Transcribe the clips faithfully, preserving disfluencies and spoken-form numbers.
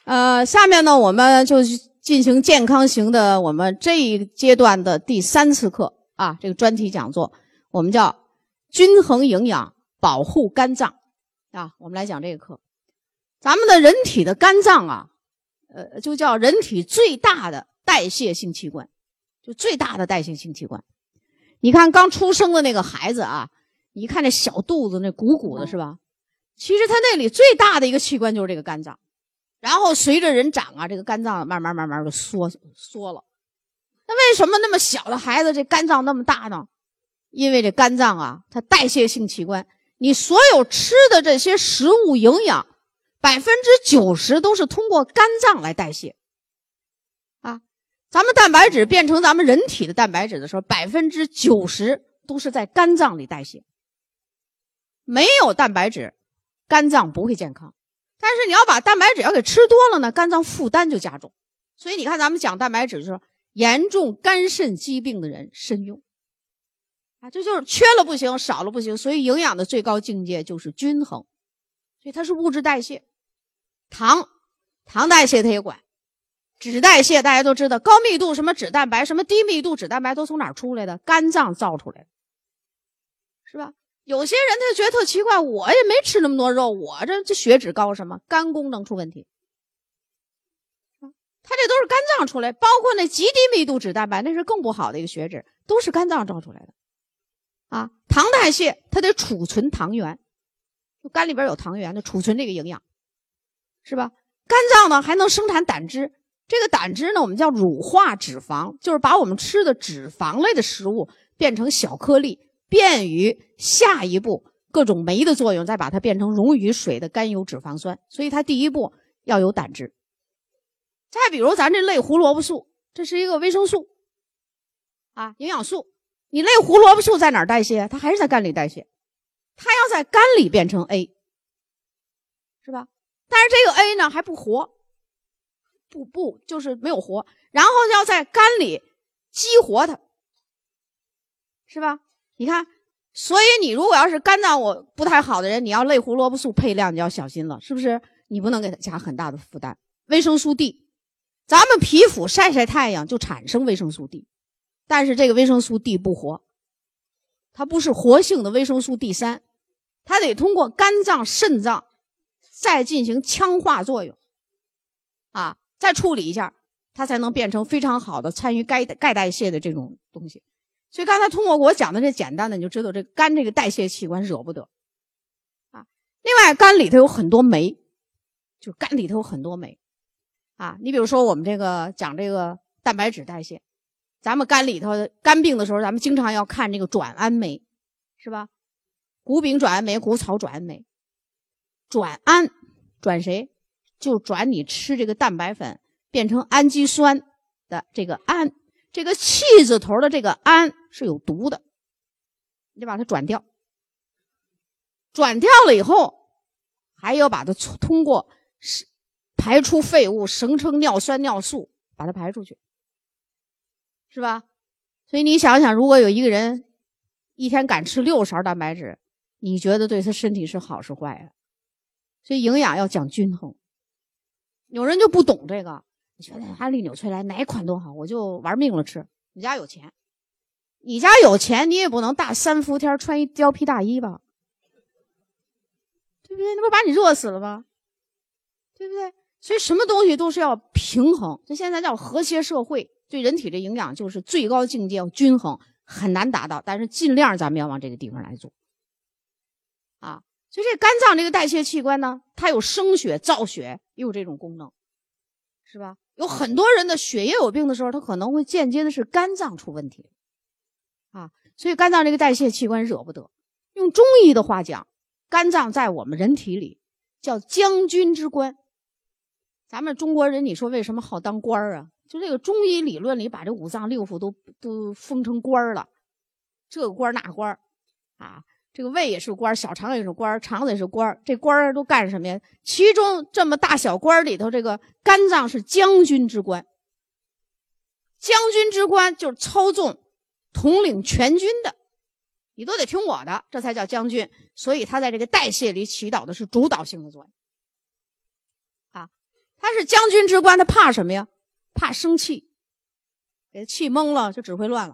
呃，下面呢，我们就进行健康型的我们这一阶段的第三次课啊，这个专题讲座，我们叫均衡营养保护肝脏啊，我们来讲这个课。咱们的人体的肝脏啊，呃，就叫人体最大的代谢性器官，就最大的代谢性器官。你看刚出生的那个孩子啊，你看那小肚子那鼓鼓的是吧？其实他那里最大的一个器官就是这个肝脏。然后随着人长啊，这个肝脏慢慢慢慢就缩缩了。那为什么那么小的孩子这肝脏那么大呢？因为这肝脏啊，它代谢性器官，你所有吃的这些食物营养，百分之九十都是通过肝脏来代谢。啊，咱们蛋白质变成咱们人体的蛋白质的时候，百分之九十都是在肝脏里代谢。没有蛋白质，肝脏不会健康。但是你要把蛋白质要给吃多了呢，肝脏负担就加重。所以你看咱们讲蛋白质就是说严重肝肾疾病的人慎用。啊，这就是缺了不行，少了不行，所以营养的最高境界就是均衡。所以它是物质代谢。糖，糖代谢它也管。脂代谢大家都知道，高密度什么脂蛋白，什么低密度脂蛋白都从哪儿出来的？肝脏造出来的。是吧？有些人他觉得特奇怪，我也没吃那么多肉，我这这血脂高什么？肝功能出问题。他这都是肝脏出来，包括那极低密度脂蛋白，那是更不好的一个血脂，都是肝脏造出来的。啊，糖代谢它得储存糖原，肝里边有糖原，它储存这个营养，是吧？肝脏呢还能生产胆汁，这个胆汁呢我们叫乳化脂肪，就是把我们吃的脂肪类的食物变成小颗粒。便于下一步各种酶的作用，再把它变成溶于水的甘油脂肪酸。所以它第一步要有胆汁。再比如咱这类胡萝卜素，这是一个维生素啊，营养素。你类胡萝卜素在哪儿代谢？它还是在肝里代谢。它要在肝里变成 A， 是吧？但是这个 A 呢还不活，不不就是没有活，然后要在肝里激活它，是吧？你看，所以你如果要是肝脏我不太好的人，你要类胡萝卜素配量你要小心了，是不是？你不能给它加很大的负担。维生素 D， 咱们皮肤晒晒太阳就产生维生素 D， 但是这个维生素 D 不活，它不是活性的维生素 D 三， 它得通过肝脏、肾脏再进行羟化作用，啊，再处理一下，它才能变成非常好的参与钙钙代谢的这种东西。所以刚才通过我讲的这简单的，你就知道这肝这个代谢器官惹不得啊。另外，肝里头有很多酶，就肝里头有很多酶啊。你比如说我们这个讲这个蛋白质代谢，咱们肝里头肝病的时候，咱们经常要看这个转氨酶，是吧？谷丙转氨酶、谷草转氨酶，转氨转谁？就转你吃这个蛋白粉变成氨基酸的这个氨。这个气字头的这个氨是有毒的，你得把它转掉。转掉了以后，还要把它通过排出废物，生成尿酸尿素，把它排出去，是吧？所以你想想，如果有一个人一天敢吃六勺蛋白质，你觉得对他身体是好是坏啊？所以营养要讲均衡。有人就不懂这个。你觉得安利纽崔莱哪一款都好，我就玩命了吃。你家有钱，你家有钱，你也不能大三伏天穿一貂皮大衣吧，对不对？那不把你热死了吗？对不对？所以什么东西都是要平衡。这现在叫和谐社会，对人体的营养就是最高境界，要均衡，很难达到，但是尽量咱们要往这个地方来做啊。所以这肝脏这个代谢器官呢，它有生血造血，也有这种功能，是吧？有很多人的血液有病的时候，他可能会间接的是肝脏出问题啊，所以肝脏这个代谢器官惹不得。用中医的话讲，肝脏在我们人体里叫将军之官。咱们中国人，你说为什么好当官啊？就这个中医理论里把这五脏六腑都都封成官了，这个官那官啊。这个胃也是官，小肠也是官，肠子也是官，这官都干什么呀？其中这么大小官里头，这个肝脏是将军之官。将军之官就是操纵、统领全军的，你都得听我的，这才叫将军。所以他在这个代谢里起到的是主导性的作用。啊， 他是将军之官，他怕什么呀？怕生气，给气懵了就指挥乱了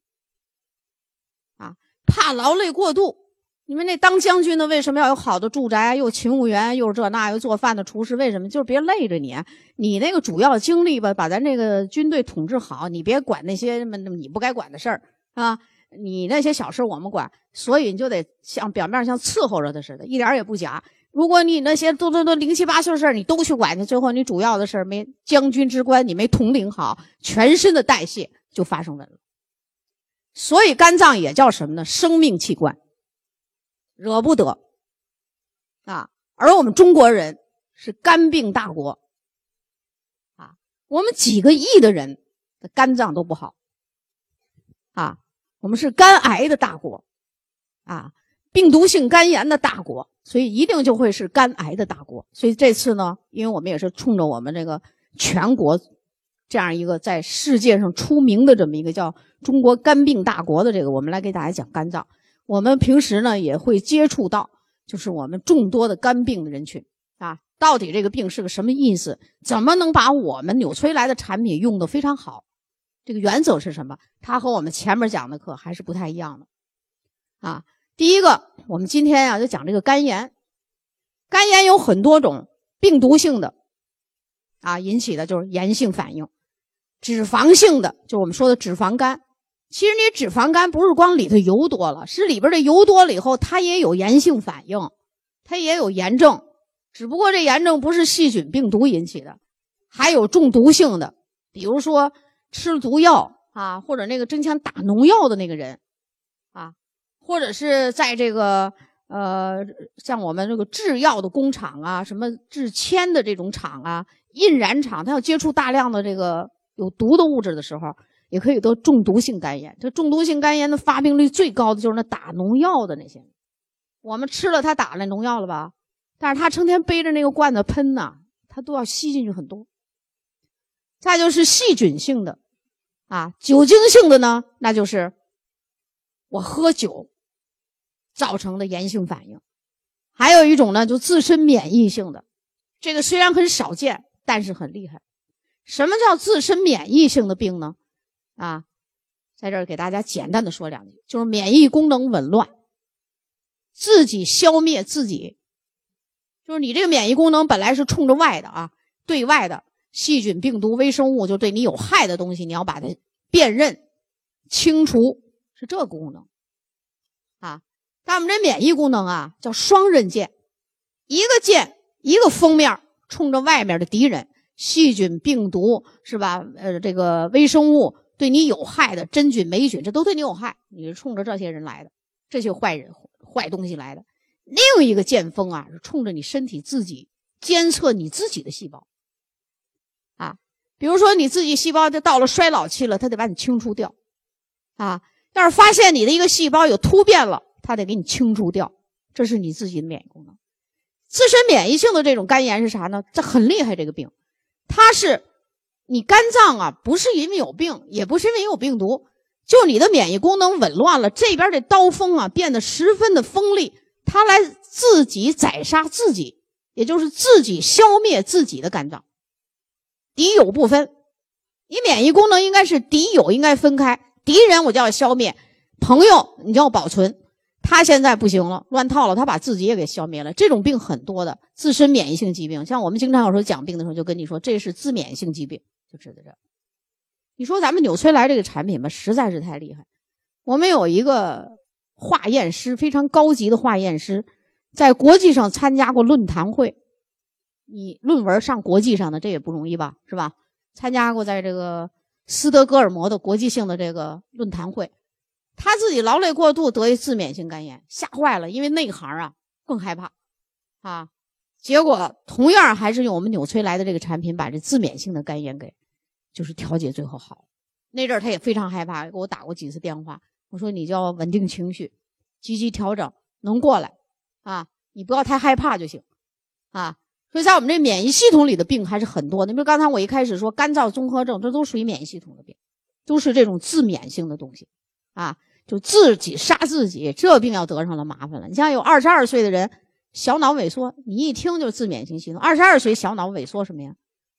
啊！怕劳累过度。你们那当将军的为什么要有好的住宅，又勤务员，又这那，又做饭的厨师？为什么？就是别累着你。你那个主要精力吧，把咱这个军队统治好，你别管那些你不该管的事儿啊。你那些小事我们管，所以你就得像表面像伺候着他似的，一点也不假。如果你那些都都都零七八碎事儿你都去管去，最后你主要的事儿没将军之官你没统领好，全身的代谢就发生问了。所以肝脏也叫什么呢？生命器官。惹不得啊！而我们中国人是肝病大国啊，我们几个亿的人的肝脏都不好啊，我们是肝癌的大国啊，病毒性肝炎的大国，所以一定就会是肝癌的大国。所以这次呢，因为我们也是冲着我们这个全国这样一个在世界上出名的这么一个叫中国肝病大国的这个，我们来给大家讲肝脏。我们平时呢也会接触到，就是我们众多的肝病的人群啊，到底这个病是个什么意思？怎么能把我们纽崔莱的产品用得非常好？这个原则是什么？它和我们前面讲的课还是不太一样的啊。第一个，我们今天啊就讲这个肝炎。肝炎有很多种病毒性的啊引起的就是炎性反应，脂肪性的就是我们说的脂肪肝。其实你脂肪肝不是光里头油多了，是里边的油多了以后它也有炎性反应，它也有炎症，只不过这炎症不是细菌病毒引起的。还有中毒性的，比如说吃了毒药啊，或者那个针枪打农药的那个人啊，或者是在这个呃像我们这个制药的工厂啊，什么制铅的这种厂啊，印染厂，它要接触大量的这个有毒的物质的时候，也可以得中毒性肝炎。这中毒性肝炎的发病率最高的就是那打农药的那些人。我们吃了他打了农药了吧，但是他成天背着那个罐子喷呢，他都要吸进去很多。再就是细菌性的啊，酒精性的呢，那就是我喝酒造成的炎性反应。还有一种呢，就自身免疫性的，这个虽然很少见，但是很厉害。什么叫自身免疫性的病呢？啊，在这儿给大家简单的说两句，就是免疫功能紊乱，自己消灭自己。就是你这个免疫功能本来是冲着外的啊，对外的细菌、病毒、微生物，就对你有害的东西，你要把它辨认、清除，是这个功能啊。但我们这免疫功能啊，叫双刃剑，一个剑，一个锋面，冲着外面的敌人，细菌、病毒是吧？呃，这个微生物。对你有害的真菌、霉菌，这都对你有害，你是冲着这些人来的，这些坏人、坏东西来的。另一个剑锋啊，是冲着你身体自己监测你自己的细胞啊。比如说你自己细胞就到了衰老期了，它得把你清除掉啊。要是发现你的一个细胞有突变了，它得给你清除掉，这是你自己的免疫功能。自身免疫性的这种肝炎是啥呢？这很厉害，这个病它是你肝脏啊，不是因为有病，也不是因为有病毒，就你的免疫功能紊乱了，这边的刀锋啊变得十分的锋利，它来自己宰杀自己，也就是自己消灭自己的肝脏。敌友不分，你免疫功能应该是敌友应该分开，敌人我就要消灭，朋友你就要保存。他现在不行了，乱套了，他把自己也给消灭了。这种病很多的，自身免疫性疾病，像我们经常有时候讲病的时候就跟你说，这是自免性疾病，就指的这。你说咱们纽崔莱这个产品吧，实在是太厉害。我们有一个化验师，非常高级的化验师，在国际上参加过论坛会。你论文上国际上的，这也不容易吧，是吧？参加过在这个斯德哥尔摩的国际性的这个论坛会。他自己劳累过度得一自免性肝炎，吓坏了，因为内行啊更害怕啊。结果同样还是用我们纽崔莱的这个产品把这自免性的肝炎给就是调节最后好。那阵儿他也非常害怕，给我打过几次电话，我说你就要稳定情绪，积极调整，能过来啊，你不要太害怕就行啊。所以在我们这免疫系统里的病还是很多的。你比如刚才我一开始说干燥综合症，这都属于免疫系统的病，都是这种自免性的东西啊，就自己杀自己，这病要得上了麻烦了。你像有二十二岁的人小脑萎缩，你一听就是自免性系统。二十二岁小脑萎缩什么呀？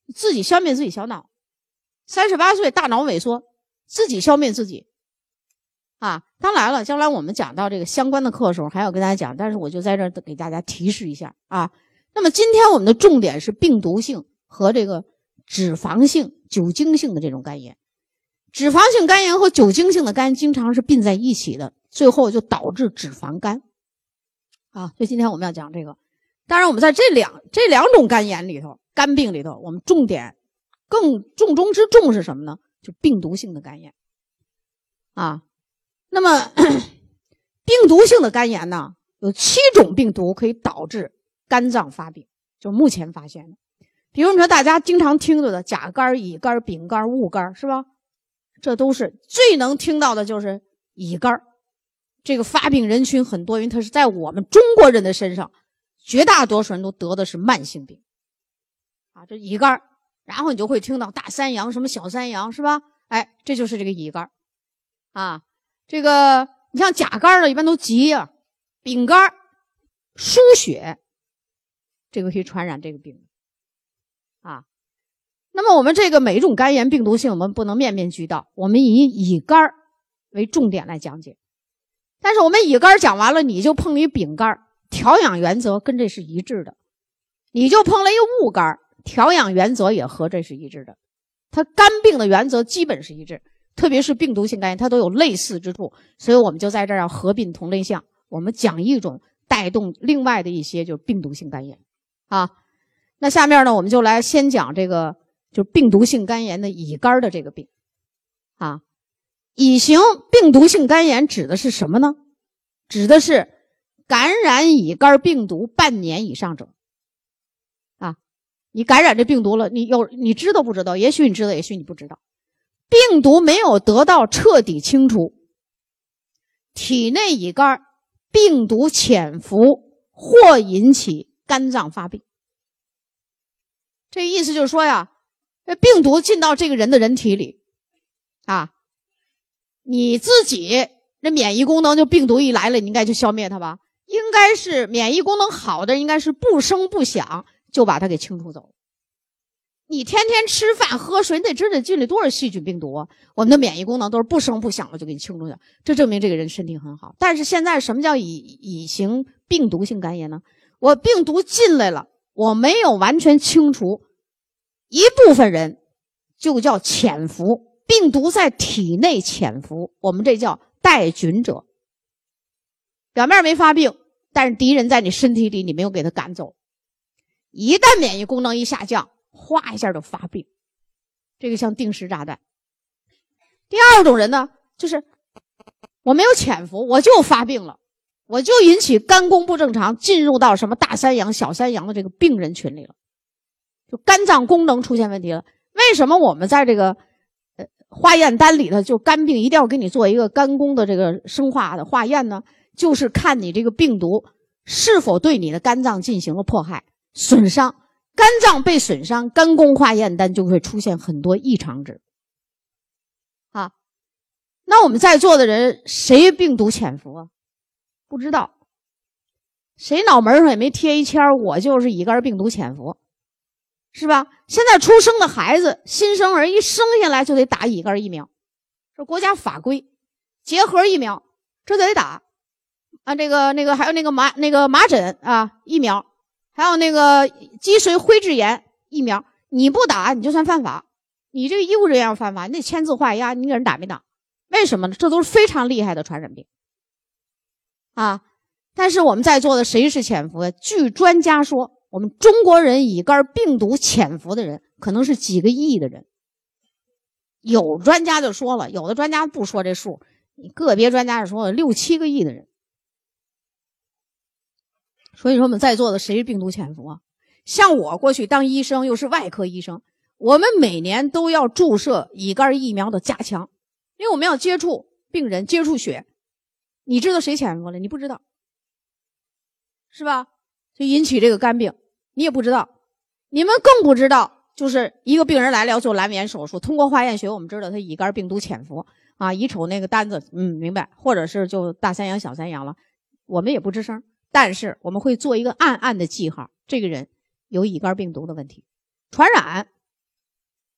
自己消灭自己小脑。三十八岁大脑萎缩，自己消灭自己。啊，当然了，将来我们讲到这个相关的课的时候还要跟大家讲，但是我就在这儿给大家提示一下啊。那么今天我们的重点是病毒性和这个脂肪性、酒精性的这种肝炎。脂肪性肝炎和酒精性的肝经常是并在一起的，最后就导致脂肪肝。啊，所以今天我们要讲这个。当然我们在这两这两种肝炎里头，肝病里头，我们重点更重中之重是什么呢？就病毒性的肝炎。啊，那么病毒性的肝炎呢，有七种病毒可以导致肝脏发病，就是目前发现的。比如你说大家经常听到的甲肝、乙肝、丙肝、戊肝，是吧？这都是最能听到的就是乙肝。这个发病人群很多，因为它是在我们中国人的身上，绝大多数人都得的是慢性病。啊，这乙肝，然后你就会听到大三阳什么小三阳，是吧？哎，这就是这个乙肝。啊，这个你像甲肝的一般都急呀、啊，丙肝输血，这个可以传染这个病。啊，那么我们这个每一种肝炎病毒性我们不能面面俱到，我们以乙肝为重点来讲解。但是我们乙肝讲完了，你就碰了一丙肝，调养原则跟这是一致的。你就碰了一戊肝，调养原则也和这是一致的。它肝病的原则基本是一致，特别是病毒性肝炎它都有类似之处，所以我们就在这儿要合并同类项，我们讲一种带动另外的一些就是病毒性肝炎。啊，那下面呢我们就来先讲这个就是病毒性肝炎的乙肝的这个病。啊，乙型病毒性肝炎指的是什么呢？指的是感染乙肝病毒半年以上者。啊，你感染这病毒了，你有你知道不知道？也许你知道，也许你不知道。病毒没有得到彻底清除，体内乙肝病毒潜伏或引起肝脏发病。这意思就是说呀，这病毒进到这个人的人体里啊，你自己这免疫功能就病毒一来了，你应该就消灭它吧？应该是免疫功能好的，应该是不声不响就把它给清除走。你天天吃饭喝水，你得知道进里多少细菌病毒啊！我们的免疫功能都是不声不响的就给你清除掉，这证明这个人身体很好。但是现在什么叫乙乙型病毒性肝炎呢？我病毒进来了，我没有完全清除，一部分人就叫潜伏，病毒在体内潜伏，我们这叫带菌者。表面没发病，但是敌人在你身体里，你没有给他赶走。一旦免疫功能一下降，哗一下就发病，这个像定时炸弹。第二种人呢，就是我没有潜伏，我就发病了，我就引起肝功不正常，进入到什么大三阳、小三阳的这个病人群里了，就肝脏功能出现问题了。为什么我们在这个呃化验单里头，就肝病一定要给你做一个肝功的这个生化的化验呢？就是看你这个病毒是否对你的肝脏进行了迫害、损伤。肝脏被损伤，肝功化验单就会出现很多异常值。啊，那我们在座的人谁病毒潜伏啊？不知道。谁脑门上也没贴一签我就是乙肝病毒潜伏，是吧？现在出生的孩子，新生儿一生下来就得打乙肝疫苗，这国家法规，结核疫苗这得打啊，这个那个还有那个麻那个麻疹啊疫苗。还有那个脊髓灰质炎疫苗，你不打你就算犯法，你这个医务人员要犯法，你得签字画押，你给人打没打？为什么呢？这都是非常厉害的传染病啊！但是我们在座的谁是潜伏的？据专家说，我们中国人乙肝病毒潜伏的人可能是几个亿的人。有专家就说了，有的专家不说这数，你个别专家就说六七个亿的人。所以说我们在座的谁是病毒潜伏啊？像我过去当医生又是外科医生，我们每年都要注射乙肝疫苗的加强，因为我们要接触病人，接触血。你知道谁潜伏了？你不知道，是吧？就引起这个肝病，你也不知道。你们更不知道，就是一个病人来了要做阑尾炎手术，通过化验学我们知道他乙肝病毒潜伏啊，一瞅那个单子，嗯，明白，或者是就大三阳小三阳了，我们也不吱声。但是我们会做一个暗暗的记号，这个人有乙肝病毒的问题，传染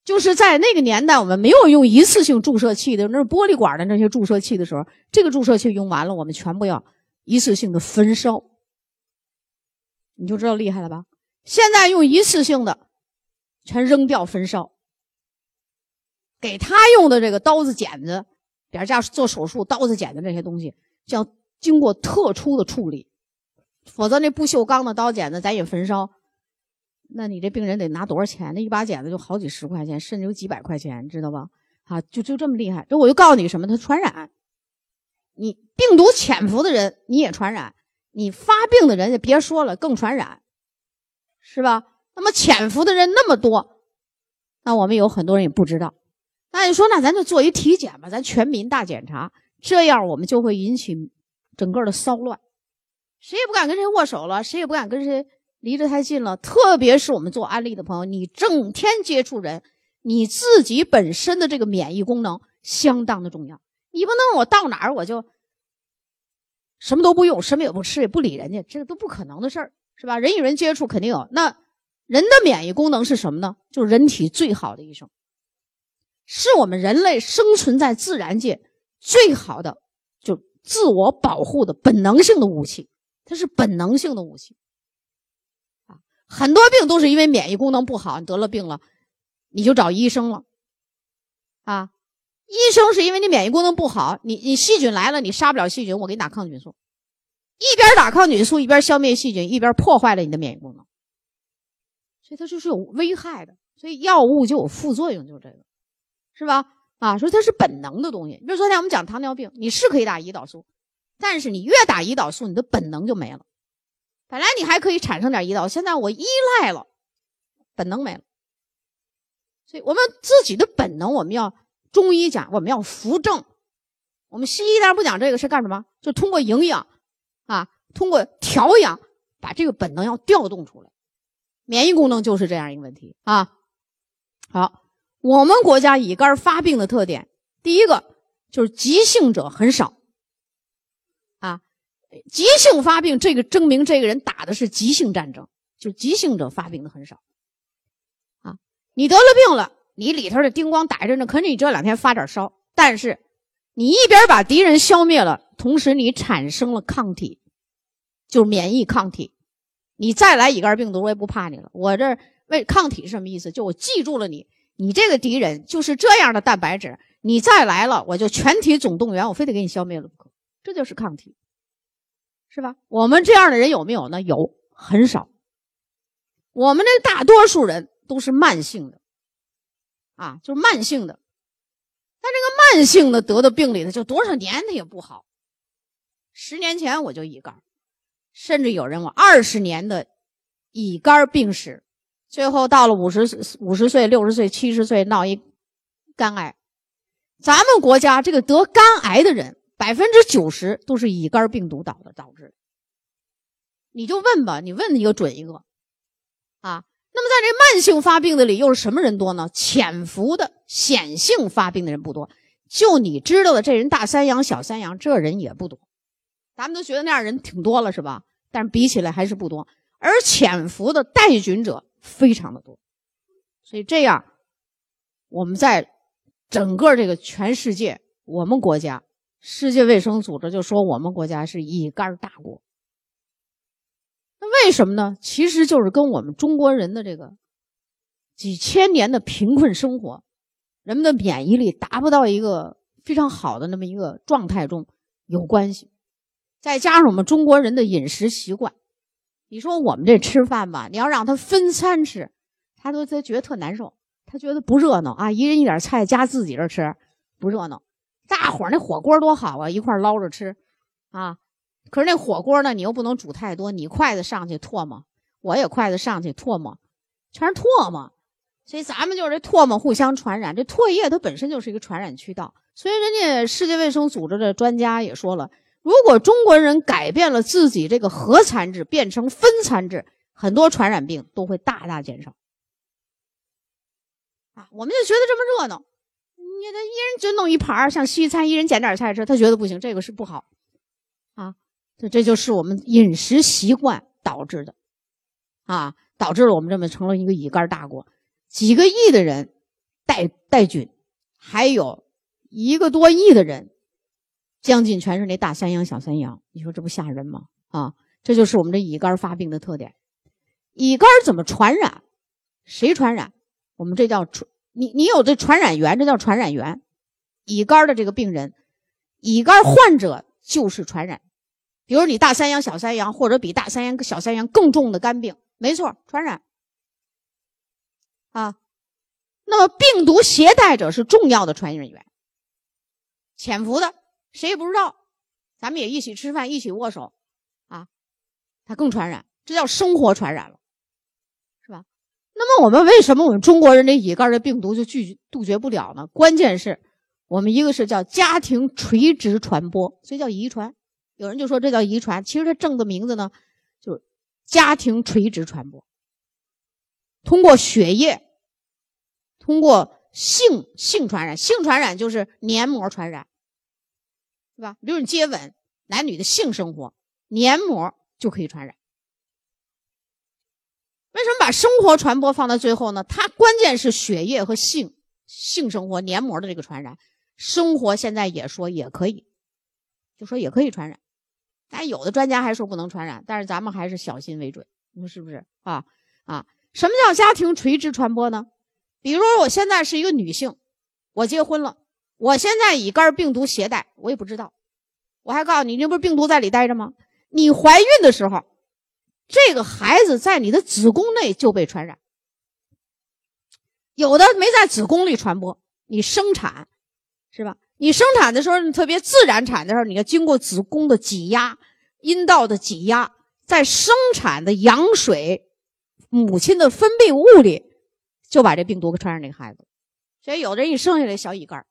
就是在那个年代我们没有用一次性注射器的，那是玻璃管的那些注射器的时候，这个注射器用完了，我们全部要一次性的焚烧，你就知道厉害了吧？现在用一次性的全扔掉焚烧，给他用的这个刀子剪子，比如家做手术刀子剪子这些东西，就要经过特殊的处理，否则那不锈钢的刀剪子咱也焚烧，那你这病人得拿多少钱？那一把剪子就好几十块钱，甚至有几百块钱，知道吧？啊，就就这么厉害。这我就告诉你什么？它传染，你病毒潜伏的人你也传染，你发病的人就别说了，更传染，是吧？那么潜伏的人那么多，那我们有很多人也不知道。那你说，那咱就做一体检吧，咱全民大检查，这样我们就会引起整个的骚乱，谁也不敢跟谁握手了，谁也不敢跟谁离得太近了。特别是我们做安利的朋友，你整天接触人，你自己本身的这个免疫功能相当的重要。你不能我到哪儿我就什么都不用，什么也不吃，也不理人家，这个都不可能的事儿，是吧？人与人接触肯定有。那人的免疫功能是什么呢？就是人体最好的医生，是我们人类生存在自然界最好的就自我保护的本能性的武器，它是本能性的武器。啊，很多病都是因为免疫功能不好，你得了病了，你就找医生了。啊，医生是因为你免疫功能不好，你你细菌来了，你杀不了细菌，我给你打抗菌素。一边打抗菌素，一边消灭细菌，一边破坏了你的免疫功能。所以它就是有危害的，所以药物就有副作用，就是这个，是吧？啊，所以它是本能的东西。比如昨天我们讲糖尿病，你是可以打胰岛素，但是你越打胰岛素，你的本能就没了。本来你还可以产生点胰岛，现在我依赖了，本能没了。所以我们自己的本能，我们要中医讲，我们要扶正。我们西医当然不讲这个，是干什么？就通过营养啊，通过调养，把这个本能要调动出来。免疫功能就是这样一个问题啊。好，我们国家乙肝发病的特点，第一个就是急性者很少啊。急性发病，这个证明这个人打的是急性战争，就是急性者发病的很少啊。你得了病了，你里头的叮咣打着呢，可是你这两天发点烧，但是你一边把敌人消灭了，同时你产生了抗体，就是免疫抗体。你再来乙肝病毒，我也不怕你了。我这为抗体是什么意思？就我记住了你，你这个敌人就是这样的蛋白质，你再来了，我就全体总动员，我非得给你消灭了不可。这就是抗体，是吧？我们这样的人有没有呢？有，很少。我们这大多数人都是慢性的，啊，就是慢性的。但这个慢性的得的病里呢，就多少年它也不好。十年前我就乙肝。甚至有人我二十年的乙肝病史，最后到了五十五十岁、六十岁、七十岁闹一肝癌。咱们国家这个得肝癌的人，百分之九十都是乙肝病毒导的导致。你就问吧，你问一个准一个啊。那么在这慢性发病的里，又是什么人多呢？潜伏的显性发病的人不多，就你知道的这人大三阳、小三阳，这人也不多。咱们都觉得那样人挺多了，是吧？但是比起来还是不多，而潜伏的带菌者非常的多。所以这样，我们在整个这个全世界，我们国家世界卫生组织就说我们国家是乙肝大国。那为什么呢？其实就是跟我们中国人的这个几千年的贫困生活，人们的免疫力达不到一个非常好的那么一个状态中有关系。再加上我们中国人的饮食习惯，你说我们这吃饭吧，你要让他分餐吃，他都他觉得特难受，他觉得不热闹啊，一人一点菜夹自己这吃不热闹。大伙儿那火锅多好啊，一块捞着吃啊。可是那火锅呢，你又不能煮太多，你筷子上去唾沫，我也筷子上去唾沫，全是唾沫。所以咱们就是这唾沫互相传染，这唾液它本身就是一个传染渠道。所以人家世界卫生组织的专家也说了，如果中国人改变了自己这个合餐制，变成分餐制，很多传染病都会大大减少。啊，我们就觉得这么热闹，你这一人就弄一盘，像西餐一人捡点菜吃，他觉得不行，这个是不好啊。这这就是我们饮食习惯导致的啊，导致了我们这么成了一个乙肝大国。几个亿的人带带菌，还有一个多亿的人，将近全是那大山羊小山羊，你说这不吓人吗？啊，这就是我们这乙肝发病的特点。乙肝怎么传染？谁传染？我们这叫传，你你有这传染源，这叫传染源。乙肝的这个病人，乙肝患者就是传染。比如你大山羊小山羊，或者比大山羊小山羊更重的肝病，没错，传染啊。那么病毒携带者是重要的传染源，潜伏的谁也不知道，咱们也一起吃饭一起握手啊，它更传染，这叫生活传染了，是吧？那么我们为什么我们中国人这乙肝的病毒就拒杜绝不了呢？关键是我们一个是叫家庭垂直传播，所以叫遗传。有人就说这叫遗传，其实它正的名字呢就是家庭垂直传播，通过血液，通过性性传染，性传染就是黏膜传染，是吧？比如你接吻，男女的性生活，黏膜就可以传染。为什么把生活传播放到最后呢？它关键是血液和性性生活黏膜的这个传染，生活现在也说也可以，就说也可以传染。但有的专家还说不能传染，但是咱们还是小心为准，你说是不是啊？啊，什么叫家庭垂直传播呢？比如我现在是一个女性，我结婚了，我现在乙肝病毒携带，我也不知道，我还告诉你，这不是病毒在里待着吗？你怀孕的时候，这个孩子在你的子宫内就被传染，有的没在子宫里传播，你生产是吧？你生产的时候，你特别自然产的时候，你要经过子宫的挤压、阴道的挤压，在生产的羊水、母亲的分泌物里，就把这病毒给传染这个孩子。所以有的人一生下来小乙肝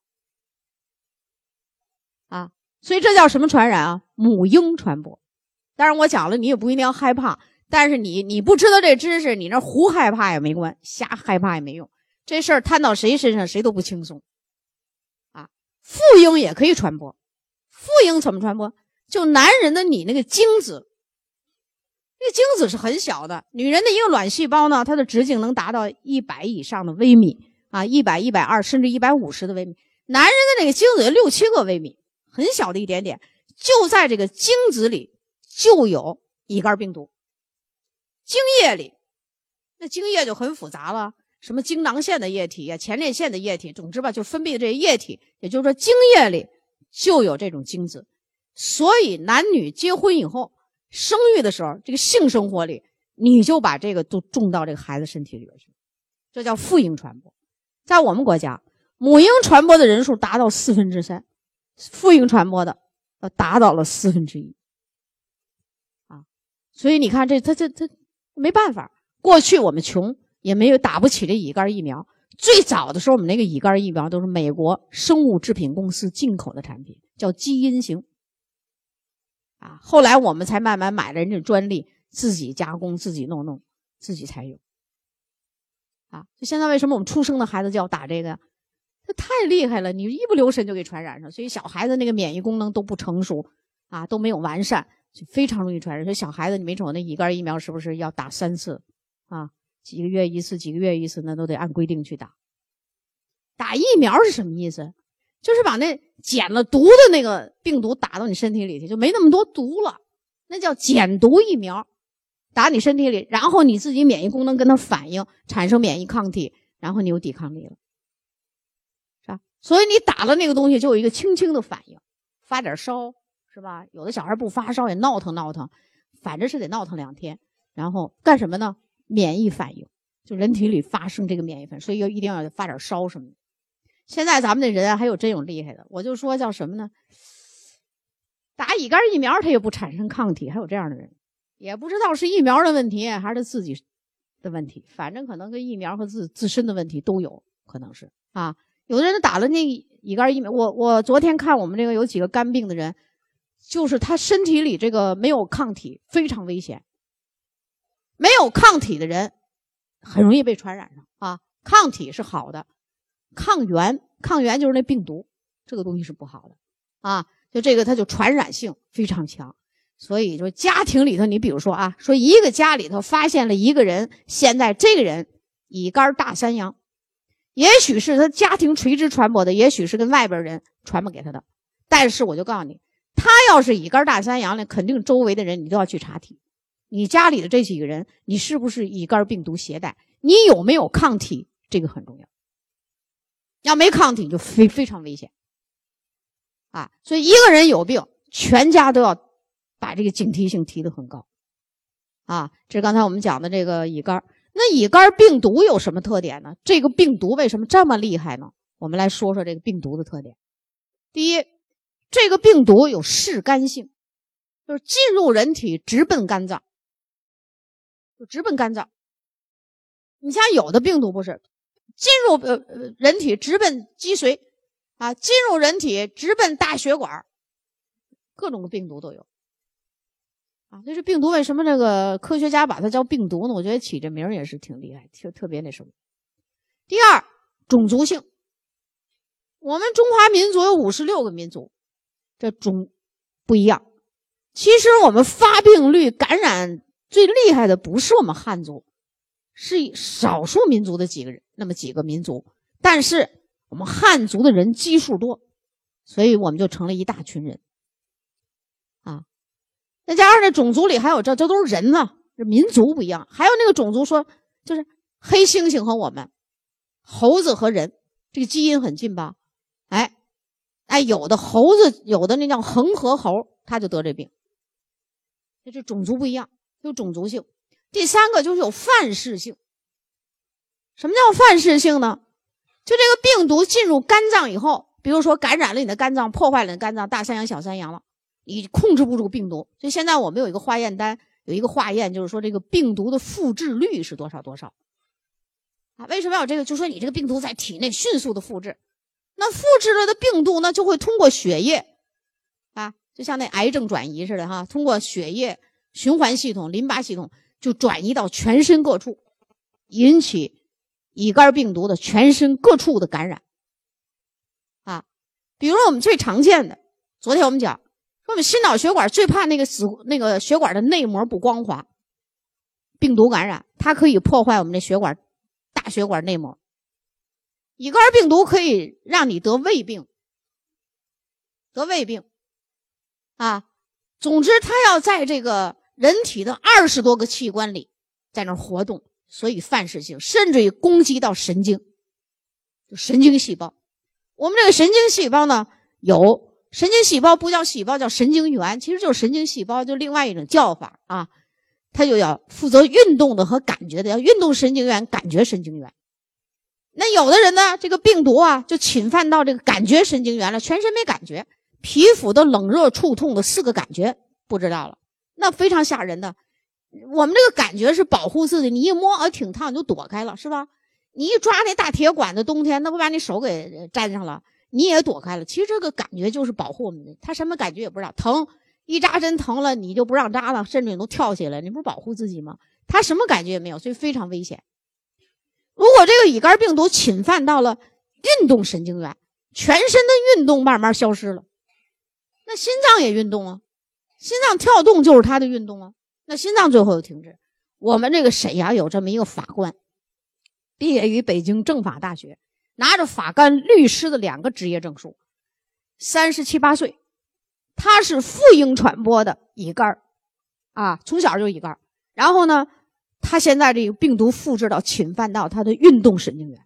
啊，所以这叫什么传染啊？母婴传播。当然我讲了，你也不一定要害怕，但是你你不知道这知识，你那胡害怕也没关，瞎害怕也没用。这事儿摊到谁身上，谁都不轻松。妇婴也可以传播，妇婴怎么传播？就男人的你那个精子，那个精子是很小的，女人的一个卵细胞呢，它的直径能达到一百以上的微米啊，一百、一百二甚至一百五十的微米。男人的那个精子有六七个微米，很小的一点点，就在这个精子里就有乙肝病毒。精液里，那精液就很复杂了。什么精囊腺的液体啊，前列腺的液体，总之吧，就分泌的这些液体，也就是说精液里就有这种精子。所以男女结婚以后生育的时候，这个性生活里你就把这个都种到这个孩子身体里边去，这叫妇婴传播。在我们国家，母婴传播的人数达到四分之三，妇婴传播的要达到了四分之一啊。所以你看这他这他没办法，过去我们穷也没有打不起这乙肝疫苗。最早的时候，我们那个乙肝疫苗都是美国生物制品公司进口的产品，叫基因型啊。后来我们才慢慢买了人家专利，自己加工，自己弄弄，自己才有啊。就现在为什么我们出生的孩子就要打这个呀？这太厉害了，你一不留神就给传染上。所以小孩子那个免疫功能都不成熟啊，都没有完善，就非常容易传染。所以小孩子你没瞅那乙肝疫苗是不是要打三次啊？几个月一次，几个月一次，那都得按规定去打。打疫苗是什么意思？就是把那减了毒的那个病毒打到你身体里去，就没那么多毒了，那叫减毒疫苗，打你身体里，然后你自己免疫功能跟它反应，产生免疫抗体，然后你有抵抗力了，是吧？所以你打了那个东西就有一个轻轻的反应，发点烧，是吧？有的小孩不发烧也闹腾闹腾，反正是得闹腾两天，然后干什么呢？免疫反应，就人体里发生这个免疫反应，所以要一定要发点烧什么的。现在咱们的人啊，还有真有厉害的，我就说叫什么呢？打乙肝疫苗他也不产生抗体，还有这样的人，也不知道是疫苗的问题还是自己的问题，反正可能跟疫苗和自自身的问题都有可能是啊。有的人打了那乙肝疫苗，我我昨天看我们这个有几个肝病的人，就是他身体里这个没有抗体，非常危险。没有抗体的人很容易被传染上啊，抗体是好的，抗原抗原就是那病毒，这个东西是不好的啊，就这个它就传染性非常强。所以说家庭里头，你比如说啊，说一个家里头发现了一个人，现在这个人乙肝大三阳， 也许是他家庭垂直传播的，也许是跟外边人传播给他的。但是我就告诉你，他要是乙肝大三阳呢，肯定周围的人你都要去查体。你家里的这几个人，你是不是乙肝病毒携带？你有没有抗体？这个很重要。要没抗体就非非常危险啊！所以一个人有病，全家都要把这个警惕性提得很高啊！这是刚才我们讲的这个乙肝。那乙肝病毒有什么特点呢？这个病毒为什么这么厉害呢？我们来说说这个病毒的特点。第一，这个病毒有嗜肝性，就是进入人体直奔肝脏，就直奔肝脏。你像有的病毒不是进入呃人体直奔脊髓啊，进入人体直奔大血管，各种的病毒都有啊。这是病毒为什么这个科学家把它叫病毒呢？我觉得起这名也是挺厉害，特特别那什么。第二，种族性，我们中华民族有五十六个民族，这种不一样。其实我们发病率感染最厉害的不是我们汉族，是少数民族的几个人，那么几个民族，但是我们汉族的人基数多，所以我们就成了一大群人啊。再加上这种族里还有这这都是人啊，这民族不一样。还有那个种族说，就是黑猩猩和我们，猴子和人，这个基因很近吧？哎哎，有的猴子，有的那叫恒河猴，他就得这病。这这种族不一样，有种族性。第三个就是有范式性。什么叫范式性呢？就这个病毒进入肝脏以后，比如说感染了你的肝脏，破坏了你的肝脏，大三阳小三阳了，你控制不住病毒。所以现在我们有一个化验单，有一个化验，就是说这个病毒的复制率是多少多少啊？为什么要有这个？就说你这个病毒在体内迅速的复制，那复制了的病毒呢，就会通过血液啊，就像那癌症转移似的哈，通过血液循环系统、淋巴系统就转移到全身各处，引起乙肝病毒的全身各处的感染啊。比如我们最常见的，昨天我们讲说我们心脑血管最怕那个死那个血管的内膜不光滑，病毒感染它可以破坏我们的血管大血管内膜。乙肝病毒可以让你得胃病，得胃病啊。总之它要在这个人体的二十多个器官里在那儿活动，所以范式性，甚至于攻击到神经，就神经细胞。我们这个神经细胞呢，有神经细胞不叫细胞，叫神经元，其实就是神经细胞，就另外一种叫法啊。它就要负责运动的和感觉的，要运动神经元、感觉神经元。那有的人呢，这个病毒啊就侵犯到这个感觉神经元了，全身没感觉，皮肤的冷热触痛的四个感觉不知道了，那非常吓人的。我们这个感觉是保护自己，你一摸啊挺烫你就躲开了，是吧？你一抓那大铁管子，冬天那不把你手给粘上了，你也躲开了。其实这个感觉就是保护我们的，他什么感觉也不知道，疼一扎针疼了你就不让扎了，甚至你都跳起来，你不是保护自己吗？他什么感觉也没有，所以非常危险。如果这个乙肝病毒侵犯到了运动神经元，全身的运动慢慢消失了，那心脏也运动啊，心脏跳动就是它的运动啊，那心脏最后就停止。我们这个沈阳有这么一个法官，毕业于北京政法大学，拿着法官、律师的两个职业证书，三十七八岁，他是妇婴传播的乙肝啊，从小就乙肝。然后呢，他现在这个病毒复制到侵犯到他的运动神经元。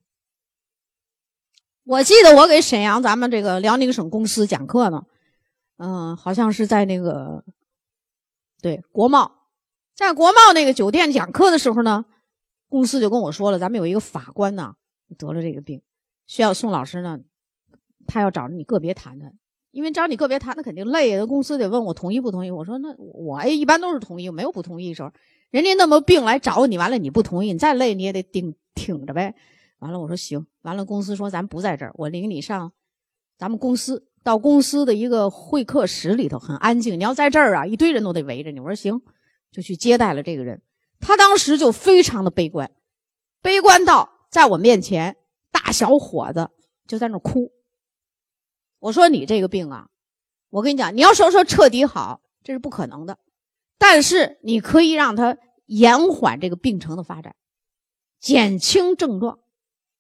我记得我给沈阳咱们这个辽宁省公司讲课呢，嗯、呃，好像是在那个对国贸，在国贸那个酒店讲课的时候呢，公司就跟我说了，咱们有一个法官呢得了这个病，需要宋老师呢，他要找你个别谈谈，因为找你个别谈，那肯定累，公司得问我同意不同意。我说那我哎一般都是同意，没有不同意的时候。人家那么病来找你，完了你不同意，你再累你也得顶挺着呗。完了我说行，完了公司说咱不在这儿，我领你上咱们公司，到公司的一个会客室里头，很安静。你要在这儿啊，一堆人都得围着你。我说行，就去接待了这个人。他当时就非常的悲观，悲观到在我面前，大小伙子就在那哭。我说你这个病啊，我跟你讲，你要说说彻底好，这是不可能的。但是你可以让它延缓这个病程的发展，减轻症状。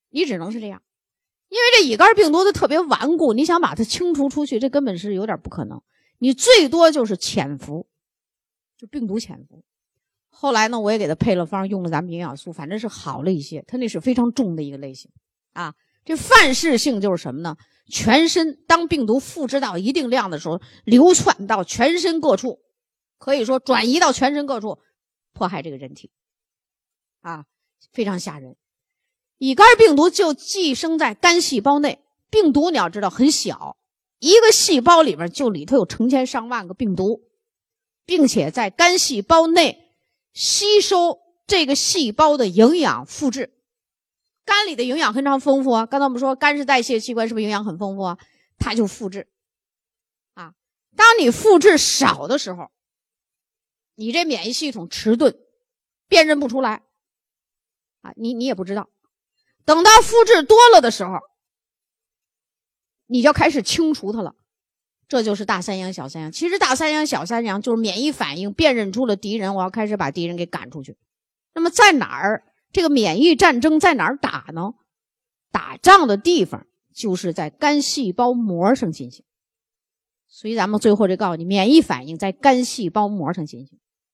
你只能是这样。因为这乙肝病毒它特别顽固，你想把它清除出去，这根本是有点不可能。你最多就是潜伏，就病毒潜伏。后来呢，我也给他配了方，用了咱们营养素，反正是好了一些。它那是非常重的一个类型啊。这范式性就是什么呢？全身当病毒复制到一定量的时候，流窜到全身各处，可以说转移到全身各处，迫害这个人体啊，非常吓人。乙肝病毒就寄生在肝细胞内，病毒你要知道很小，一个细胞里面就里头有成千上万个病毒，并且在肝细胞内吸收这个细胞的营养复制。肝里的营养非常丰富啊，刚才我们说肝是代谢器官，是不是营养很丰富啊？它就复制啊。当你复制少的时候，你这免疫系统迟钝，辨认不出来啊，你你也不知道。等到复制多了的时候，你就要开始清除它了。这就是大三阳小三阳。其实大三阳小三阳就是免疫反应辨认出了敌人，我要开始把敌人给赶出去。那么在哪儿这个免疫战争在哪儿打呢？打仗的地方就是在肝细胞膜上进行。所以咱们最后就告诉你，免疫反应在肝细胞膜上进行。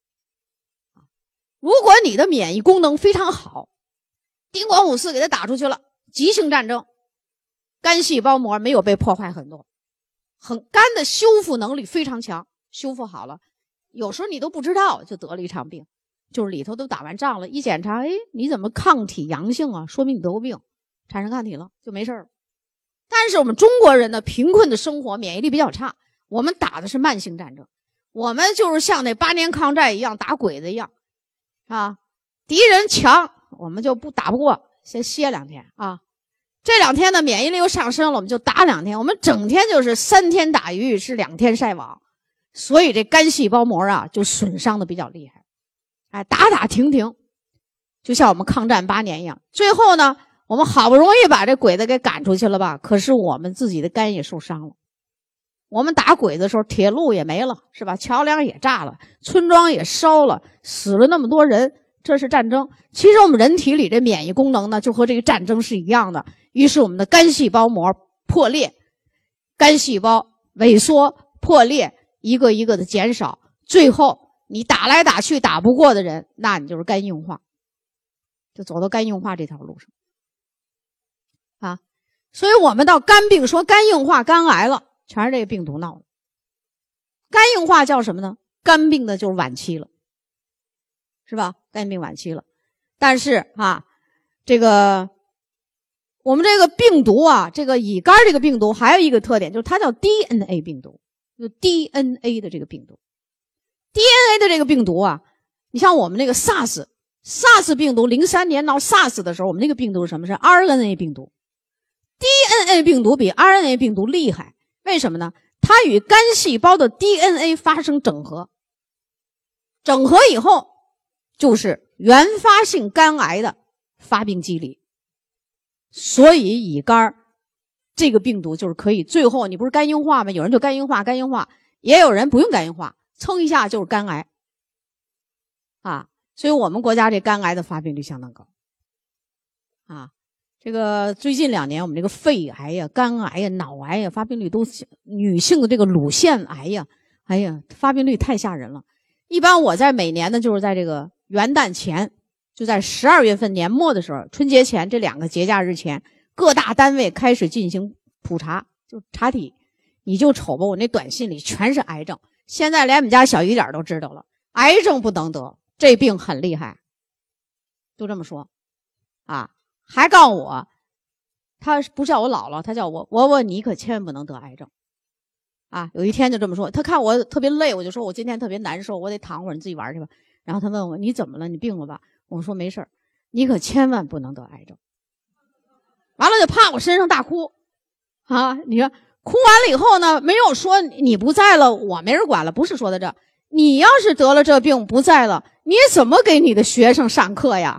如果你的免疫功能非常好，丁光五四给它打出去了，急性战争，肝细胞膜没有被破坏很多，很肝的修复能力非常强，修复好了，有时候你都不知道就得了一场病，就是里头都打完仗了，一检查，哎，你怎么抗体阳性啊？说明你得过病，产生抗体了，就没事了。但是我们中国人的贫困的生活，免疫力比较差，我们打的是慢性战争，我们就是像那八年抗战一样，打鬼子一样啊，敌人强我们就不打不过，先歇两天啊。这两天呢，免疫力又上升了，我们就打两天。我们整天就是三天打鱼是两天晒网，所以这肝细胞膜啊就损伤的比较厉害。哎，打打停停，就像我们抗战八年一样。最后呢，我们好不容易把这鬼子给赶出去了吧？可是我们自己的肝也受伤了。我们打鬼子的时候，铁路也没了，是吧？桥梁也炸了，村庄也烧了，死了那么多人。这是战争。其实我们人体里这免疫功能呢，就和这个战争是一样的。于是我们的肝细胞膜破裂，肝细胞萎缩破裂，一个一个的减少，最后你打来打去打不过的人，那你就是肝硬化，就走到肝硬化这条路上啊。所以我们到肝病说肝硬化肝癌了，全是这个病毒闹的。肝硬化叫什么呢？肝病的就是晚期了，是吧？肝病晚期了。但是啊，这个我们这个病毒啊，这个乙肝这个病毒还有一个特点，就是它叫 D N A 病毒，就 D N A 的这个病毒。D N A 的这个病毒啊，你像我们那个 SARS SARS 病毒零三年闹 SARS 的时候，我们那个病毒是什么？是 R N A 病毒。D N A 病毒比 R N A 病毒厉害，为什么呢？它与肝细胞的 D N A 发生整合，整合以后就是原发性肝癌的发病机理。所以乙肝这个病毒就是可以，最后你不是肝硬化吗？有人就肝硬化肝硬化，也有人不用肝硬化，蹭一下就是肝癌啊。所以我们国家这肝癌的发病率相当高啊。这个最近两年我们这个肺癌呀、肝癌呀、脑癌呀发病率都，女性的这个乳腺癌呀，哎呀发病率太吓人了。一般我在每年呢就是在这个元旦前，就在十二月份年末的时候，春节前这两个节假日前，各大单位开始进行普查，就查体。你就瞅吧，我那短信里全是癌症，现在连我们家小雨点都知道了，癌症不能得，这病很厉害，就这么说啊。还告诉我，他不叫我姥姥，他叫我我我你可千万不能得癌症啊。有一天就这么说，他看我特别累，我就说我今天特别难受，我得躺会儿，你自己玩去吧。然后他问我你怎么了，你病了吧？我说没事儿，你可千万不能得癌症。完了就趴我身上大哭啊！你说哭完了以后呢，没有说你不在了我没人管了，不是说的这，你要是得了这病不在了，你怎么给你的学生上课呀？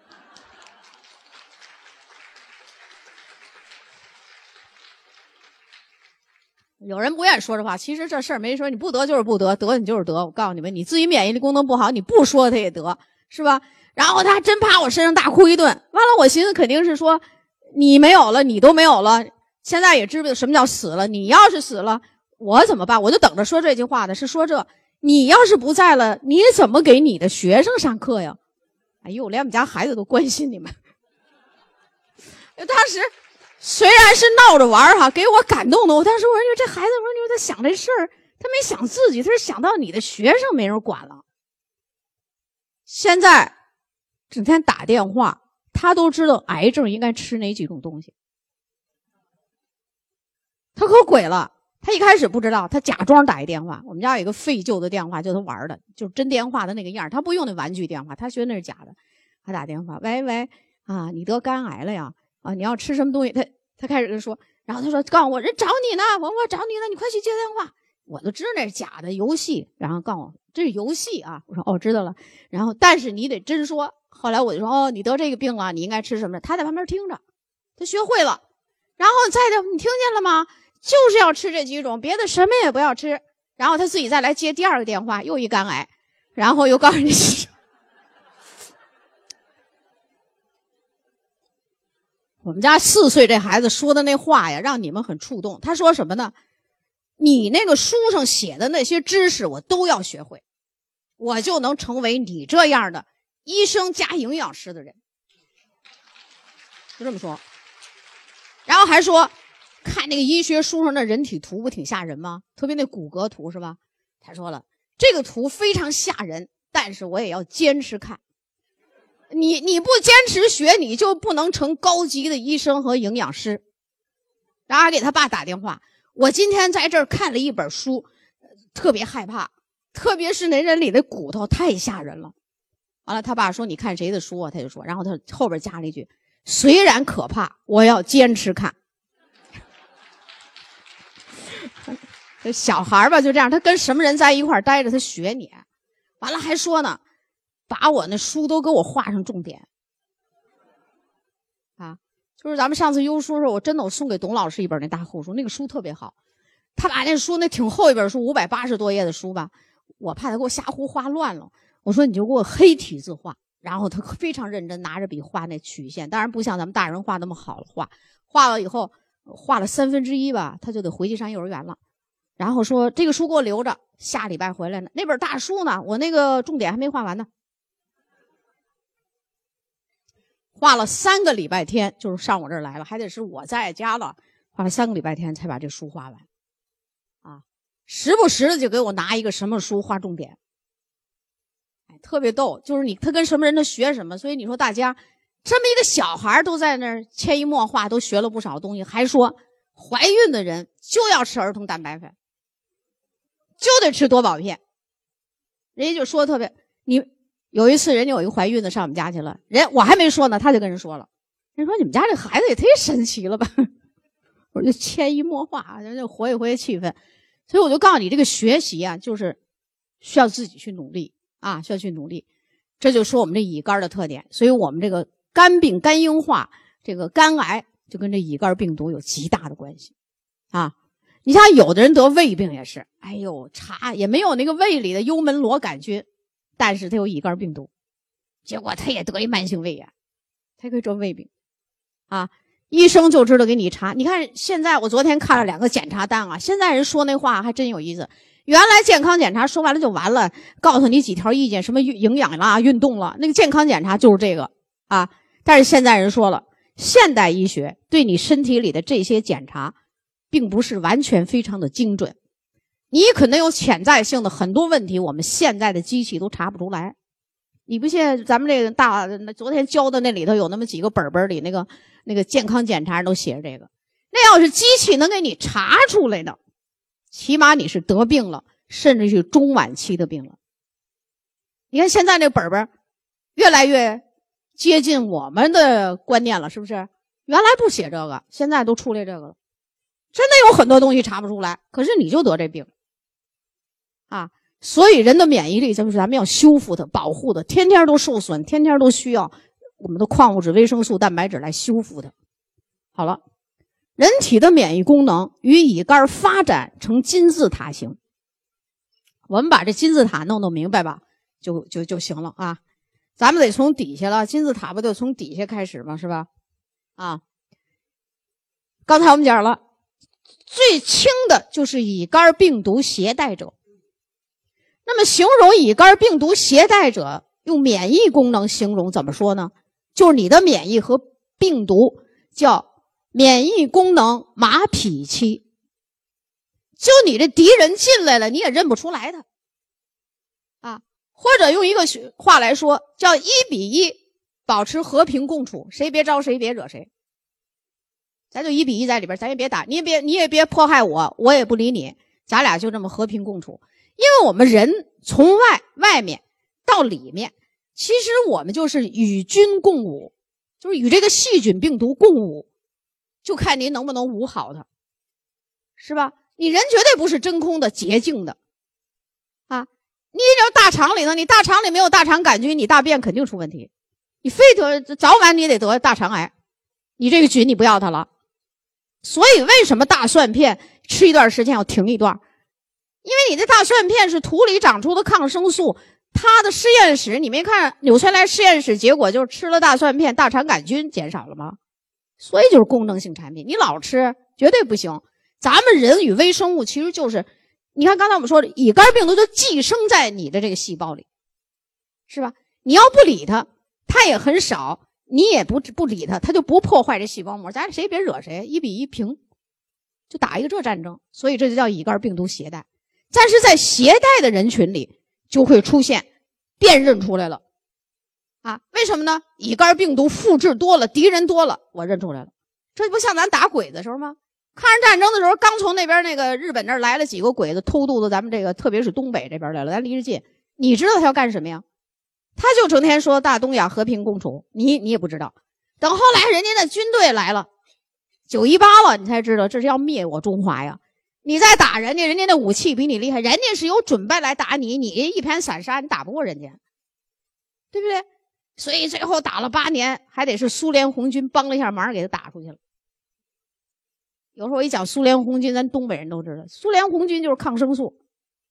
有人不愿意说这话，其实这事儿没说，你不得就是不得，得你就是得。我告诉你们，你自己免疫力功能不好，你不说他也得，是吧？然后他真趴我身上大哭一顿，完了我寻思肯定是说你没有了，你都没有了，现在也知道什么叫死了。你要是死了，我怎么办？我就等着说这句话的，是说这。你要是不在了，你怎么给你的学生上课呀？哎呦，连我们家孩子都关心你们。当时虽然是闹着玩哈，给我感动的。我当时我说这孩子，我说你在想这事儿，他没想自己，他是想到你的学生没人管了。现在整天打电话，他都知道癌症应该吃哪几种东西。他可鬼了。他一开始不知道，他假装打一电话。我们家有一个废旧的电话，就他玩的，就是真电话的那个样，他不用那玩具电话，他觉得那是假的。他打电话，喂喂啊，你得肝癌了呀？啊，你要吃什么东西？他他开始跟说，然后他说告诉我人找你呢，我我找你呢，你快去接电话。我都知道那是假的游戏，然后告诉我这是游戏啊。我说哦，知道了。然后但是你得真说。后来我就说哦，你得这个病了，你应该吃什么？他在旁边听着，他学会了。然后再的，你听见了吗？就是要吃这几种，别的什么也不要吃。然后他自己再来接第二个电话，又一肝癌，然后又告诉你我们家四岁这孩子说的那话呀，让你们很触动。他说什么呢？你那个书上写的那些知识我都要学会，我就能成为你这样的医生加营养师的人。就这么说。然后还说看那个医学书上的人体图不挺吓人吗？特别那骨骼图是吧？他说了，这个图非常吓人，但是我也要坚持看。你你不坚持学，你就不能成高级的医生和营养师。然后还给他爸打电话，我今天在这儿看了一本书，特别害怕，特别是那人里的骨头太吓人了。完了，他爸说你看谁的书啊？他就说，然后他后边加了一句，虽然可怕，我要坚持看。小孩吧就这样，他跟什么人在一块待着，他学你。完了还说呢，把我那书都给我画上重点。啊，就是咱们上次优书的时候，我真的我送给董老师一本那大厚书，那个书特别好。他把那书那挺厚一本书，五百八十多页的书吧，我怕他给我瞎胡画乱了，我说你就给我黑体字画。然后他非常认真拿着笔画那曲线，当然不像咱们大人画那么好了画，画了以后画了三分之一吧，他就得回去上幼儿园了。然后说这个书给我留着，下礼拜回来呢。那本大书呢，我那个重点还没画完呢。画了三个礼拜天，就是上我这儿来了，还得是我在家了，画了三个礼拜天才把这书画完。啊，时不时的就给我拿一个什么书画重点。哎，特别逗，就是你他跟什么人他学什么，所以你说大家这么一个小孩都在那儿潜移默化都学了不少东西，还说怀孕的人就要吃儿童蛋白粉，就得吃多宝片。人家就说特别，你有一次人家有一个怀孕的上我们家去了，人我还没说呢，他就跟人说了，人说你们家这孩子也忒神奇了吧。我就潜移默化，人就活跃活跃气氛。所以我就告诉你，这个学习啊，就是需要自己去努力啊，需要去努力。这就说我们这乙肝的特点，所以我们这个肝病、肝硬化、这个肝癌就跟这乙肝病毒有极大的关系啊。你像有的人得胃病也是，哎呦，查也没有那个胃里的幽门螺杆菌，但是他有乙肝病毒，结果他也得一慢性胃炎，他可以得胃病啊。医生就知道给你查。你看现在我昨天看了两个检查单啊，现在人说那话还真有意思。原来健康检查说完了就完了，告诉你几条意见，什么营养啦、运动了，那个健康检查就是这个啊。但是现在人说了，现代医学对你身体里的这些检查并不是完全非常的精准，你可能有潜在性的很多问题，我们现在的机器都查不出来。你不信咱们这个大昨天教的那里头有那么几个本本里那个那个健康检查都写着这个，那要是机器能给你查出来的，起码你是得病了，甚至是中晚期的病了。你看现在这本本越来越接近我们的观念了，是不是？原来不写这个，现在都出来这个了。真的有很多东西查不出来，可是你就得这病啊。所以人的免疫力就是咱们要修复它、保护它，天天都受损，天天都需要我们的矿物质、维生素、蛋白质来修复它。好了，人体的免疫功能与乙肝发展成金字塔形，我们把这金字塔弄弄明白吧，就就就行了啊。咱们得从底下了，金字塔不得从底下开始吗？是吧？啊， 刚才我们讲了，最轻的就是乙肝病毒携带者。那么形容乙肝病毒携带者，用免疫功能形容怎么说呢？就是你的免疫和病毒叫免疫功能马匹期，就你这敌人进来了你也认不出来他啊。或者用一个话来说，叫一比一保持和平共处，谁别招谁别惹谁，咱就一比一在里边，咱也别打，你也别你也别迫害我，我也不理你，咱俩就这么和平共处。因为我们人从外外面到里面，其实我们就是与菌共舞，就是与这个细菌病毒共舞，就看您能不能舞好它，是吧？你人绝对不是真空的洁净的啊！你要大肠里头，你大肠里没有大肠杆菌，你大便肯定出问题，你非得早晚你也得得大肠癌，你这个菌你不要它了。所以为什么大蒜片吃一段时间要停一段？因为你的大蒜片是土里长出的抗生素，它的实验室你没看纽崔莱实验室结果就是吃了大蒜片大肠杆菌减少了吗？所以就是功能性产品，你老吃绝对不行。咱们人与微生物其实就是，你看刚才我们说的乙肝病毒就寄生在你的这个细胞里，是吧？你要不理它，它也很少，你也不不理它，它就不破坏这细胞膜，咱谁别惹谁，一比一平，就打一个这战争。所以这就叫乙肝病毒携带。但是在携带的人群里就会出现辨认出来了啊？为什么呢？乙肝病毒复制多了，敌人多了，我认出来了。这不像咱打鬼子的时候吗？抗日战争的时候，刚从那边那个日本那儿来了几个鬼子，偷渡到咱们这个特别是东北这边来了，咱离着近，你知道他要干什么呀？他就成天说大东亚和平共处，你你也不知道。等后来人家的军队来了，九一八了，你才知道这是要灭我中华呀。你再打人家，人家的武器比你厉害，人家是有准备来打你，你一盘散沙你打不过人家，对不对？所以最后打了八年，还得是苏联红军帮了一下忙给他打出去了。有时候一讲苏联红军，咱东北人都知道，苏联红军就是抗生素。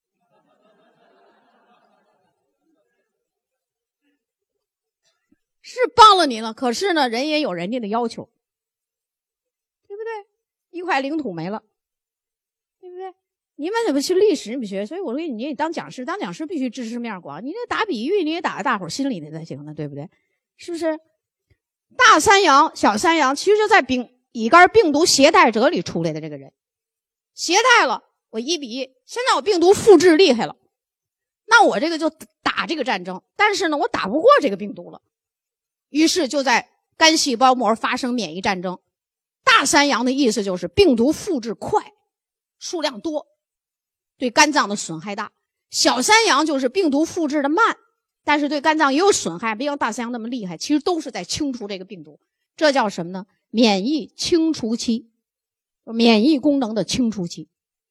是帮了你了，可是呢，人也有人家的要求，对不对？一块领土没了，对不对？你们怎么去历史你不学？所以我说你也当讲师，当讲师必须知识面广，你这打比喻你也打在大伙心里的才行呢，对不对？是不是？大三阳、小三阳，其实就在丙乙肝病毒携带者里出来的这个人，携带了我一比一，现在我病毒复制厉害了，那我这个就打这个战争，但是呢，我打不过这个病毒了。于是就在肝细胞膜发生免疫战争。大三阳的意思就是病毒复制快，数量多，对肝脏的损害大。小三阳就是病毒复制的慢，但是对肝脏也有损害，没有大三阳那么厉害，其实都是在清除这个病毒。这叫什么呢？免疫清除期，免疫功能的清除期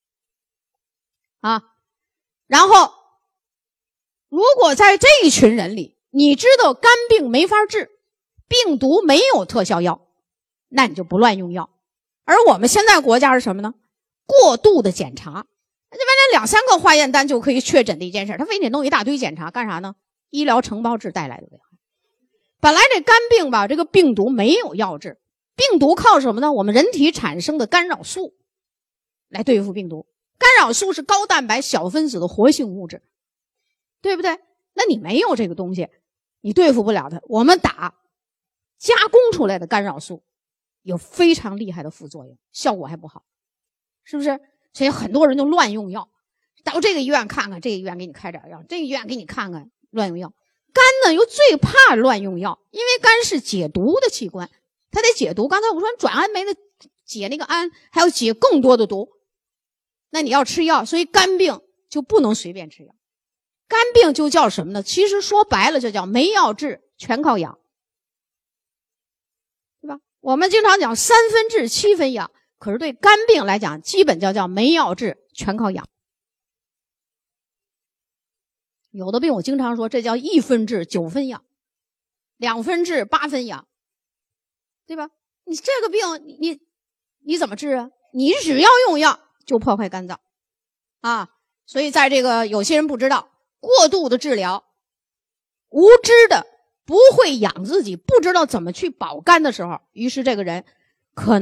啊。然后如果在这一群人里，你知道肝病没法治，病毒没有特效药，那你就不乱用药。而我们现在国家是什么呢？过度的检查，那就原来两三个化验单就可以确诊的一件事，他非得弄一大堆检查干啥呢？医疗承包制带来的危害。本来这肝病吧，这个病毒没有药治，病毒靠什么呢？我们人体产生的干扰素来对付病毒。干扰素是高蛋白小分子的活性物质，对不对？那你没有这个东西，你对付不了它。我们打加工出来的干扰素有非常厉害的副作用，效果还不好，是不是？所以很多人就乱用药，到这个医院看看，这个医院给你开点药，这个医院给你看看，乱用药。肝呢又最怕乱用药，因为肝是解毒的器官，它得解毒。刚才我说转氨酶的解那个氨，还要解更多的毒，那你要吃药，所以肝病就不能随便吃药。肝病就叫什么呢？其实说白了就叫没药治，全靠养，对吧？我们经常讲三分治七分养，可是对肝病来讲，基本就叫没药治，全靠养。有的病我经常说，这叫一分治九分养，两分治八分养，对吧？你这个病你你你怎么治啊？你只要用药就破坏肝脏啊！所以在这个有些人不知道，过度的治疗，无知的不会养自己，不知道怎么去保肝的时候，于是这个人可能大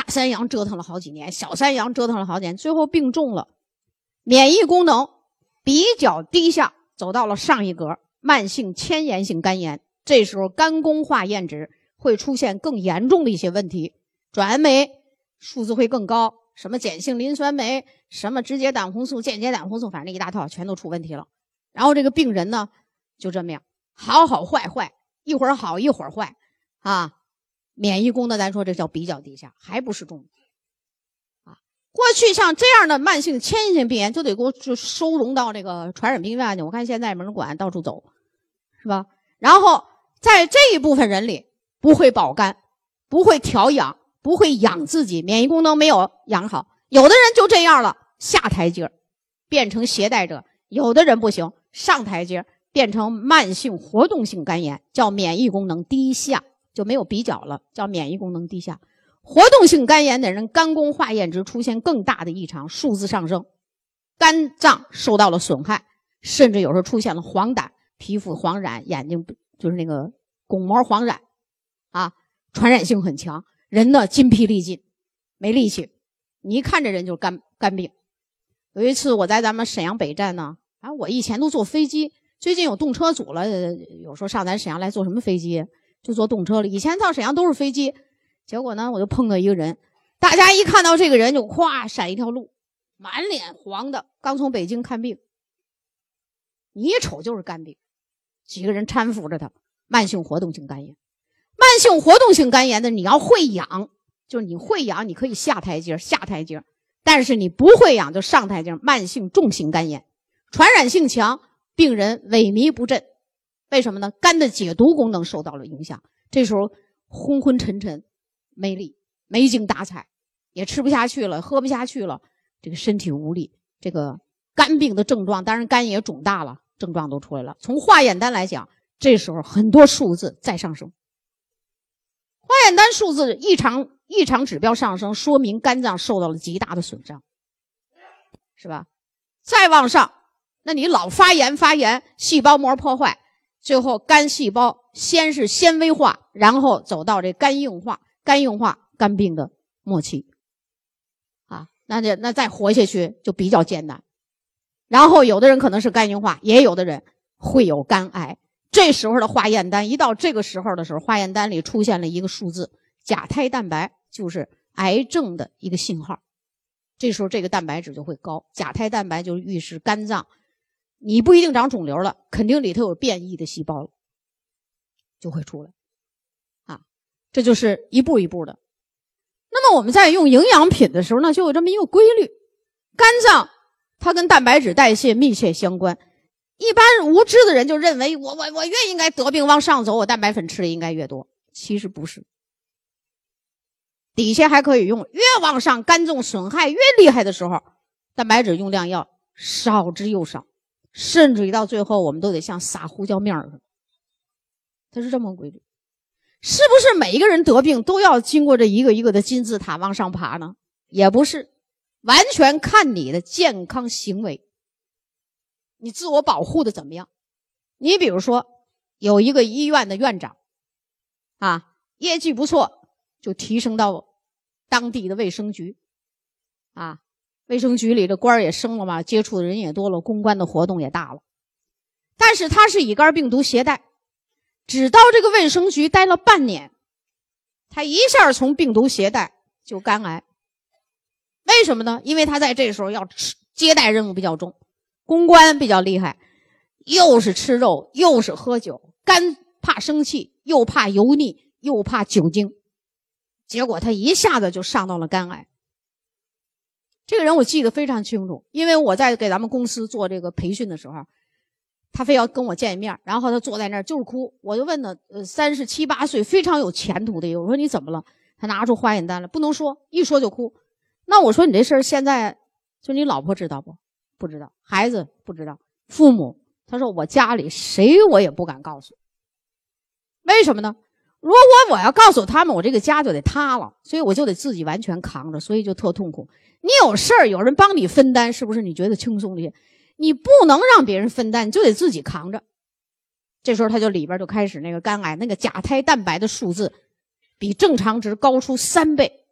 山羊折腾了好几年，小山羊折腾了好几年，最后病重了，免疫功能比较低下，走到了上一格，慢性迁延性肝炎。这时候肝功化验值会出现更严重的一些问题，转氨酶数字会更高，什么碱性磷酸酶，什么直接胆红素、间接胆红素，反正一大套全都出问题了。然后这个病人呢就这么样，好好坏坏，一会儿好一会儿坏啊，免疫功能咱说这叫比较低下，还不是重啊。过去像这样的慢性迁延性病炎就得给我就收容到这个传染病院去，我看现在门馆到处走，是吧？然后在这一部分人里不会保肝，不会调养，不会养自己，免疫功能没有养好，有的人就这样了，下台阶变成携带者，有的人不行，上台阶变成慢性活动性肝炎，叫免疫功能低下，就没有比较了，叫免疫功能低下。活动性肝炎的人肝功化验值出现更大的异常，数字上升，肝脏受到了损害，甚至有时候出现了黄疸，皮肤黄染，眼睛就是那个巩膜黄染啊，传染性很强，人呢筋疲力尽，没力气，你一看这人就是肝肝病。有一次我在咱们沈阳北站呢，啊，我以前都坐飞机，最近有动车组了，有时候上咱沈阳来坐什么飞机，就坐动车了。以前到沈阳都是飞机，结果呢我就碰到一个人，大家一看到这个人就咵闪一条路，满脸黄的，刚从北京看病，你一瞅就是肝病。几个人搀扶着他，慢性活动性肝炎。慢性活动性肝炎的你要会养，就是你会养你可以下台阶下台阶，但是你不会养就上台阶，慢性重型肝炎，传染性强，病人萎靡不振。为什么呢？肝的解毒功能受到了影响，这时候昏昏沉沉，没力，没精打采，也吃不下去了，喝不下去了，这个身体无力，这个肝病的症状，当然肝也肿大了，症状都出来了。从化验单来讲，这时候很多数字在上升，化验单数字异常异常指标上升，说明肝脏受到了极大的损伤，是吧？再往上，那你老发炎发炎，细胞膜破坏，最后肝细胞先是纤维化，然后走到这肝硬化，肝硬化肝病的末期啊，那就那再活下去就比较艰难。然后有的人可能是肝硬化，也有的人会有肝癌。这时候的化验单，一到这个时候的时候，化验单里出现了一个数字，甲胎蛋白，就是癌症的一个信号。这时候这个蛋白质就会高，甲胎蛋白就预示肝脏你不一定长肿瘤了，肯定里头有变异的细胞了，就会出来啊。这就是一步一步的。那么我们在用营养品的时候呢，就有这么一个规律，肝脏它跟蛋白质代谢密切相关。一般无知的人就认为我我我越应该得病往上走，我蛋白粉吃的应该越多，其实不是。底下还可以用，越往上肝脏损害越厉害的时候，蛋白质用量要少之又少，甚至于到最后我们都得像撒胡椒面似的。它是这么规律。是不是每一个人得病都要经过这一个一个的金字塔往上爬呢？也不是，完全看你的健康行为，你自我保护的怎么样。你比如说有一个医院的院长啊，业绩不错，就提升到当地的卫生局啊，卫生局里的官也升了嘛，接触的人也多了，公关的活动也大了。但是他是乙肝病毒携带，只到这个卫生局待了半年，他一下从病毒携带就肝癌。为什么呢？因为他在这时候要吃接待任务比较重，公关比较厉害，又是吃肉又是喝酒，肝怕生气，又怕油腻，又怕酒精，结果他一下子就上到了肝癌。这个人我记得非常清楚，因为我在给咱们公司做这个培训的时候，他非要跟我见一面，然后他坐在那儿就是哭。我就问他，呃，三十七八岁，非常有前途的一个，我说你怎么了？他拿出化验单来，不能说，一说就哭。那我说你这事儿现在就你老婆知道不？不知道。孩子不知道。父母，他说我家里谁我也不敢告诉。为什么呢？如果我要告诉他们，我这个家就得塌了，所以我就得自己完全扛着，所以就特痛苦。你有事儿有人帮你分担，是不是你觉得轻松一些？你不能让别人分担，你就得自己扛着。这时候他就里边就开始那个肝癌，那个甲胎蛋白的数字比正常值高出三倍，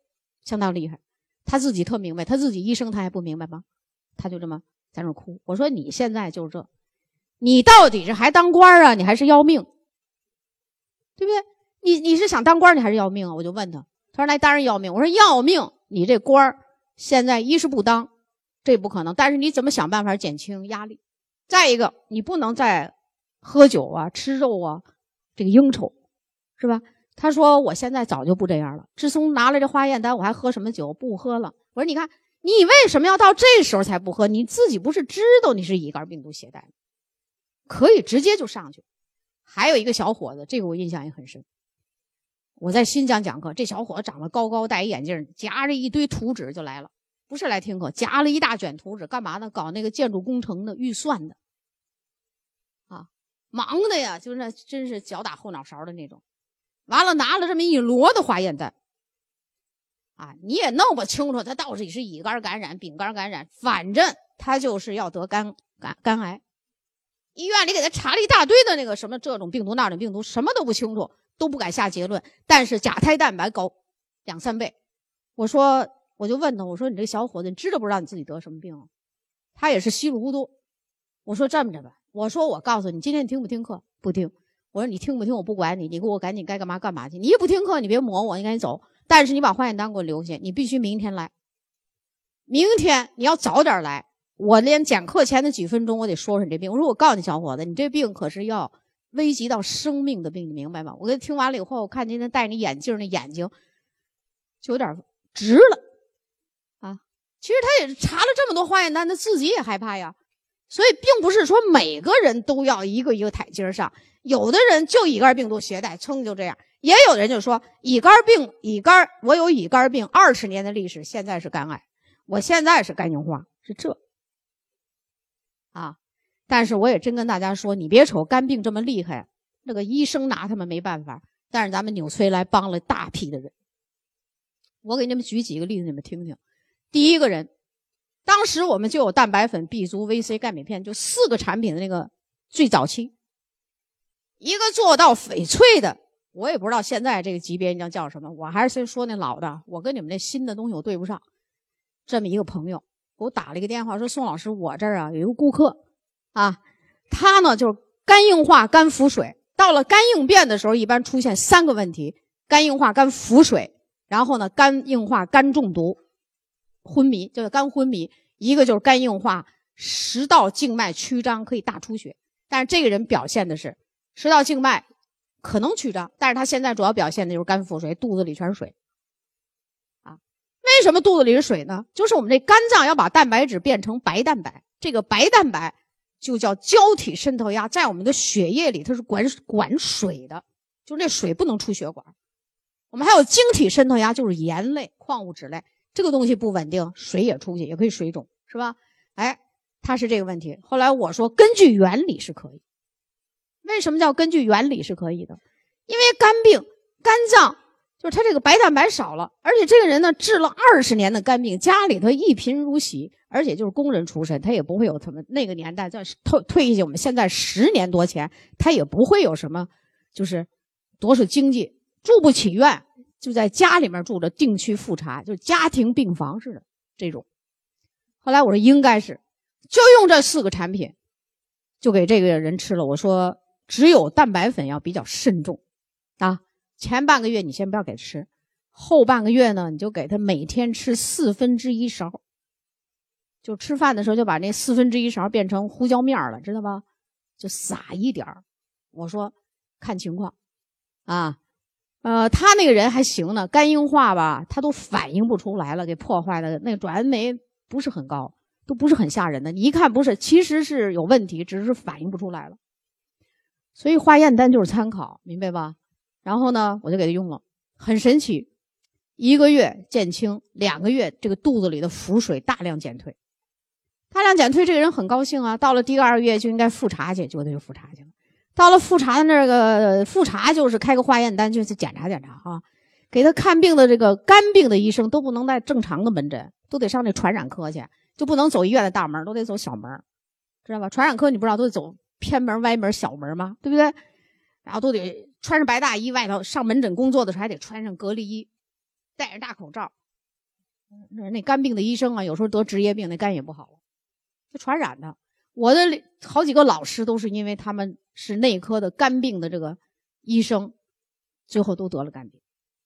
相当厉害。他自己特明白，他自己医生他还不明白吗？他就这么在那哭。我说你现在就是这，你到底是还当官啊，你还是要命，对不对？你你是想当官，你还是要命啊？我就问他，他说那当然要命。我说要命，你这官现在一是不当，这不可能，但是你怎么想办法减轻压力？再一个，你不能再喝酒啊、吃肉啊，这个应酬，是吧？他说我现在早就不这样了，自从拿了这化验单，我还喝什么酒？不喝了。我说你看，你为什么要到这时候才不喝？你自己不是知道你是乙肝病毒携带，可以直接就上去。还有一个小伙子，这个我印象也很深。我在新疆讲课，这小伙子长得高高，戴一眼镜，夹着一堆图纸就来了，不是来听课，夹了一大卷图纸，干嘛呢？搞那个建筑工程的预算的，啊，忙的呀，就是那真是脚打后脑勺的那种。完了，拿了这么一摞的化验单，啊，你也弄不清楚他到底是乙肝感染、丙肝感染，反正他就是要得肝肝肝癌。医院里给他查了一大堆的那个什么这种病毒那种病毒，什么都不清楚，都不敢下结论。但是甲胎蛋白高两三倍。我说，我就问他，我说你这小伙子，你知道不知道你自己得什么病啊？他也是稀里糊涂。我说这么着吧，我说我告诉你，今天你听不听课？不听。我说你听不听我不管你，你给我赶紧该干嘛干嘛去。你也不听课，你别磨我，你赶紧走。但是你把化验单给我留下，你必须明天来。明天你要早点来，我连讲课前的几分钟我得说说你这病。我说我告诉你小伙子，你这病可是要危及到生命的病，你明白吗？我给他听完了以后，我看见他戴那眼镜，那眼睛就有点直了啊。其实他也查了这么多化验单，他自己也害怕呀。所以并不是说每个人都要一个一个台阶上，有的人就乙肝病毒携带，噌就这样；也有人就说乙肝病，乙肝我有乙肝病二十年的历史，现在是肝癌，我现在是肝硬化，是这啊。但是我也真跟大家说，你别瞅肝病这么厉害，那个医生拿他们没办法，但是咱们纽崔莱帮了大批的人。我给你们举几个例子，你们听听。第一个人。当时我们就有蛋白粉、B 族、V C、钙镁片，就四个产品的那个最早期，一个做到翡翠的，我也不知道现在这个级别应该叫什么，我还是先说那老的，我跟你们那新的东西我对不上。这么一个朋友给我打了一个电话，说宋老师，我这儿啊有一个顾客啊，他呢就是肝硬化、肝腹水，到了肝硬变的时候，一般出现三个问题：肝硬化、肝腹水，然后呢肝硬化、肝中毒。昏迷就是肝昏迷，一个就是肝硬化，食道静脉曲张可以大出血，但是这个人表现的是食道静脉可能曲张，但是他现在主要表现的就是肝腹水，肚子里全是水啊。为什么肚子里是水呢？就是我们这肝脏要把蛋白质变成白蛋白，这个白蛋白就叫胶体渗透压，在我们的血液里它是管管水的，就是那水不能出血管。我们还有晶体渗透压，就是盐类、矿物质类。这个东西不稳定，水也出去，也可以水肿，是吧？哎，它是这个问题。后来我说，根据原理是可以。为什么叫根据原理是可以的？因为肝病，肝脏就是他这个白蛋白少了，而且这个人呢治了二十年的肝病，家里头一贫如洗，而且就是工人出身，他也不会有他们那个年代再退退下我们现在十年多前，他也不会有什么就是多少经济，住不起院。就在家里面住着定期复查，就是家庭病房似的这种。后来我说应该是，就用这四个产品，就给这个人吃了。我说只有蛋白粉要比较慎重啊，前半个月你先不要给吃，后半个月呢你就给他每天吃四分之一勺，就吃饭的时候就把那四分之一勺变成胡椒面了，知道吧？就撒一点儿。我说看情况啊。呃，他那个人还行呢，肝硬化吧，他都反应不出来了，给破坏的那个转氨酶不是很高，都不是很吓人的。你一看不是，其实是有问题，只是反应不出来了。所以化验单就是参考，明白吧？然后呢，我就给他用了，很神奇，一个月减轻，两个月这个肚子里的腹水大量减退，大量减退，这个人很高兴啊。到了第二个月就应该复查去，结果他就复查去了。到了复查的那个复查就是开个化验单，就是检查检查啊，给他看病的这个肝病的医生都不能在正常的门诊，都得上那传染科去，就不能走医院的大门，都得走小门，知道吧？传染科你不知道都得走偏门、歪门、小门吗？对不对？然后都得穿上白大衣，外头上门诊工作的时候还得穿上隔离衣，戴着大口罩， 那肝病的医生啊，有时候得职业病，那肝也不好了，就传染的。我的好几个老师都是因为他们是内科的肝病的这个医生，最后都得了肝病，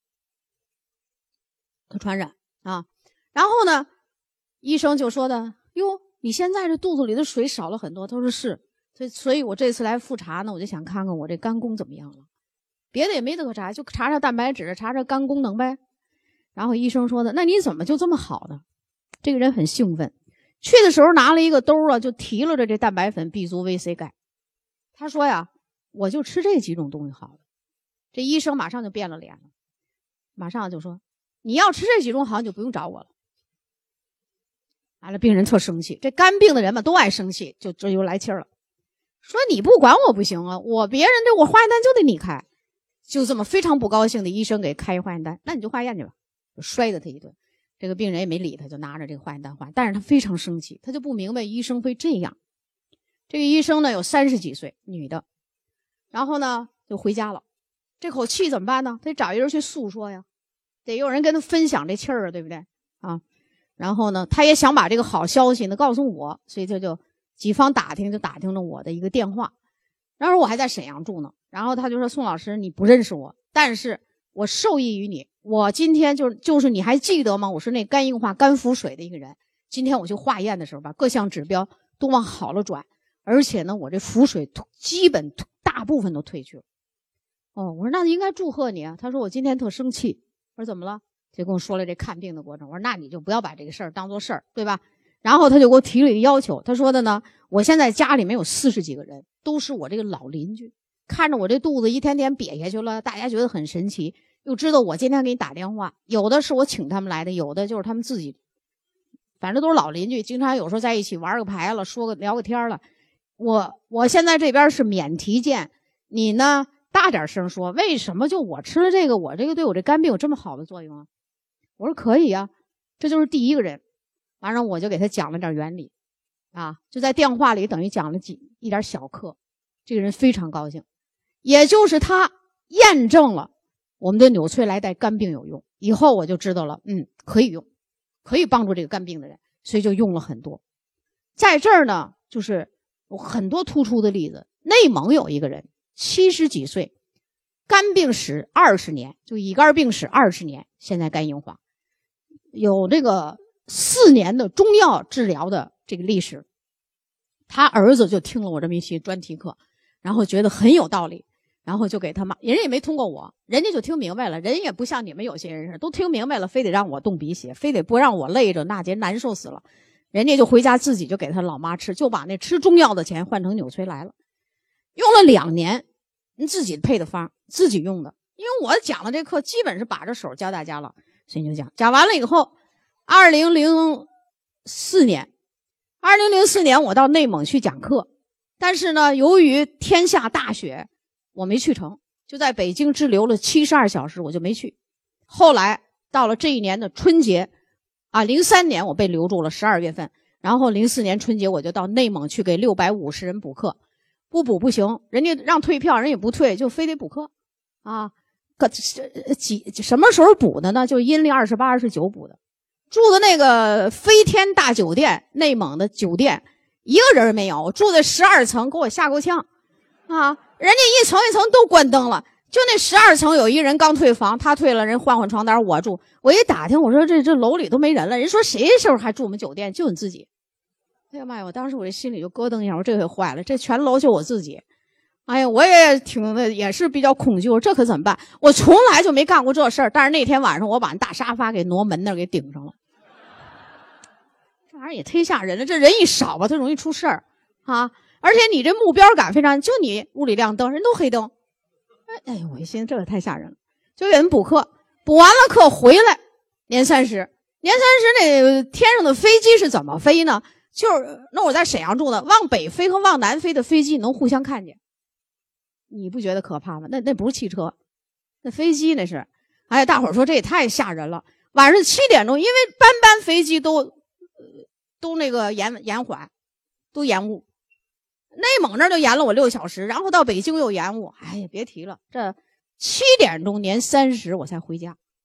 可传染啊。然后呢，医生就说的，哟，你现在这肚子里的水少了很多。他说是，所以所以我这次来复查呢，我就想看看我这肝功怎么样了，别的也没得可查，就查查蛋白质，查查肝功能呗。然后医生说的，那你怎么就这么好呢？这个人很兴奋，去的时候拿了一个兜啊，就提了着这蛋白粉、B 族、V C 钙。他说呀，我就吃这几种东西好了。这医生马上就变了脸了，马上就说，你要吃这几种好，你就不用找我了。完了，病人特生气，这肝病的人嘛都爱生气，就这就来气了，说你不管我不行啊，我别人对我化验单就得你开。就这么非常不高兴的医生给开化验单，那你就化验去吧，就摔了他一顿。这个病人也没理他，就拿着这个化验单化，但是他非常生气，他就不明白医生会这样。这个医生呢有三十几岁，女的，然后呢就回家了。这口气怎么办呢？他得找一人去诉说呀，得有人跟他分享这气儿啊，对不对啊？然后呢，他也想把这个好消息呢告诉我，所以他就几方打听，就打听了我的一个电话。当时我还在沈阳住呢，然后他就说，宋老师，你不认识我，但是我受益于你。我今天就就是你还记得吗？我是那肝硬化、肝腹水的一个人。今天我去化验的时候吧，各项指标都往好了转，而且呢，我这腹水基本大部分都退去了。哦，我说那应该祝贺你啊。他说我今天特生气。我说怎么了？就跟我说了这看病的过程。我说那你就不要把这个事儿当做事儿，对吧？然后他就给我提了一个要求，他说的呢，我现在家里面有四十几个人，都是我这个老邻居，看着我这肚子一天天瘪下去了，大家觉得很神奇，又知道我今天给你打电话，有的是我请他们来的，有的就是他们自己，反正都是老邻居，经常有时候在一起玩个牌了，说个聊个天了。我我现在这边是免提件，你呢大点声说，为什么就我吃了这个，我这个对我这肝病有这么好的作用啊？我说可以啊，这就是第一个人。完了我就给他讲了点原理啊，就在电话里等于讲了几一点小课。这个人非常高兴，也就是他验证了我们的纽崔莱对肝病有用，以后我就知道了，嗯，可以用，可以帮助这个肝病的人，所以就用了很多。在这儿呢，就是有很多突出的例子。内蒙有一个人七十几岁，肝病史二十年，就乙肝病史二十年，现在肝硬化，有这个四年的中药治疗的这个历史。他儿子就听了我这么一期专题课，然后觉得很有道理，然后就给他妈，人家也没通过我，人家就听明白了，人也不像你们有些人似的都听明白了，非得让我动鼻血，非得不让我累着，那节难受死了。人家就回家自己就给他老妈吃，就把那吃中药的钱换成纽崔莱了，用了两年，你自己配的方，自己用的。因为我讲的这课基本是把着手教大家了，所以就讲讲完了以后，二零零四年。二零零四年我到内蒙去讲课，但是呢，由于天下大雪，我没去成，就在北京滞留了七十二小时，我就没去。后来到了这一年的春节，啊，零三年我被留住了十二月份，然后零四年春节我就到内蒙去给六百五十人补课，不补不行，人家让退票，人也不退，就非得补课，啊，可几什么时候补的呢？就阴历二十八、二十九补的。住的那个飞天大酒店，内蒙的酒店，一个人没有，住在十二层，给我吓够呛啊！人家一层一层都关灯了，就那十二层有一人刚退房，他退了，人换换床单，我住。我一打听，我说这这楼里都没人了，人说谁时候还住我们酒店？就你自己。哎呀妈呀！我当时我这心里就咯噔一下，我这回坏了，这全楼就我自己。哎呀，我也挺的，也是比较恐惧，这可怎么办？我从来就没干过这事儿，但是那天晚上我把那大沙发给挪门那儿给顶上了。这玩意儿也忒吓人了，这人一少吧，它容易出事儿啊！而且你这目标感非常，就你屋里亮灯，人都黑灯。哎哎，我一寻思这个太吓人了，就给人补课，补完了课回来，年三十，年三十那天上的飞机是怎么飞呢？就是那我在沈阳住的，往北飞和往南飞的飞机能互相看见，你不觉得可怕吗？那那不是汽车，那飞机那是。哎呀，大伙儿说这也太吓人了。晚上七点钟，因为班班飞机都。都那个延延缓，都延误。内蒙那儿就延了我六小时，然后到北京又延误。哎呀，别提了，这七点钟年三十我才回家。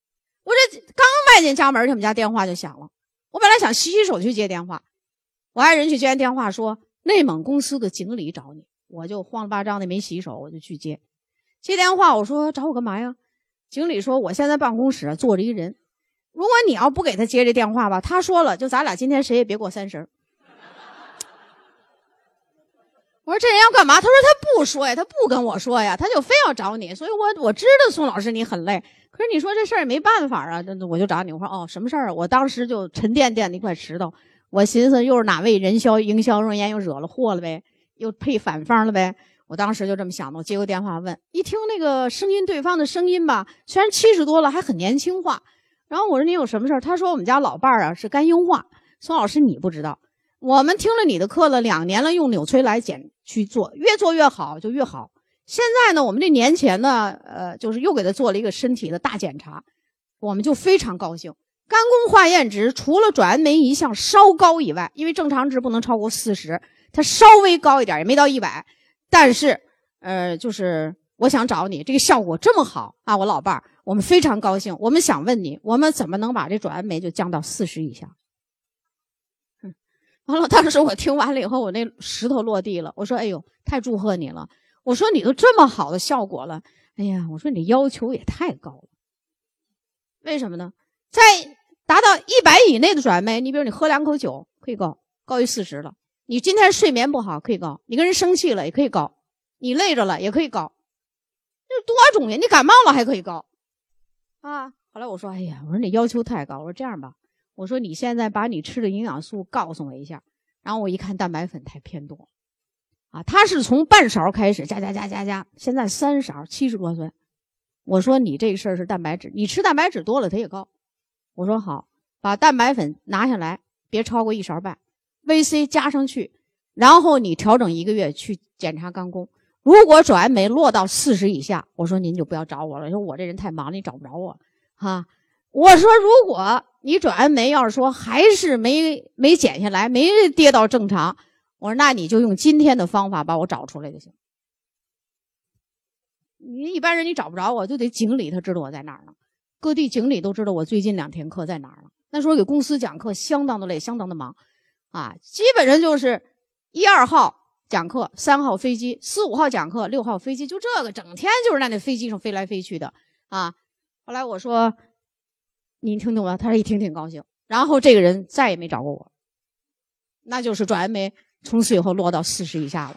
我这刚迈进家门，他们家电话就响了。我本来想洗洗手去接电话，我爱人去接完电话说内蒙公司的经理找你，我就慌了巴张的没洗手，我就去接。接电话我说找我干嘛呀？经理说我现在办公室坐着一人，如果你要不给他接这电话吧，他说了就咱俩今天谁也别过三十。我说这人要干嘛？他说他不说呀，他不跟我说呀，他就非要找你。所以我我知道宋老师你很累，可是你说这事儿也没办法啊，我就找你。我说哦，什么事儿啊？我当时就沉甸甸的一块石头，我寻思又是哪位人销营销人员又惹了祸了呗，又配反方了呗。我当时就这么想的，我接过电话问，一听那个声音，对方的声音吧，虽然七十多了还很年轻化。然后我说你有什么事儿？他说我们家老伴儿啊是肝硬化。宋老师你不知道，我们听了你的课了两年了，用纽崔莱碱去做，越做越好就越好。现在呢，我们这年前呢，呃，就是又给他做了一个身体的大检查，我们就非常高兴。肝功化验值除了转氨酶一项稍高以外，因为正常值不能超过四十，它稍微高一点，也没到一百。但是，呃，就是我想找你，这个效果这么好啊，我老伴儿，我们非常高兴。我们想问你，我们怎么能把这转氨酶就降到四十以下？嗯，完了，当时我听完了以后，我那石头落地了。我说：“哎呦，太祝贺你了！我说你都这么好的效果了，哎呀，我说你要求也太高了。为什么呢？在达到一百以内的转氨酶，你比如你喝两口酒可以高，高于四十了。你今天睡眠不好可以高，你跟人生气了也可以高，你累着了也可以高，这多种呀！你感冒了还可以高啊！后来我说，哎呀，我说你要求太高。我说这样吧，我说你现在把你吃的营养素告诉我一下。然后我一看蛋白粉太偏多啊，他是从半勺开始加加加加加，现在三勺，七十多岁。我说你这个事儿是蛋白质，你吃蛋白质多了它也高。我说好，把蛋白粉拿下来，别超过一勺半。V C 加上去，然后你调整一个月去检查肝功，如果转氨酶落到四十以下，我说您就不要找我了，说我这人太忙了，你找不着我哈。我说如果你转氨酶要是说还是没没减下来，没跌到正常，我说那你就用今天的方法把我找出来就行。你一般人你找不着我，就得经理他知道我在哪儿呢，各地经理都知道我最近两天课在哪儿呢。那时候给公司讲课相当的累，相当的忙啊，基本上就是一二号讲课，三号飞机，四五号讲课，六号飞机，就这个整天就是在那飞机上飞来飞去的啊。后来我说你听懂了，他说一听挺高兴。然后这个人再也没找过我，那就是转氨酶从此以后落到四十以下了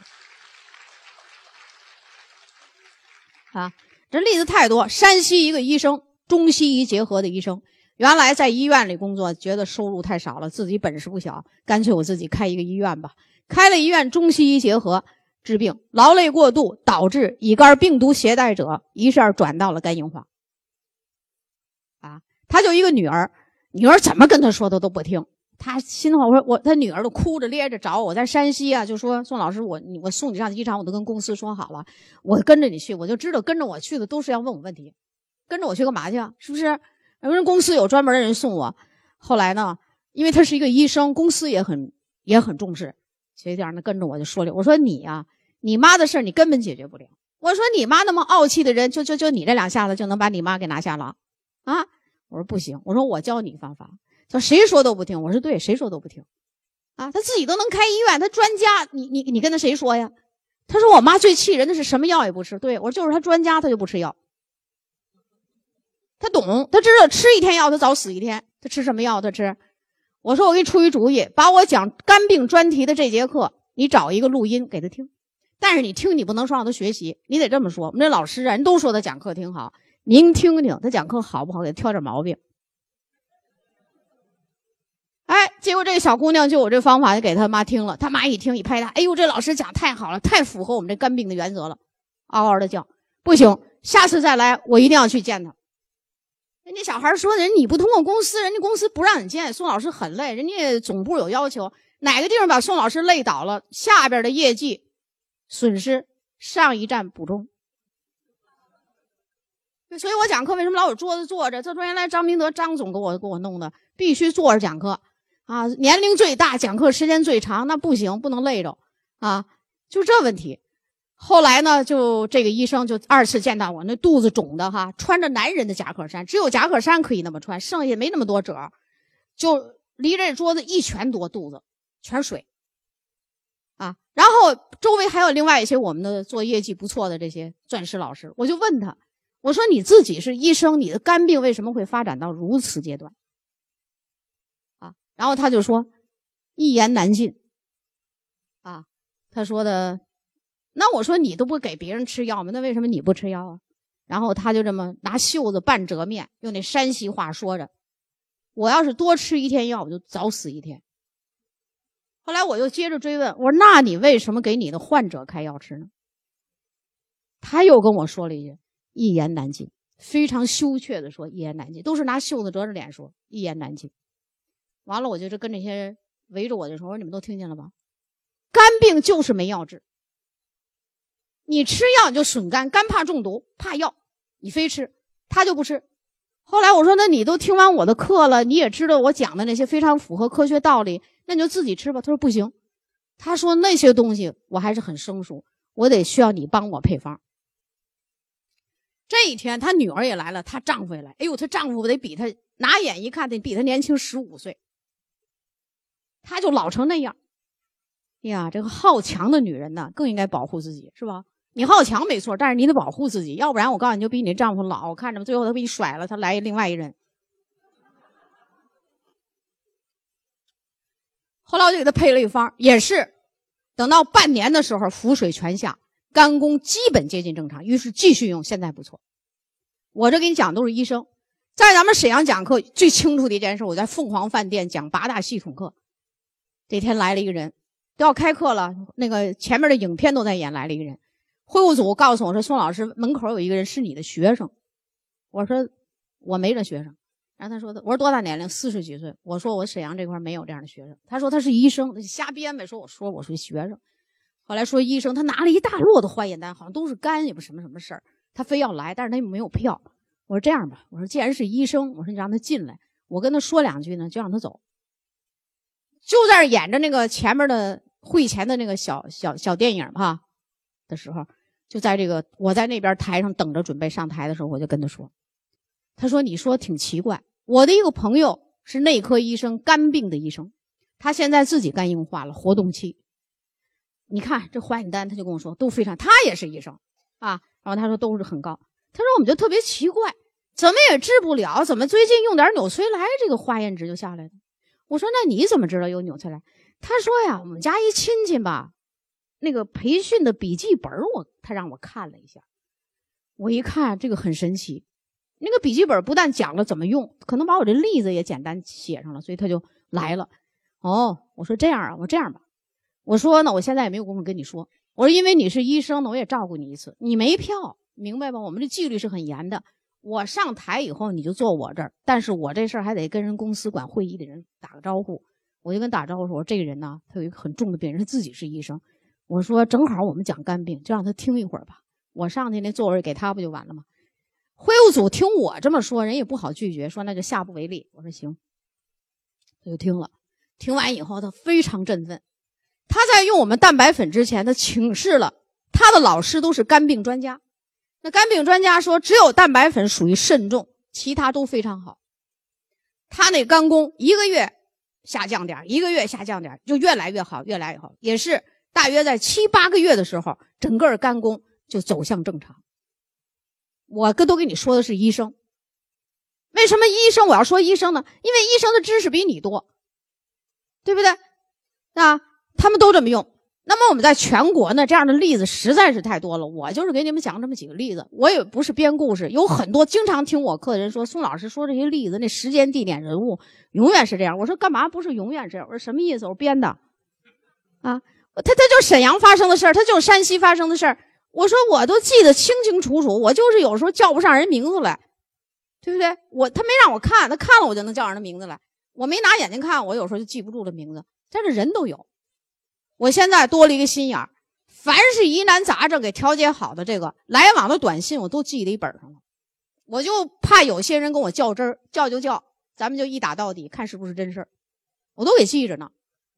啊。这例子太多。山西一个医生，中西医结合的医生，原来在医院里工作，觉得收入太少了，自己本事不小，干脆我自己开一个医院吧。开了医院，中西医结合治病，劳累过度导致乙肝病毒携带者一下转到了肝硬化啊。他就一个女儿，女儿怎么跟他说他都不听，他心话，我说我他女儿都哭着咧着找我，我在山西啊，就说宋老师，我你我送你上机场，我都跟公司说好了，我跟着你去，我就知道跟着我去的都是要问我问题，跟着我去干嘛去啊？是不是？人公司有专门的人送我。后来呢，因为他是一个医生，公司也很也很重视，所以这样的跟着我就说了，我说你啊，你妈的事儿你根本解决不了。我说你妈那么傲气的人，就就就你这两下子就能把你妈给拿下了啊？我说不行，我说我教你方法。他说谁说都不听。我说对，谁说都不听啊？他自己都能开医院，他专家，你你你跟他谁说呀？他说我妈最气人的是什么药也不吃。对，我说就是他专家，他就不吃药。他懂，他知道吃一天药他早死一天，他吃什么药他吃。我说我给你出一主意，把我讲肝病专题的这节课你找一个录音给他听，但是你听你不能说让他学习，你得这么说，我们这老师啊人都说他讲课挺好，您听听他讲课好不好，给他挑点毛病。哎，结果这个小姑娘就我这方法就给他妈听了，他妈一听一拍他，哎呦这老师讲太好了，太符合我们这肝病的原则了，嗷嗷的叫。不行，下次再来我一定要去见他。人家小孩说人你不通过公司，人家公司不让你见，宋老师很累，人家总部有要求，哪个地方把宋老师累倒了，下边的业绩损失上一站补充。所以我讲课为什么老有桌子坐着，这说原来张明德张总给我给我弄的，必须坐着讲课啊，年龄最大，讲课时间最长，那不行，不能累着啊，就这问题。 后来呢，就这个医生就二次见到我，那肚子肿的哈，穿着男人的夹克衫，只有夹克衫可以那么穿，剩下没那么多褶，就离这桌子一拳多，肚子全水啊。然后周围还有另外一些我们的做业绩不错的这些钻石老师，我就问他，我说你自己是医生，你的肝病为什么会发展到如此阶段啊？然后他就说一言难尽啊，他说的。那我说你都不给别人吃药吗？那为什么你不吃药啊？然后他就这么拿袖子半折面，用那山西话说着，我要是多吃一天药，我就早死一天。后来我又接着追问，我说那你为什么给你的患者开药吃呢？他又跟我说了一句一言难尽，非常羞怯的说一言难尽，都是拿袖子折着脸说一言难尽。完了我就跟这些围着我的说，我说你们都听见了吧？肝病就是没药治，你吃药你就损肝，肝怕中毒，怕药，你非吃，他就不吃。后来我说那你都听完我的课了，你也知道我讲的那些非常符合科学道理，那你就自己吃吧。他说不行，他说那些东西我还是很生疏，我得需要你帮我配方。这一天她女儿也来了，她丈夫也来，哎呦，她丈夫得比她拿眼一看得比她年轻十五岁，她就老成那样。呀，这个好强的女人呢更应该保护自己，是吧？你好强没错，但是你得保护自己，要不然我告诉你就比你丈夫老，看着最后他被你甩了，他来另外一人。后来我就给他配了一方，也是等到半年的时候浮水全下，肝功基本接近正常，于是继续用，现在不错。我这给你讲都是医生，在咱们沈阳讲课最清楚的一件事，我在凤凰饭店讲八大系统课，这天来了一个人，都要开课了，那个前面的影片都在演，来了一个人，会务组告诉我说宋老师门口有一个人是你的学生，我说我没这学生。然后他说的，我说多大年龄？四十几岁。我说我沈阳这块没有这样的学生。他说他是医生，他瞎编呗。说我说我是学生。后来说医生，他拿了一大摞的化验单，好像都是肝也不什么什么事儿，他非要来，但是他又没有票。我说这样吧，我说既然是医生，我说你让他进来，我跟他说两句呢，就让他走。就在演着那个前面的会前的那个小小小电影哈的时候，就在这个我在那边台上等着准备上台的时候，我就跟他说，他说你说挺奇怪。我的一个朋友是内科医生，肝病的医生，他现在自己肝硬化了，活动期。你看这化验单，他就跟我说都非常，他也是医生啊，然后他说都是很高。他说我们就特别奇怪，怎么也治不了，怎么最近用点纽崔莱这个化验值就下来了？我说那你怎么知道有纽崔莱？他说呀，我们家一亲戚吧，那个培训的笔记本我他让我看了一下，我一看这个很神奇。那个笔记本不但讲了怎么用，可能把我这例子也简单写上了，所以他就来了。哦，我说这样啊，我这样吧，我说呢，我现在也没有功夫跟你说，我说因为你是医生呢，我也照顾你一次，你没票，明白吧？我们这纪律是很严的。我上台以后你就坐我这儿，但是我这事儿还得跟人公司管会议的人打个招呼。我就跟打招呼说，我说这个人呢，他有一个很重的病人，他自己是医生。我说正好我们讲肝病，就让他听一会儿吧。我上去那座位给他不就完了吗？会务组听我这么说，人也不好拒绝，说那就下不为例。我说行，他就听了。听完以后，他非常振奋。他在用我们蛋白粉之前，他请示了他的老师，都是肝病专家。那肝病专家说，只有蛋白粉属于慎重，其他都非常好。他那肝功一个月下降点，一个月下降点，就越来越好，越来越好。也是大约在七八个月的时候，整个肝功就走向正常。我跟都跟你说的是医生，为什么医生我要说医生呢？因为医生的知识比你多，对不对？啊，他们都这么用。那么我们在全国呢，这样的例子实在是太多了。我就是给你们讲这么几个例子，我也不是编故事。有很多经常听我课的人说，宋老师说这些例子，那时间、地点、人物永远是这样。我说干嘛不是永远这样？我说什么意思？我说编的啊，他他就是沈阳发生的事儿，他就是山西发生的事儿。我说我都记得清清楚楚，我就是有时候叫不上人名字来，对不对？我他没让我看，他看了我就能叫上人名字来。我没拿眼睛看，我有时候就记不住这名字。但是人都有。我现在多了一个心眼儿，凡是疑难杂症给调节好的这个来往的短信，我都记在一本上了。我就怕有些人跟我较真儿，叫就叫，咱们就一打到底，看是不是真事儿，我都给记着呢。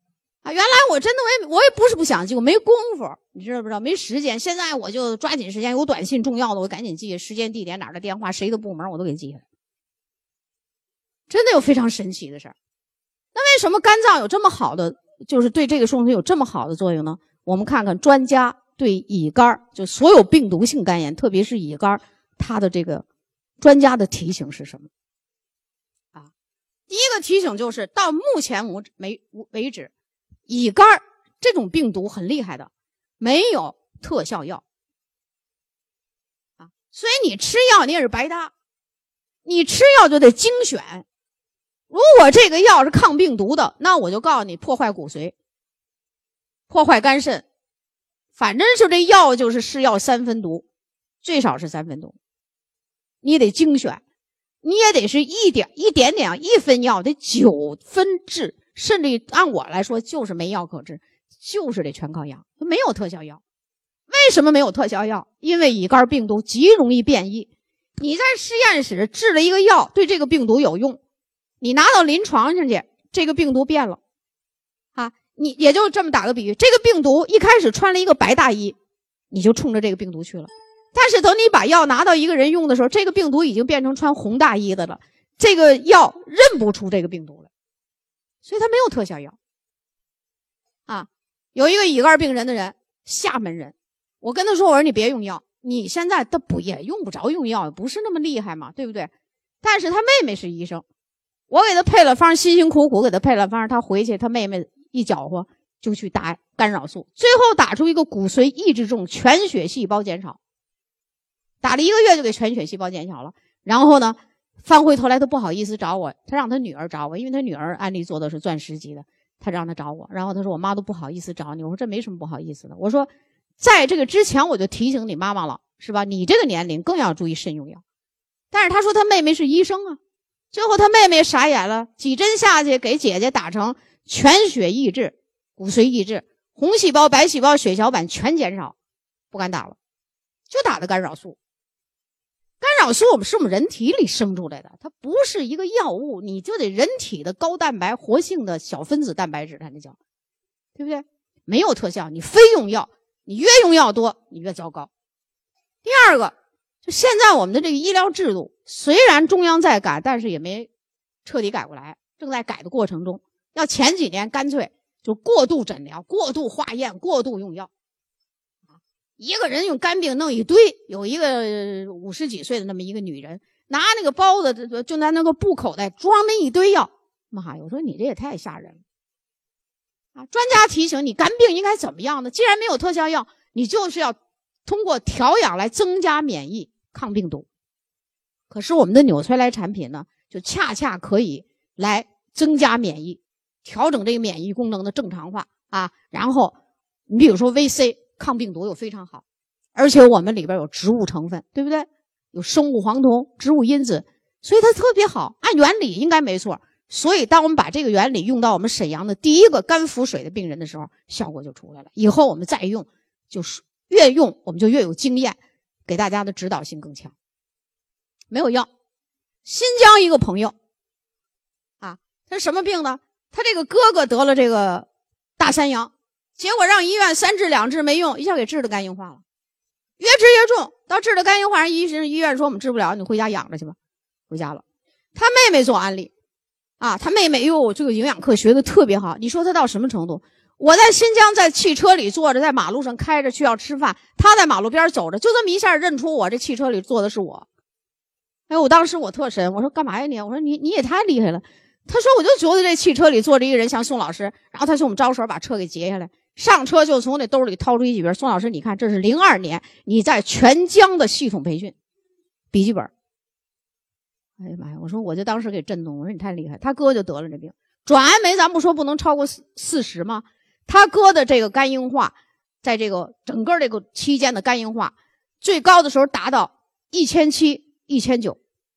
啊，原来我真的我也我也不是不想记，我没功夫，你知道不知道？没时间。现在我就抓紧时间，有短信重要的我赶紧记，时间、地点、哪儿的电话、谁的部门我都给记下来。真的有非常神奇的事儿。那为什么肝脏有这么好的，就是对这个受体有这么好的作用呢？我们看看专家对乙肝，就所有病毒性肝炎，特别是乙肝，它的这个专家的提醒是什么？啊，第一个提醒就是到目前为为止，乙肝这种病毒很厉害的，没有特效药啊，所以你吃药你也是白搭，你吃药就得精选。如果这个药是抗病毒的，那我就告诉你破坏骨髓，破坏肝肾，反正是这药就是是药三分毒，最少是三分毒，你得精选，你也得是一点一点点一分药得九分治，甚至按我来说就是没药可治，就是得全靠药，没有特效药。为什么没有特效药？因为乙肝病毒极容易变异，你在实验室制了一个药对这个病毒有用，你拿到临床上去，这个病毒变了啊！你也就这么打个比喻，这个病毒一开始穿了一个白大衣，你就冲着这个病毒去了。但是等你把药拿到一个人用的时候，这个病毒已经变成穿红大衣的了，这个药认不出这个病毒了，所以它没有特效药啊。有一个乙肝病人的人，厦门人，我跟他说，我说你别用药，你现在他不也用不着用药，不是那么厉害嘛，对不对？但是他妹妹是医生，我给他配了方，辛辛苦苦给他配了方，他回去他妹妹一搅和就去打干扰素，最后打出一个骨髓抑制症全血细胞减少，打了一个月就给全血细胞减少了。然后呢翻回头来他不好意思找我，他让他女儿找我，因为他女儿安利做的是钻石级的，他让他找我，然后他说我妈都不好意思找你。我说这没什么不好意思的，我说在这个之前我就提醒你妈妈了，是吧？你这个年龄更要注意慎用药。但是他说他妹妹是医生啊，最后他妹妹傻眼了，几针下去给姐姐打成全血抑制、骨髓抑制，红细胞、白细胞、血小板全减少，不敢打了，就打的干扰素。干扰素我们是我们人体里生出来的，它不是一个药物，你就得人体的高蛋白活性的小分子蛋白质，它那叫，对不对？没有特效，你非用药，你越用药多，你越糟糕。第二个，就现在我们的这个医疗制度，虽然中央在改，但是也没彻底改过来，正在改的过程中。要前几年干脆就过度诊疗、过度化验、过度用药。一个人用肝病弄一堆，有一个五十几岁的那么一个女人，拿那个包子就拿那个布口袋装那一堆药。妈呀，我说你这也太吓人了啊！专家提醒你，肝病应该怎么样呢？既然没有特效药，你就是要通过调养来增加免疫、抗病毒。可是我们的纽崔莱产品呢，就恰恰可以来增加免疫，调整这个免疫功能的正常化啊。然后你比如说 V C 抗病毒又非常好，而且我们里边有植物成分，对不对？有生物黄酮、植物因子，所以它特别好。按原理应该没错。所以当我们把这个原理用到我们沈阳的第一个肝腹水的病人的时候，效果就出来了。以后我们再用，就是越用我们就越有经验，给大家的指导性更强。没有药。新疆一个朋友啊，他什么病呢？他这个哥哥得了这个大三阳，结果让医院三治两治没用，一下给治的肝硬化了，越治越重，到治的肝硬化，人医生医院说我们治不了，你回家养着去吧，回家了。他妹妹做安利啊，他妹妹哟这个营养课学的特别好，你说他到什么程度？我在新疆在汽车里坐着，在马路上开着去要吃饭，他在马路边走着，就这么一下认出我这汽车里坐的是我。哎，我当时我特神，我说干嘛呀你？我说你你也太厉害了。他说我就觉得这汽车里坐着一个人像宋老师，然后他向我们招手把车给截下来，上车就从那兜里掏出一笔本，宋老师你看这是零二年你在全疆的系统培训笔记本。哎呀妈呀，我说我就当时给震动，我说你太厉害。他哥就得了这病，转氨酶咱不说不能超过四十吗？他哥的这个肝硬化，在这个整个这个期间的肝硬化最高的时候达到一千七一千九。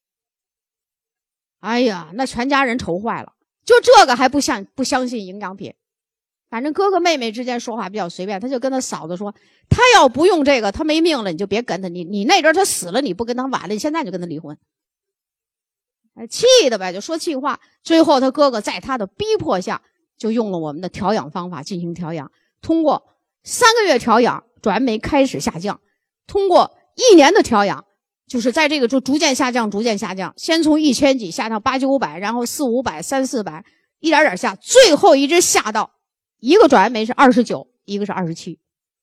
哎呀，那全家人愁坏了，就这个还不相不相信营养品。反正哥哥妹妹之间说话比较随便，他就跟他嫂子说，他要不用这个他没命了，你就别跟他，你你那阵他死了你不跟他晚了，你现在就跟他离婚。哎，气的呗，就说气话。最后他哥哥在他的逼迫下就用了我们的调养方法进行调养，通过三个月调养，转氨酶开始下降，通过一年的调养，就是在这个就逐渐下降，逐渐下降，先从一千几下到八九百，然后四五百、三四百，一点点下，最后一直下到一个转氨酶是二十九，一个是二十七。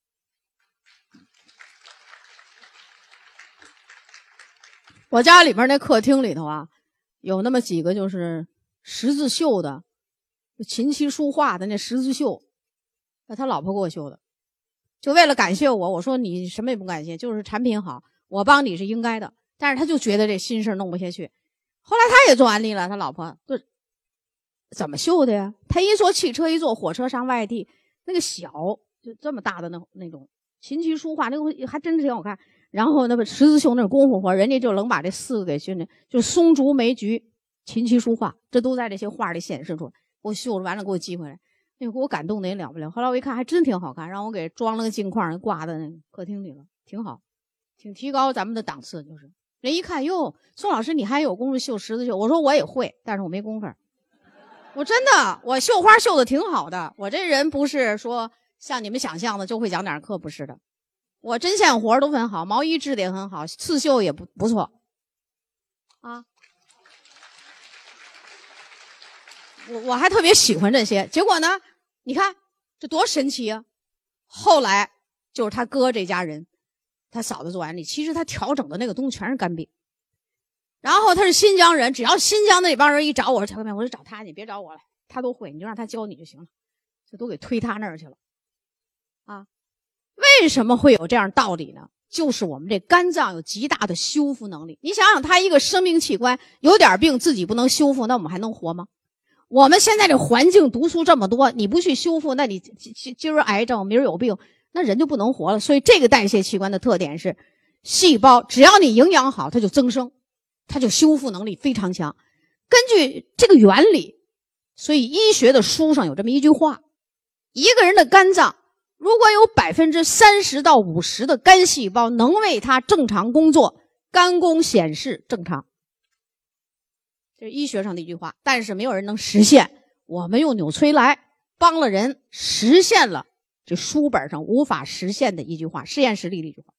我家里边那客厅里头啊，有那么几个就是十字绣的，琴棋书画的那十字绣，那他老婆给我绣的，就为了感谢我，我说你什么也不感谢，就是产品好，我帮你是应该的。但是他就觉得这心事弄不下去，后来他也做安利了，他老婆就怎么绣的呀？他一坐汽车，一坐火车上外地，那个小就这么大的那那种琴棋书画，那个还真挺好看。然后那个十字绣那功夫活，人家就能把这四个给训练，就是松竹梅菊琴棋书画，这都在这些画里显示出来。给我绣着完了，给我寄回来，那个给我感动的也了不了。后来我一看，还真挺好看，让我给装了个镜框，挂在那个客厅里了，挺好，挺提高咱们的档次。就是人一看，哟，宋老师你还有功夫绣十字绣？我说我也会，但是我没功夫。我真的，我绣花绣的挺好的。我这人不是说像你们想象的就会讲点课，不是的。我针线活都很好，毛衣织的也很好，刺绣也不不错，啊，我我还特别喜欢这些。结果呢，你看这多神奇啊！后来就是他哥这家人，他嫂子做安利，其实他调整的那个东西全是肝病。然后他是新疆人，只要新疆那帮人一找我说调肝病，我就找他，你别找我了，他都会，你就让他教你就行了，就都给推他那儿去了，啊。为什么会有这样道理呢？就是我们这肝脏有极大的修复能力。你想想，它一个生命器官有点病自己不能修复，那我们还能活吗？我们现在这环境毒素这么多，你不去修复，那你今儿癌症明儿有病，那人就不能活了。所以这个代谢器官的特点是，细胞只要你营养好，它就增生，它就修复能力非常强。根据这个原理，所以医学的书上有这么一句话：一个人的肝脏如果有百分之三十到五十的肝细胞能为它正常工作，肝功显示正常。这是医学上的一句话，但是没有人能实现。我们用纽崔莱帮了人实现了这书本上无法实现的一句话，实验实例的一句话，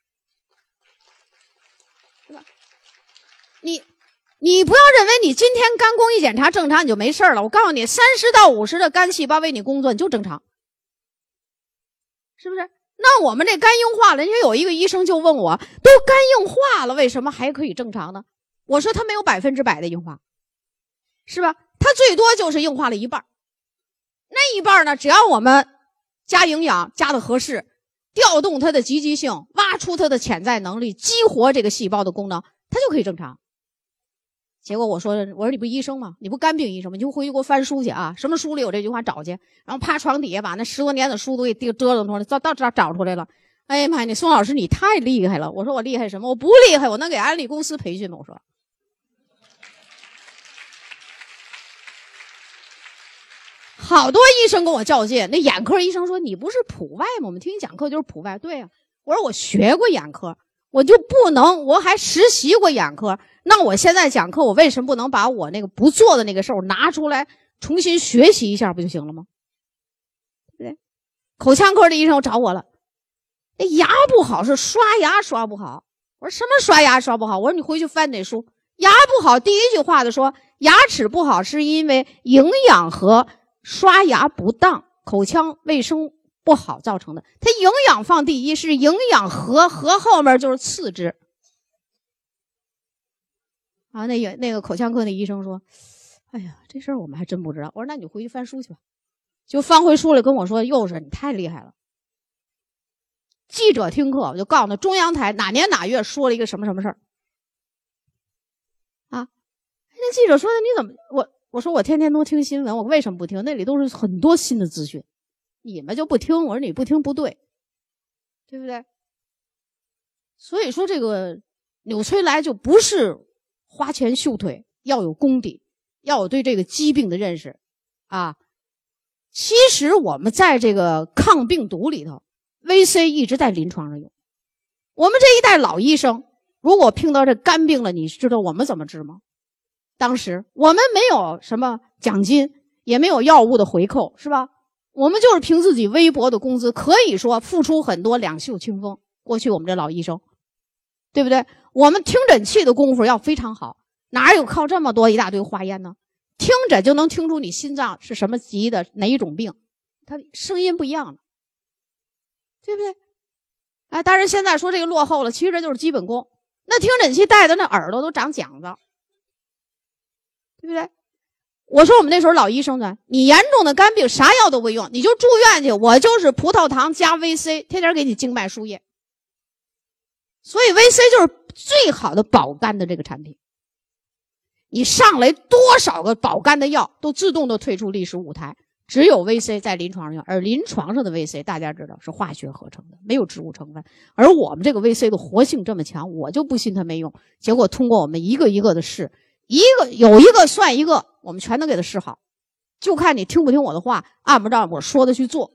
对吧？你你不要认为你今天肝功一检查正常你就没事了。我告诉你，三十到五十的肝细胞为你工作，你就正常。是不是？那我们这肝硬化了，人家有一个医生就问我，都肝硬化了，为什么还可以正常呢？我说他没有百分之百的硬化，是吧？他最多就是硬化了一半，那一半呢，只要我们加营养加的合适，调动它的积极性，挖出它的潜在能力，激活这个细胞的功能，它就可以正常。结果我说我说你不医生吗？你不肝病医生吗？你就回去给我翻书去啊！什么书里有这句话找去，然后趴床底下把那十多年的书都给折腾出来，到到这找出来了。哎呀妈呀，你宋老师你太厉害了！我说我厉害什么？我不厉害，我能给安利公司培训吗？我说，好多医生跟我较劲，那眼科医生说你不是普外吗？我们听你讲课就是普外。对啊，我说我学过眼科，我就不能，我还实习过眼科。那我现在讲课，我为什么不能把我那个不做的那个事儿拿出来重新学习一下不就行了吗？对不对？口腔科的医生找我了，那牙不好是刷牙刷不好。我说什么刷牙刷不好？我说你回去翻那书，牙不好第一句话的说牙齿不好是因为营养和刷牙不当，口腔卫生不好造成的。它营养放第一，是营养和和后面就是次之。啊，那个那个口腔科那医生说，哎呀，这事儿我们还真不知道。我说那你回去翻书去吧。就翻回书来跟我说，又是你太厉害了。记者听课，我就告诉他中央台哪年哪月说了一个什么什么事儿。啊，那记者说的你怎么我我说我天天都听新闻，我为什么不听？那里都是很多新的资讯，你们就不听？我说你不听不对，对不对？所以说这个纽崔莱就不是花钱秀腿，要有功底，要有对这个疾病的认识啊。其实我们在这个抗病毒里头 V C 一直在临床上用。我们这一代老医生如果碰到这肝病了，你知道我们怎么治吗？当时我们没有什么奖金， 也没有药物的回扣，是吧？我们就是凭自己微薄的工资，可以说付出很多，两袖清风。过去我们这老医生，对不对？我们听诊器的功夫要非常好，哪有靠这么多一大堆化验呢？听诊就能听出你心脏是什么疾的，哪一种病，它声音不一样的，对不对？哎，当然现在说这个落后了，其实这就是基本功。那听诊器戴的那耳朵都长茧子，对不对？我说我们那时候老医生呢，你严重的肝病啥药都不用，你就住院去，我就是葡萄糖加 V C， 天天给你静脉输液。所以 V C 就是最好的保肝的这个产品。你上来多少个保肝的药都自动的退出历史舞台，只有 V C 在临床上用，而临床上的 V C 大家知道是化学合成的，没有植物成分。而我们这个 V C 的活性这么强，我就不信它没用。结果通过我们一个一个的试，一个有一个算一个，我们全都给它试好，就看你听不听我的话，按不照我说的去做。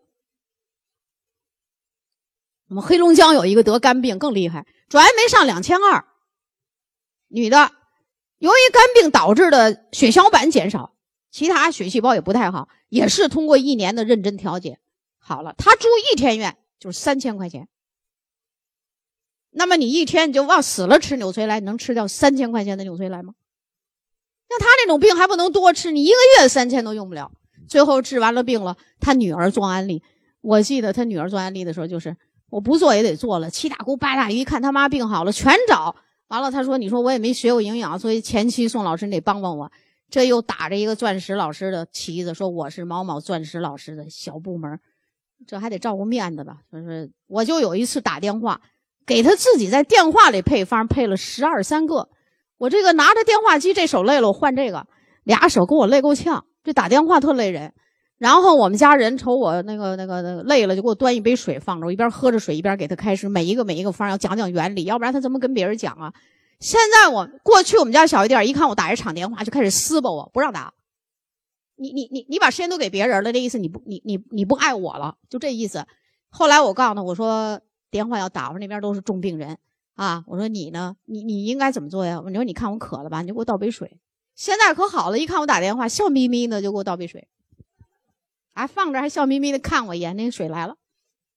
我们黑龙江有一个得肝病更厉害，转氨酶上两千二，女的，由于肝病导致的血小板减少，其他血细胞也不太好，也是通过一年的认真调节好了。她住一天院就是三千块钱。那么你一天你就往死了吃纽崔莱，你能吃掉三千块钱的纽崔莱吗？那他这种病还不能多吃，你一个月三千都用不了。最后治完了病了，他女儿做安利，我记得他女儿做安利的时候，就是我不做也得做了，七大姑八大姨看他妈病好了全找，完了他说你说我也没学过营养，所以前期宋老师你得帮帮我。这又打着一个钻石老师的旗子，说我是某某钻石老师的小部门，这还得照顾面子吧。就是我就有一次打电话给他自己在电话里配方，配了十二三个。我这个拿着电话机，这手累了我换这个，俩手给我累够呛，这打电话特累人。然后我们家人瞅我那个那个那个累了，就给我端一杯水放着，我一边喝着水一边给他开始每一个每一个方要讲讲原理，要不然他怎么跟别人讲啊？现在我过去我们家小一点，一看我打一场电话就开始撕巴我，不让打。你你你你把时间都给别人了，这意思你不你你你不爱我了，就这意思。后来我告诉他，我说电话要打，我那边都是重病人啊，我说你呢，你你应该怎么做呀？我说你看我渴了吧，你就给我倒杯水。现在可好了，一看我打电话，笑眯眯的就给我倒杯水，还放着还笑眯眯的看我一眼，那个水来了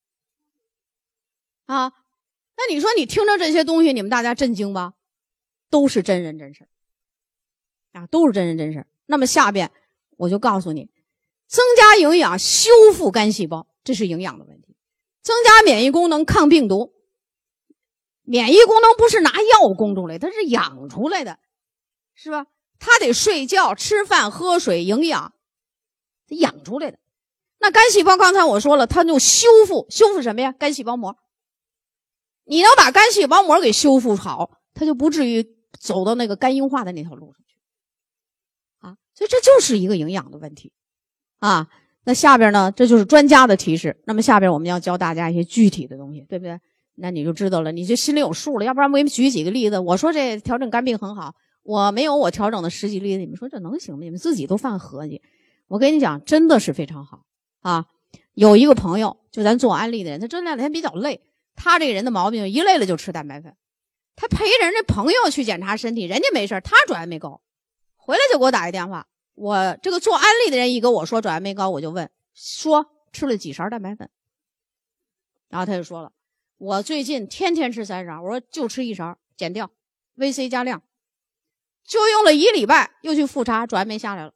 啊。那你说你听着这些东西，你们大家震惊吧？都是真人真事啊，都是真人真事。那么下边我就告诉你，增加营养修复肝细胞，这是营养的问题。增加免疫功能抗病毒，免疫功能不是拿药供出来，它是养出来的，是吧？它得睡觉吃饭喝水营养，它养出来的。那肝细胞刚才我说了，它就修复，修复什么呀？肝细胞膜。你能把肝细胞膜给修复好，它就不至于走到那个肝硬化的那条路上去啊。所以这就是一个营养的问题啊。那下边呢，这就是专家的提示。那么下边我们要教大家一些具体的东西，对不对？那你就知道了，你就心里有数了。要不然我给你们举几个例子，我说这调整肝病很好，我没有我调整的实际例子，你们说这能行吗？你们自己都犯合计。我跟你讲，真的是非常好啊。有一个朋友，就咱做安利的人，他这两天比较累，他这个人的毛病一累了就吃蛋白粉。他陪人家朋友去检查身体，人家没事，他转氨酶高，回来就给我打一电话。我这个做安利的人一跟我说转氨酶高，我就问说吃了几勺蛋白粉，然后他就说了，我最近天天吃三勺，我说就吃一勺，减掉 V C 加量，就用了一礼拜，又去复查，转氨酶下来了，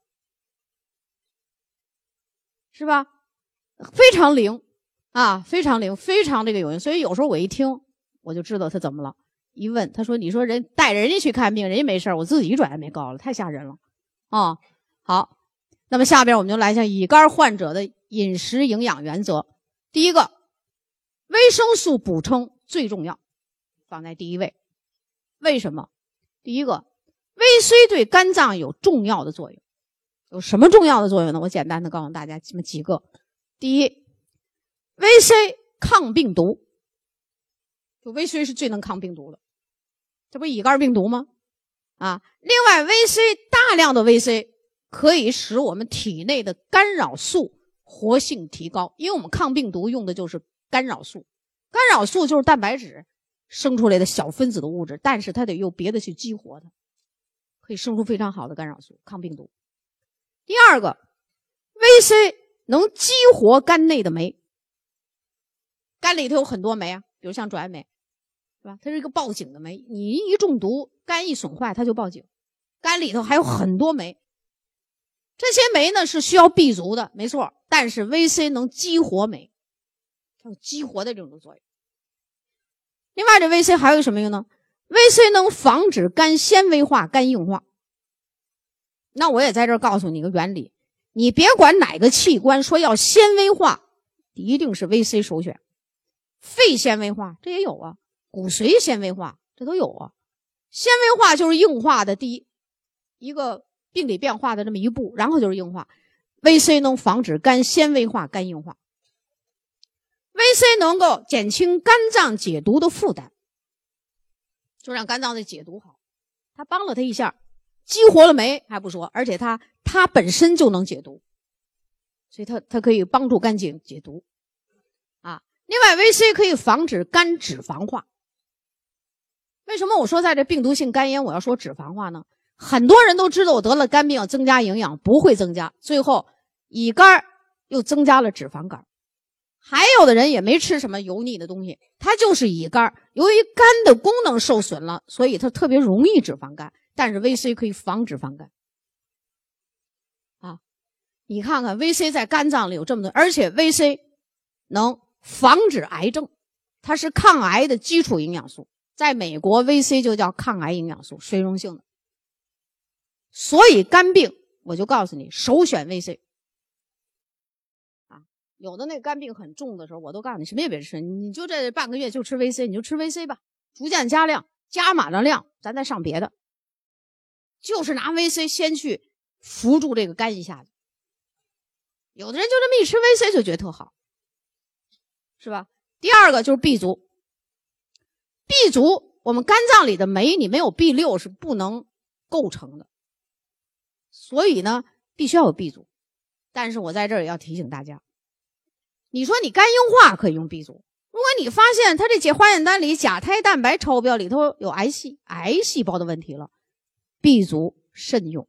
是吧？非常灵啊，非常灵，非常这个有用。所以有时候我一听我就知道他怎么了。一问他说，你说人带人家去看病，人家没事，我自己转氨酶高了，太吓人了啊。好，那么下边我们就来一下乙肝患者的饮食营养原则。第一个，维生素补充最重要，放在第一位。为什么？第一个，维 C 对肝脏有重要的作用。有什么重要的作用呢？我简单的告诉大家这么几个。第一，维 C 抗病毒，就维 C 是最能抗病毒的，这不是乙肝病毒吗？啊，另外维 C 大量的维 C 可以使我们体内的干扰素活性提高，因为我们抗病毒用的就是干扰素，干扰素就是蛋白质生出来的小分子的物质，但是它得用别的去激活它，可以生出非常好的干扰素抗病毒。第二个， V C 能激活肝内的酶，肝里头有很多酶啊，比如像转氨酶，是吧？它是一个报警的酶，你一中毒，肝一损坏，它就报警。肝里头还有很多酶，这些酶呢是需要 B 族的，没错，但是 V C 能激活酶，它有激活的这种作用。另外，这 V C 还有什么用呢 ？V C 能防止肝纤维化、肝硬化。那我也在这儿告诉你一个原理，你别管哪个器官说要纤维化，一定是 V C 首选。肺纤维化这也有啊，骨髓纤维化这都有啊。纤维化就是硬化的第一一个病理变化的这么一步，然后就是硬化。V C 能防止肝纤维化、肝硬化。V C 能够减轻肝脏解毒的负担，就让肝脏的解毒好。它帮了它一下，激活了酶还不说，而且它它本身就能解毒，所以它它可以帮助肝解解毒啊。另外 V C 可以防止肝脂肪化。为什么我说在这病毒性肝炎我要说脂肪化呢？很多人都知道我得了肝病要增加营养，不会增加，最后乙肝又增加了脂肪肝。还有的人也没吃什么油腻的东西，他就是乙肝，由于肝的功能受损了，所以他特别容易脂肪肝，但是 V C 可以防脂肪肝啊。你看看 V C 在肝脏里有这么多，而且 V C 能防止癌症，它是抗癌的基础营养素，在美国 V C 就叫抗癌营养素，水溶性的。所以肝病我就告诉你首选 V C。有的那个肝病很重的时候，我都告诉你什么也别吃，你就这半个月就吃 V C， 你就吃 V C 吧，逐渐加量，加满了量，咱再上别的。就是拿 V C 先去扶住这个肝一下子。有的人就这么一吃 V C 就觉得特好，是吧？第二个就是 B 族 ，B 族我们肝脏里的酶你没有 B 六 是不能构成的，所以呢必须要有 B 族。但是我在这儿也要提醒大家。你说你肝硬化可以用 B 族，如果你发现它这解化验单里甲胎蛋白超标，里头有癌细癌细胞的问题了 ，B 族慎用。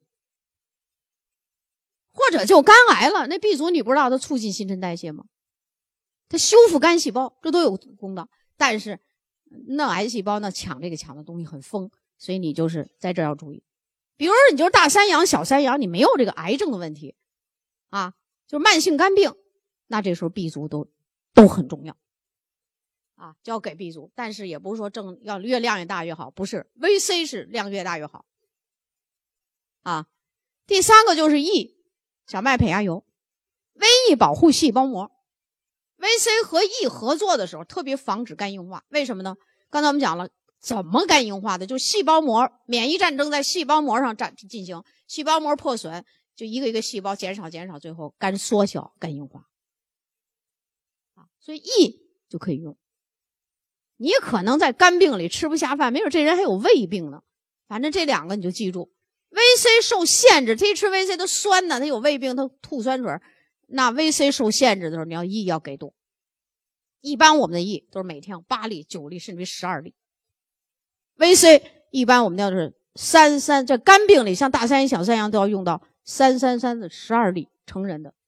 或者就肝癌了，那 B 族你不知道它促进新陈代谢吗？它修复肝细胞，这都有功能。但是那癌细胞呢抢这个抢的东西很疯，所以你就是在这儿要注意。比如说你就是大三阳小三阳，你没有这个癌症的问题啊，就是慢性肝病，那这时候 B 族都都很重要啊，就要给 B 族。但是也不是说正要越量越大越好，不是 V C 是量越大越好啊。第三个就是 E 小麦胚芽油 ，V E 保护细胞膜。V C 和 E 合作的时候，特别防止肝硬化。为什么呢？刚才我们讲了，怎么肝硬化的？就是细胞膜免疫战争在细胞膜上战进行，细胞膜破损，就一个一个细胞减少减少，最后肝缩小，肝硬化。啊，所以 E 就可以用。你可能在肝病里吃不下饭，没准这人还有胃病呢。反正这两个你就记住 ，V C 受限制，他一吃 V C 他酸呢，他有胃病，他吐酸水。那 V C 受限制的时候，你要 E 要给多。一般我们的 E 都是每天八粒、九粒，甚至于十二粒。V C 一般我们要是三三，这肝病里像大三阳、小三阳都要用到三三三的十二粒，成人的，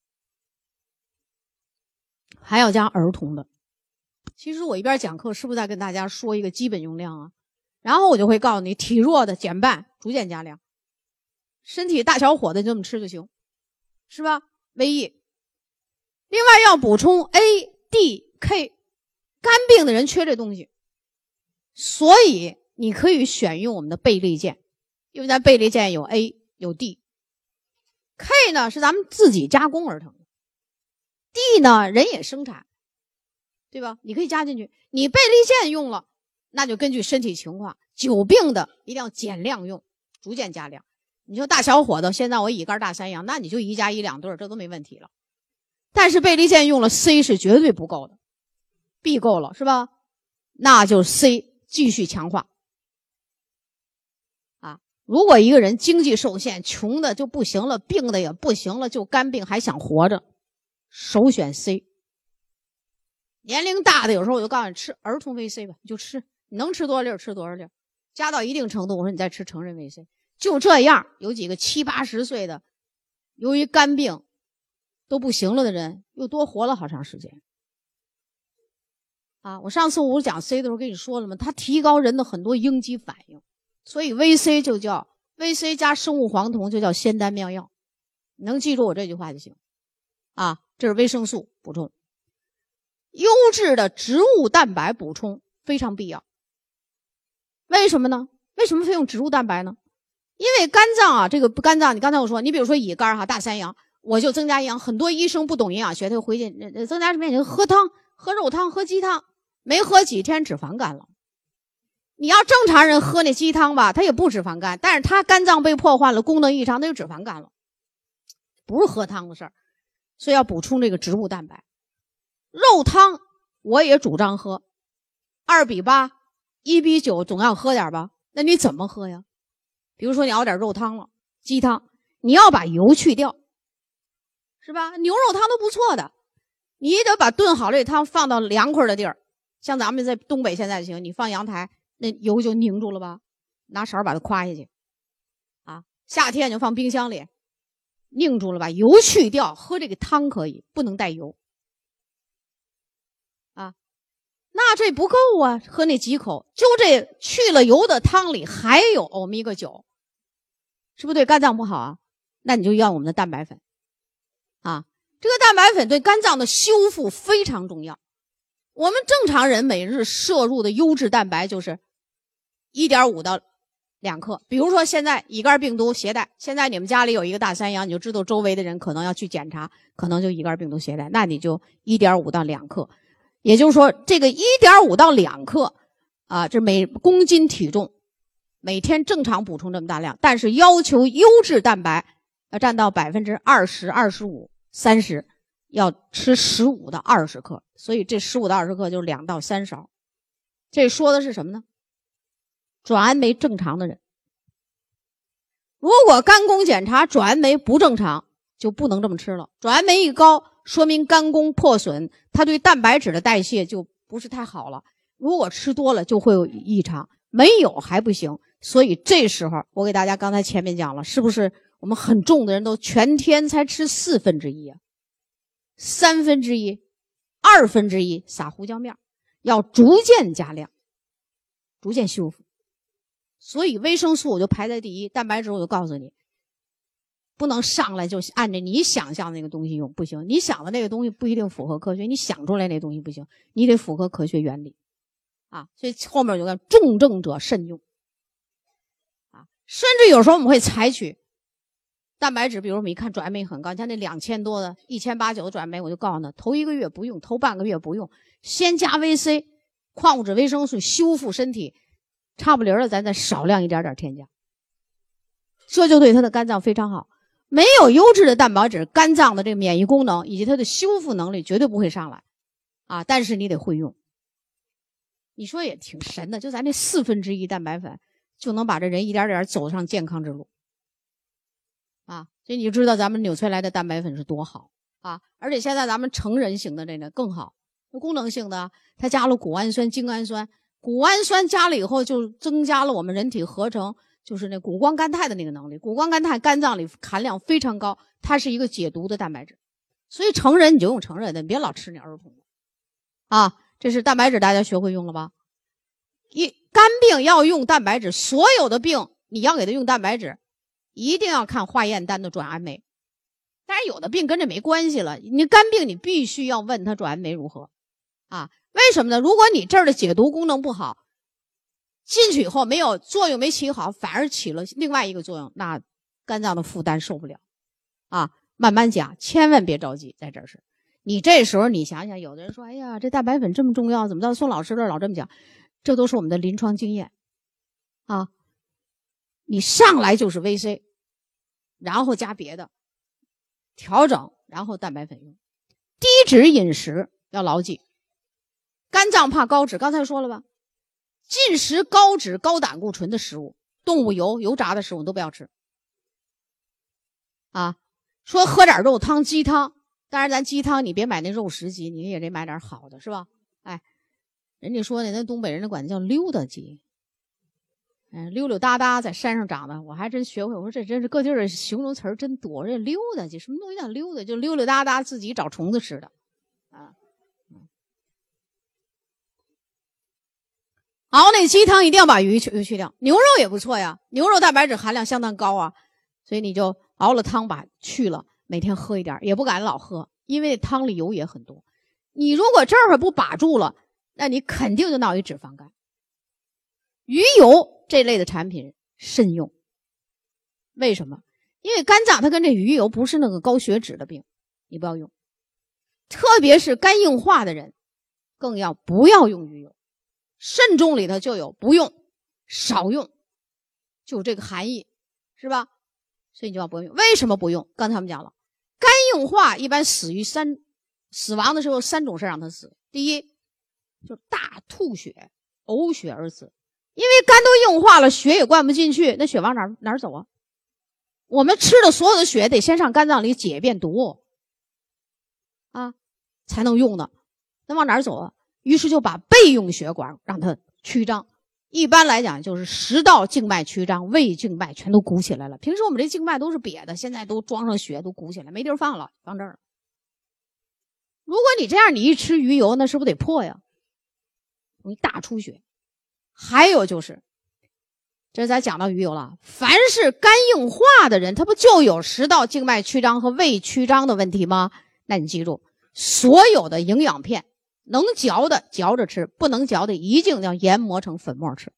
还要加儿童的。其实我一边讲课，是不是在跟大家说一个基本用量啊？然后我就会告诉你，体弱的减半，逐渐加量；身体大小伙子就这么吃就行，是吧 ？V E。另外要补充 A、D、K， 肝病的人缺这东西，所以你可以选用我们的倍立健，因为咱倍立健有 A 有 D，K 呢是咱们自己加工而成的 ，D 呢人也生产，对吧？你可以加进去。你倍立健用了，那就根据身体情况，久病的一定要减量用，逐渐加量。你说大小伙子，现在我乙肝大三阳，那你就一加一两对，这都没问题了。但是倍立健用了 C 是绝对不够的 ，B 够了是吧？那就 C 继续强化。啊，如果一个人经济受限，穷的就不行了，病的也不行了，就肝病还想活着，首选 C。年龄大的有时候我就告诉你吃儿童 V C 吧，你就吃，你能吃多少粒吃多少粒，加到一定程度，我说你再吃成人 V C。就这样，有几个七八十岁的，由于肝病。 都不行了的人，又多活了好长时间。啊，我上次我讲 C 的时候跟你说了吗？它提高人的很多应激反应，所以 V C 就叫 V C 加生物黄酮就叫仙丹妙药，你能记住我这句话就行。啊，这是维生素补充，优质的植物蛋白补充非常必要。为什么呢？为什么非用植物蛋白呢？因为肝脏啊，这个肝脏，你刚才我说，你比如说乙肝哈，大三阳，我就增加营养。很多医生不懂营养学，他就回去增加什么？就喝汤，喝肉汤，喝鸡汤，没喝几天脂肪肝了。你要正常人喝那鸡汤吧，他也不脂肪肝，但是他肝脏被破坏了，功能异常，他就脂肪肝了，不是喝汤的事儿。所以要补充这个植物蛋白。肉汤我也主张喝，二比八，一比九，总要喝点吧？那你怎么喝呀？比如说你熬点肉汤了，鸡汤，你要把油去掉，是吧？牛肉汤都不错的，你得把炖好这汤放到凉快的地儿，像咱们在东北现在行，你放阳台，那油就凝住了吧？拿勺把它夸下去，啊，夏天就放冰箱里，凝住了吧？油去掉，喝这个汤可以，不能带油。啊，那这不够啊，喝那几口，就这去了油的汤里还有欧米伽九，是不是对肝脏不好啊？那你就要我们的蛋白粉啊，这个蛋白粉对肝脏的修复非常重要。我们正常人每日摄入的优质蛋白就是 一点五 到两克。比如说现在乙肝病毒携带，现在你们家里有一个大三阳，你就知道周围的人可能要去检查，可能就乙肝病毒携带，那你就 一点五 到两克。也就是说这个 一点五 到两克啊，这每公斤体重每天正常补充这么大量，但是要求优质蛋白要占到 百分之二十、二十五、三十，要吃十五到二十克，所以这十五到二十克就是两到三勺。这说的是什么呢？转氨酶正常的人，如果肝功检查转氨酶不正常，就不能这么吃了。转氨酶一高，说明肝功破损，它对蛋白质的代谢就不是太好了。如果吃多了就会有异常，没有还不行。所以这时候我给大家刚才前面讲了，是不是我们很重的人都全天才吃四分之一啊？三分之一、二分之一撒胡椒面，要逐渐加量，逐渐修复。所以维生素我就排在第一，蛋白质我就告诉你，不能上来就按着你想象那个东西用，不行。你想的那个东西不一定符合科学，你想出来那东西不行，你得符合科学原理啊。所以后面有个重症者慎用啊。甚至有时候我们会采取蛋白质，比如我们一看转氨酶很高，像那两千多的、一千八九的转氨酶，我就告诉他，头一个月不用，头半个月不用，先加 V C 矿物质维生素修复身体，差不离了，咱再少量一点点添加，这就对他的肝脏非常好。没有优质的蛋白质，肝脏的这个免疫功能以及它的修复能力绝对不会上来啊！但是你得会用，你说也挺神的，就咱这四分之一蛋白粉就能把这人一点点走上健康之路啊！所以你就知道咱们纽崔莱的蛋白粉是多好啊！而且现在咱们成人型的这个更好，功能性的，它加了谷氨酸、精氨酸，谷氨酸加了以后就增加了我们人体合成就是那谷胱甘肽的那个能力。谷胱甘肽肝脏里含量非常高，它是一个解毒的蛋白质，所以成人你就用成人的，你别老吃那儿童的啊。这是蛋白质，大家学会用了吧？一肝病要用蛋白质，所有的病你要给他用蛋白质，一定要看化验单的转氨酶。当然有的病跟这没关系了，你肝病你必须要问他转氨酶如何啊？为什么呢？如果你这儿的解毒功能不好，进去以后没有作用没起好，反而起了另外一个作用，那肝脏的负担受不了啊！慢慢讲，千万别着急，在这儿是你这时候你想想，有的人说，哎呀，这蛋白粉这么重要，怎么到宋老师这儿老这么讲？这都是我们的临床经验啊！你上来就是 V C， 然后加别的调整，然后蛋白粉用。低脂饮食要牢记，肝脏怕高脂，刚才说了吧？禁食高脂高胆固醇的食物，动物油、油炸的食物都不要吃啊。说喝点肉汤、鸡汤，当然咱鸡汤你别买那肉食鸡，你也得买点好的，是吧？哎，人家说的那东北人的管叫溜达鸡， 嗯，溜溜达达在山上长的，我还真学会。我说这真是各地儿形容词真多。这溜达去，什么东西叫溜达？就溜溜达达自己找虫子吃的，啊。熬那鸡汤一定要把鱼去去掉，牛肉也不错呀，牛肉蛋白质含量相当高啊，所以你就熬了汤把去了，每天喝一点，也不敢老喝，因为汤里油也很多。你如果这会儿不把住了，那你肯定就闹一脂肪肝。鱼油这类的产品慎用，为什么？因为肝脏它跟这鱼油不是那个高血脂的病，你不要用。特别是肝硬化的人，更要不要用鱼油。慎重里头就有不用、少用，就这个含义，是吧？所以你就要不用。为什么不用？刚才我们讲了，肝硬化一般死于三，死亡的时候三种事让它死。第一，就是大吐血、呕血而死。因为肝都硬化了，血也灌不进去，那血往哪儿哪儿走啊？我们吃的所有的血得先上肝脏里解变毒啊，才能用的，那往哪儿走啊？于是就把备用血管让它曲张。一般来讲就是食道静脉曲张，胃静脉全都鼓起来了。平时我们这静脉都是瘪的，现在都装上血，都鼓起来，没地儿放了，放这儿了。如果你这样，你一吃鱼油，那是不是得破呀？容易大出血。还有就是，这咱讲到鱼油了，凡是肝硬化的人，他不就有食道静脉曲张和胃曲张的问题吗？那你记住，所有的营养片能嚼的嚼着吃，不能嚼的一定要研磨成粉末吃，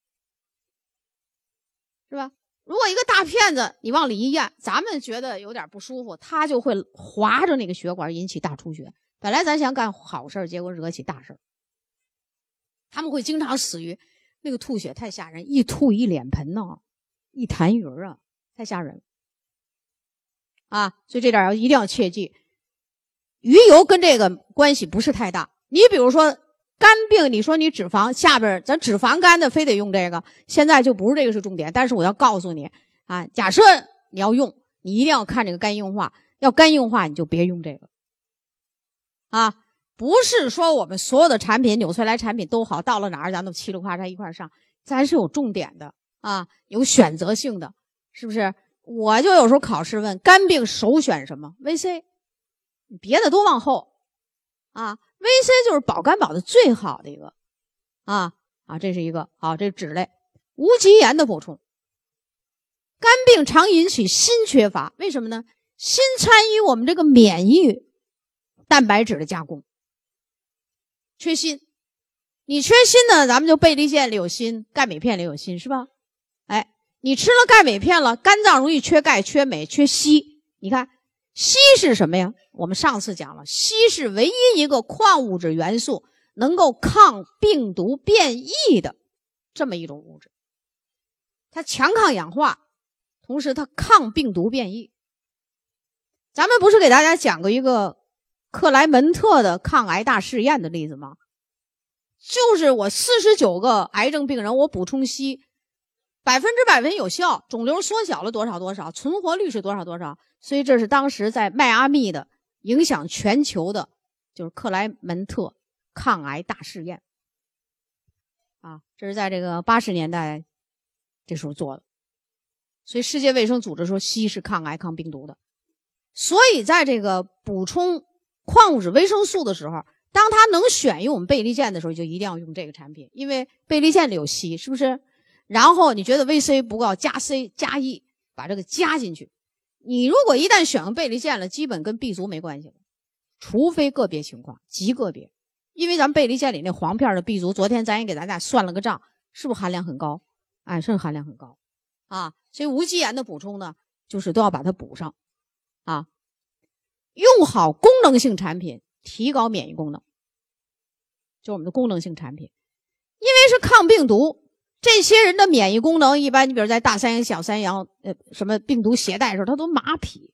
是吧？如果一个大片子你往里一咽，咱们觉得有点不舒服，它就会划着那个血管，引起大出血。本来咱想干好事，结果惹起大事。他们会经常死于那个吐血太吓人，一吐一脸盆呢，一痰盂啊，太吓人啊！所以这点要一定要切记，鱼油跟这个关系不是太大。你比如说肝病，你说你脂肪下边咱脂肪肝的非得用这个，现在就不是这个是重点。但是我要告诉你啊，假设你要用，你一定要看这个肝硬化，要肝硬化你就别用这个啊。不是说我们所有的产品纽崔莱产品都好，到了哪儿咱都嘁哩呱嚓一块上，咱是有重点的啊，有选择性的，是不是？我就有时候考试问肝病首选什么 V C， 别的都往后啊 ，V C 就是保肝保的最好的一个啊啊，这是一个好，这是脂类。无机盐的补充，肝病常引起锌缺乏，为什么呢？锌参与我们这个免疫蛋白质的加工。缺锌，你缺锌呢，咱们就贝利健里有锌，钙镁片里有锌，是吧？哎，你吃了钙镁片了，肝脏容易缺钙、缺镁、缺硒。你看，硒是什么呀？我们上次讲了，硒是唯一一个矿物质元素能够抗病毒变异的这么一种物质。它强抗氧化，同时它抗病毒变异。咱们不是给大家讲过一个克莱门特的抗癌大试验的例子吗？就是我四十九个癌症病人，我补充硒，百分之百分有效，肿瘤缩小了多少多少，存活率是多少多少。所以这是当时在迈阿密的影响全球的，就是克莱门特抗癌大试验啊，这是在这个八十年代这时候做的。所以世界卫生组织说硒是抗癌抗病毒的。所以在这个补充矿物质维生素的时候，当它能选用我们贝利健的时候，就一定要用这个产品，因为贝利健里有硒，是不是？然后你觉得 V C 不够，加 C 加 E， 把这个加进去。你如果一旦选用贝利健了，基本跟 B 族没关系了，除非个别情况，极个别。因为咱们贝利健里那黄片的 B 族，昨天咱也给大家算了个账，是不是含量很高？哎，是含量很高啊。所以无机盐的补充呢，就是都要把它补上啊。用好功能性产品，提高免疫功能，就我们的功能性产品。因为是抗病毒，这些人的免疫功能一般，你比如在大三阳、小三阳，呃，什么病毒携带的时候，他都马匹。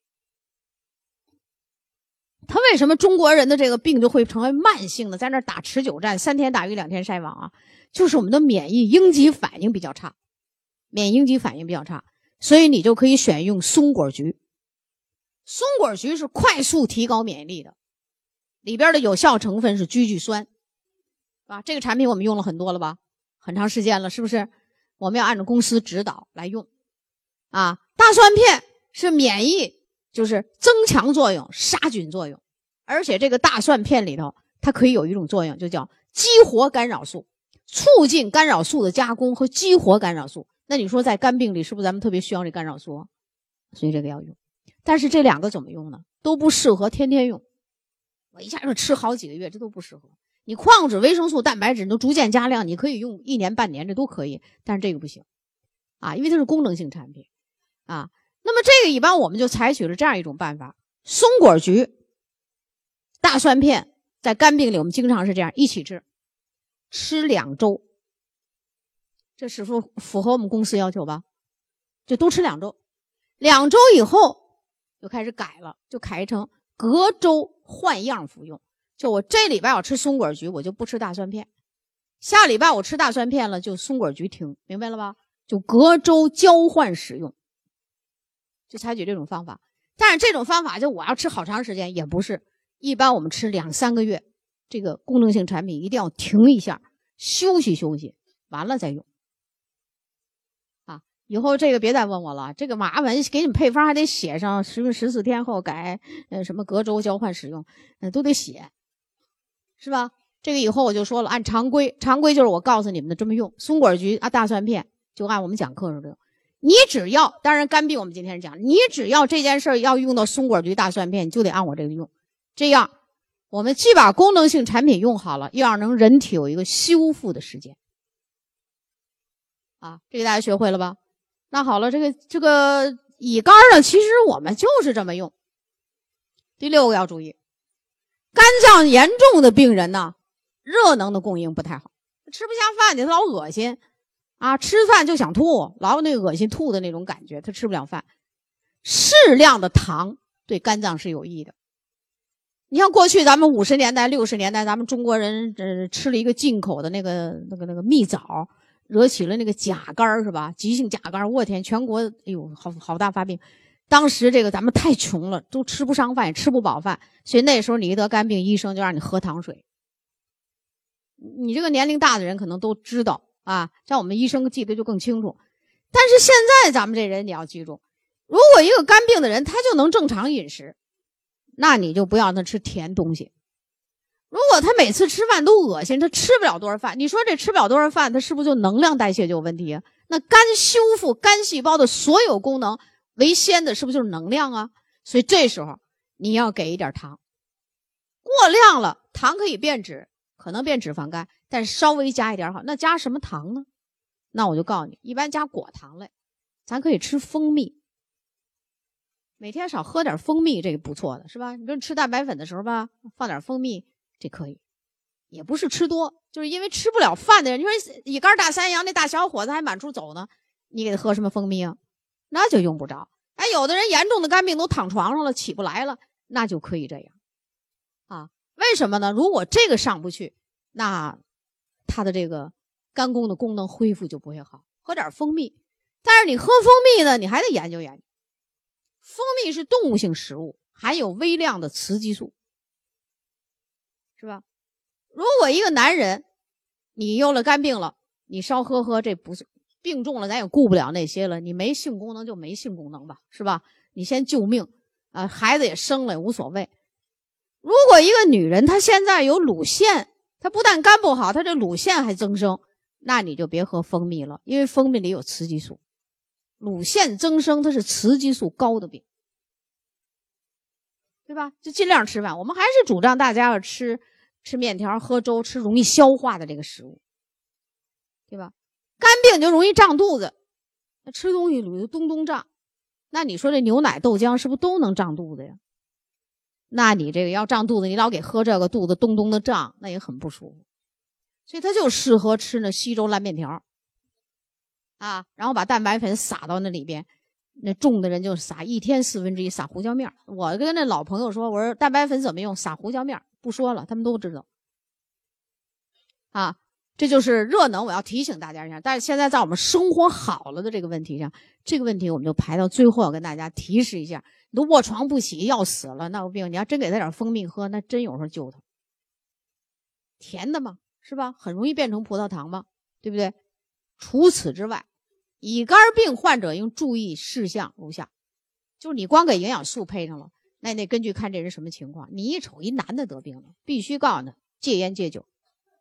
他为什么中国人的这个病就会成为慢性的，在那打持久战，三天打鱼两天晒网啊？就是我们的免疫应激反应比较差，免疫应激反应比较差，所以你就可以选用松果菊。松果菊是快速提高免疫力的，里边的有效成分是菊苣酸，啊，这个产品我们用了很多了吧，很长时间了，是不是？ 我们要按照公司指导来用。啊，大蒜片是免疫，就是增强作用、杀菌作用，而且这个大蒜片里头，它可以有一种作用，就叫激活干扰素，促进干扰素的加工和激活干扰素。那你说在肝病里是不是咱们特别需要这干扰素？所以这个要用。但是这两个怎么用呢？都不适合天天用。我一下就吃好几个月，这都不适合。你矿物质、维生素、蛋白质都逐渐加量，你可以用一年半年，这都可以。但是这个不行啊，因为它是功能性产品啊。那么这个一般我们就采取了这样一种办法：松果菊、大蒜片，在肝病里我们经常是这样一起吃，吃两周。这是符符合我们公司要求吧？就都吃两周。两周以后就开始改了，就改成隔周换样服用。就我这礼拜我吃松果菊，我就不吃大蒜片；下礼拜我吃大蒜片了，就松果菊停，明白了吧？就隔周交换使用，就采取这种方法。但是这种方法就我要吃好长时间也不是，一般我们吃两三个月，这个功能性产品一定要停一下，休息休息，完了再用。以后这个别再问我了，这个麻烦，给你们配方还得写上十十四天后改，呃，什么隔周交换使用，呃，都得写，是吧？这个以后我就说了，按常规，常规就是我告诉你们的这么用。松果菊啊，大蒜片就按我们讲课时候用。你只要，当然肝病我们今天是讲，你只要这件事要用到松果菊、大蒜片，你就得按我这个用。这样，我们既把功能性产品用好了，又要能人体有一个修复的时间。啊，这个大家学会了吧？那好了，这个这个乙肝呢，其实我们就是这么用。第六个要注意，肝脏严重的病人呢，热能的供应不太好，吃不下饭，他老恶心啊，吃饭就想吐，老有那个恶心吐的那种感觉，他吃不了饭。适量的糖对肝脏是有益的。你像过去咱们五十年代、六十年代，咱们中国人呃吃了一个进口的那个那个那个蜜枣。惹起了那个甲肝是吧？急性甲肝，我天，全国哎呦，好好大发病。当时这个咱们太穷了，都吃不上饭，也吃不饱饭，所以那时候你一得肝病，医生就让你喝糖水。你这个年龄大的人可能都知道啊，像我们医生记得就更清楚。但是现在咱们这人你要记住，如果一个肝病的人他就能正常饮食，那你就不要让他吃甜东西。如果他每次吃饭都恶心，他吃不了多少饭，你说这吃不了多少饭，他是不是就能量代谢就有问题啊？那肝修复肝细胞的所有功能为先的是不是就是能量啊？所以这时候你要给一点糖，过量了糖可以变脂，可能变脂肪肝，但是稍微加一点好。那加什么糖呢？那我就告诉你，一般加果糖类，咱可以吃蜂蜜，每天少喝点蜂蜜，这个不错的是吧？你比如吃蛋白粉的时候吧，放点蜂蜜。这可以，也不是吃多，就是因为吃不了饭的人，你说乙肝大三阳那大小伙子还满处走呢，你给他喝什么蜂蜜啊？那就用不着。哎，有的人严重的肝病都躺床上了，起不来了，那就可以这样啊？为什么呢？如果这个上不去，那他的这个肝功的功能恢复就不会好。喝点蜂蜜，但是你喝蜂蜜呢，你还得研究研究。蜂蜜是动物性食物，含有微量的雌激素。是吧？如果一个男人你有了肝病了，你稍喝喝，这不是病重了，咱也顾不了那些了，你没性功能就没性功能吧，是吧？你先救命啊，孩子也生了也无所谓。如果一个女人她现在有乳腺，她不但肝不好，她这乳腺还增生，那你就别喝蜂蜜了，因为蜂蜜里有雌激素，乳腺增生它是雌激素高的病，对吧？就尽量吃饭，我们还是主张大家要吃吃面条、喝粥，吃容易消化的这个食物，对吧？肝病就容易胀肚子，那吃东西就咚咚胀，那你说这牛奶、豆浆是不是都能胀肚子呀？那你这个要胀肚子，你老给喝这个，肚子咚咚的胀，那也很不舒服。所以它就适合吃那稀粥烂面条啊，然后把蛋白粉撒到那里边。那重的人就撒一天四分之一撒胡椒面。我跟那老朋友说，我说蛋白粉怎么用？撒胡椒面。不说了，他们都知道啊。这就是热能，我要提醒大家一下。但是现在在我们生活好了的这个问题上，这个问题我们就排到最后，要跟大家提示一下。你都卧床不起要死了，那有病，你要真给他点蜂蜜喝，那真有时候救他。甜的嘛，是吧？很容易变成葡萄糖嘛，对不对？除此之外， 乙肝病患者应注意事项如下，就是你光给营养素配上了，那你得根据看这人什么情况。你一瞅一男的得病了，必须告诉他戒烟戒酒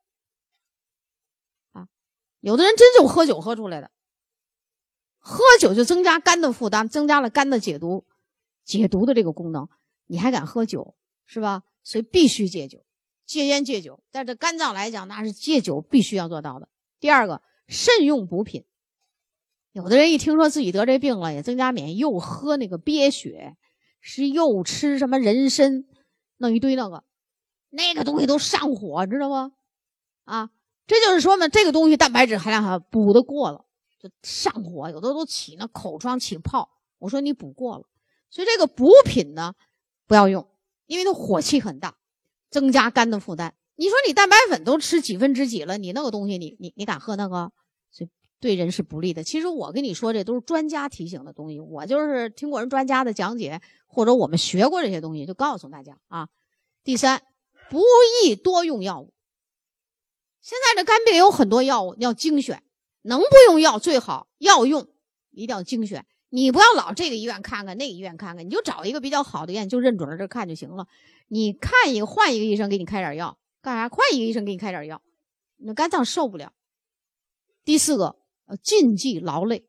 啊。有的人真就喝酒喝出来的，喝酒就增加肝的负担，增加了肝的解毒解毒的这个功能，你还敢喝酒是吧？所以必须戒酒，戒烟戒酒。但这肝脏来讲，那是戒酒必须要做到的。第二个，慎用补品。有的人一听说自己得这病了，也增加免疫，又喝那个鳖血，是又吃什么人参，弄一堆那个那个东西都上火，知道吗？啊，这就是说嘛，这个东西蛋白质含量还补得过了，就上火，有的都起那口疮起泡。我说你补过了，所以这个补品呢不要用，因为它火气很大，增加肝的负担。你说你蛋白粉都吃几分之几了，你那个东西你你你敢喝那个？所以对人是不利的。其实我跟你说，这都是专家提醒的东西，我就是听过人专家的讲解，或者我们学过这些东西，就告诉大家啊。第三，不宜多用药物。现在这肝病有很多药物要精选，能不用药最好，要用一定要精选。你不要老这个医院看看那个医院看看，你就找一个比较好的医院，就认准了这看就行了。你看一个换一个医生给你开点药干啥？换一个医生给你开点药，你的肝脏受不了。第四个，禁忌劳累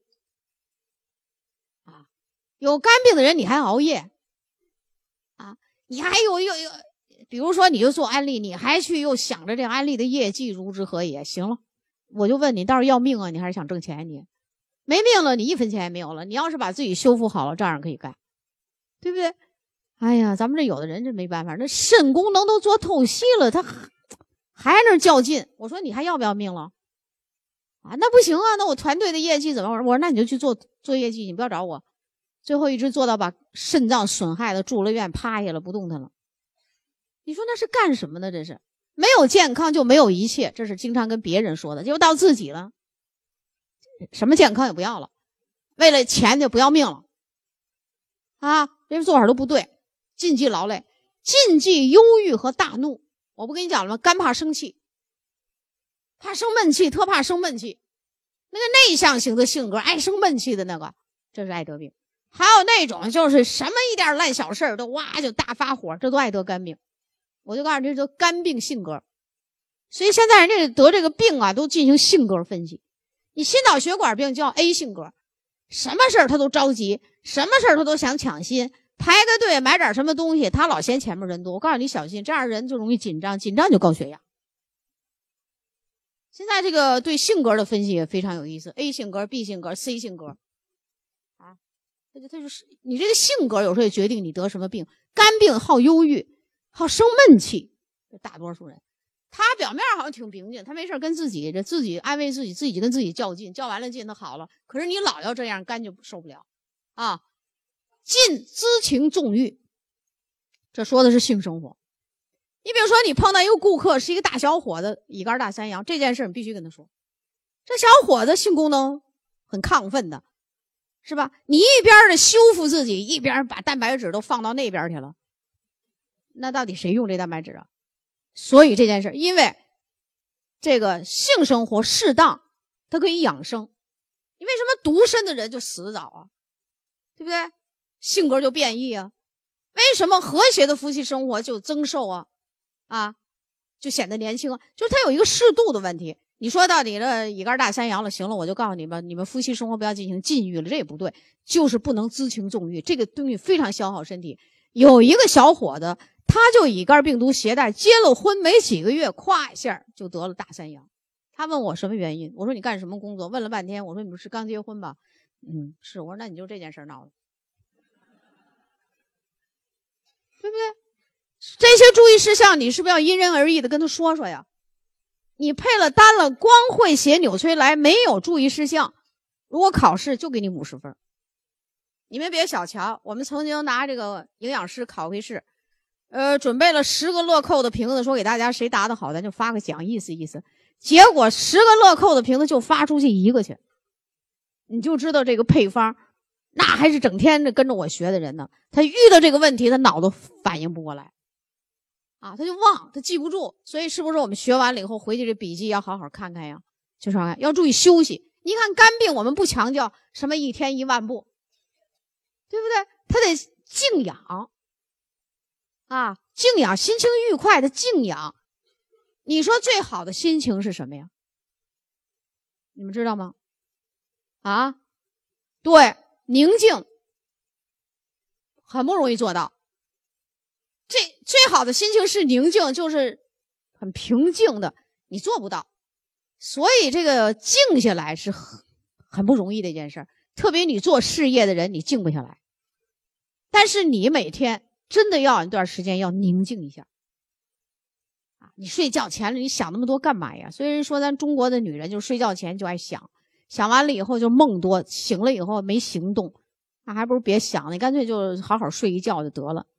啊，有肝病的人你还熬夜啊，你还有有有，比如说你就做安利，你还去又想着这个安利的业绩如之何也？行了，我就问你，倒是要命啊，你还是想挣钱？你没命了，你一分钱也没有了。你要是把自己修复好了，照样可以干，对不对？哎呀，咱们这有的人这没办法，那肾功能都做透析了，他还那较劲。我说你还要不要命了？啊，那不行啊，那我团队的业绩怎么回事？我说那你就去做做业绩，你不要找我。最后一直做到把肾脏损害的住了院，趴下了不动弹了。你说那是干什么呢？这是没有健康就没有一切，这是经常跟别人说的，结果到自己了，什么健康也不要了，为了钱就不要命了啊！这做法都不对。禁忌劳累，禁忌忧郁和大怒。我不跟你讲了吗？肝怕生气，怕生闷气，特怕生闷气。那个内向型的性格，爱生闷气的那个，这是爱得病。还有那种就是什么一点烂小事都哇就大发火，这都爱得肝病。我就告诉你，这都肝病性格。所以现在人家得这个病啊，都进行性格分析。你心脑血管病叫 A 性格，什么事儿他都着急，什么事儿他都想抢心，排个队买点什么东西，他老嫌前面人多。我告诉你小心，这样人就容易紧张，紧张就高血压。现在这个对性格的分析也非常有意思 ，A 性格、B 性格、C 性格，啊，它就它就是你这个性格有时候也决定你得什么病。肝病好忧郁，好生闷气，大多数人。他表面好像挺平静，他没事跟自己这自己安慰自己，自己跟自己较劲，较完了劲他好了。可是你老要这样，肝就受不了啊。禁滋情纵欲，这说的是性生活。你比如说你碰到一个顾客是一个大小伙子，乙肝大三阳，这件事你必须跟他说。这小伙子性功能很亢奋的，是吧？你一边的修复自己，一边把蛋白质都放到那边去了，那到底谁用这蛋白质啊？所以这件事，因为这个性生活适当，它可以养生。你为什么独身的人就死得早啊？对不对？性格就变异啊。为什么和谐的夫妻生活就增寿啊？啊，就显得年轻啊？就是它有一个适度的问题。你说到底这乙肝大三阳了，行了，我就告诉你们，你们夫妻生活不要进行禁欲了，这也不对，就是不能滋情纵欲，这个东西非常消耗身体。有一个小伙子，他就乙肝病毒携带，结了婚没几个月，咵一下就得了大三阳。他问我什么原因，我说你干什么工作？问了半天，我说你不是刚结婚吧？嗯，是。我说那你就这件事闹的，对不对？这些注意事项你是不是要因人而异的跟他说说呀？你配了单了，光会写纽崔莱，没有注意事项，如果考试就给你五十分。你们别小瞧，我们曾经拿这个营养师考回试，呃，准备了十个乐扣的瓶子，说给大家谁答得好咱就发个奖意思意思。结果十个乐扣的瓶子就发出去一个去，你就知道这个配方，那还是整天跟着我学的人呢。他遇到这个问题，他脑子反应不过来，啊，他就忘，他记不住。所以是不是我们学完了以后回去这笔记要好好看看呀？就是要注意休息。 你看肝病，我们不强调什么一天一万步，对不对？它得静养啊，静养，心情愉快的静养。你说最好的心情是什么呀？你们知道吗？啊，对，宁静，很不容易做到。这最好的心情是宁静，就是很平静的，你做不到。所以这个静下来是很很不容易的一件事，特别你做事业的人，你静不下来。但是你每天真的要有一段时间要宁静一下。你睡觉前了，你想那么多干嘛呀？所以人说咱中国的女人就是睡觉前就爱想，想完了以后就梦多，醒了以后没行动，那还不如别想了，你干脆就好好睡一觉就得了。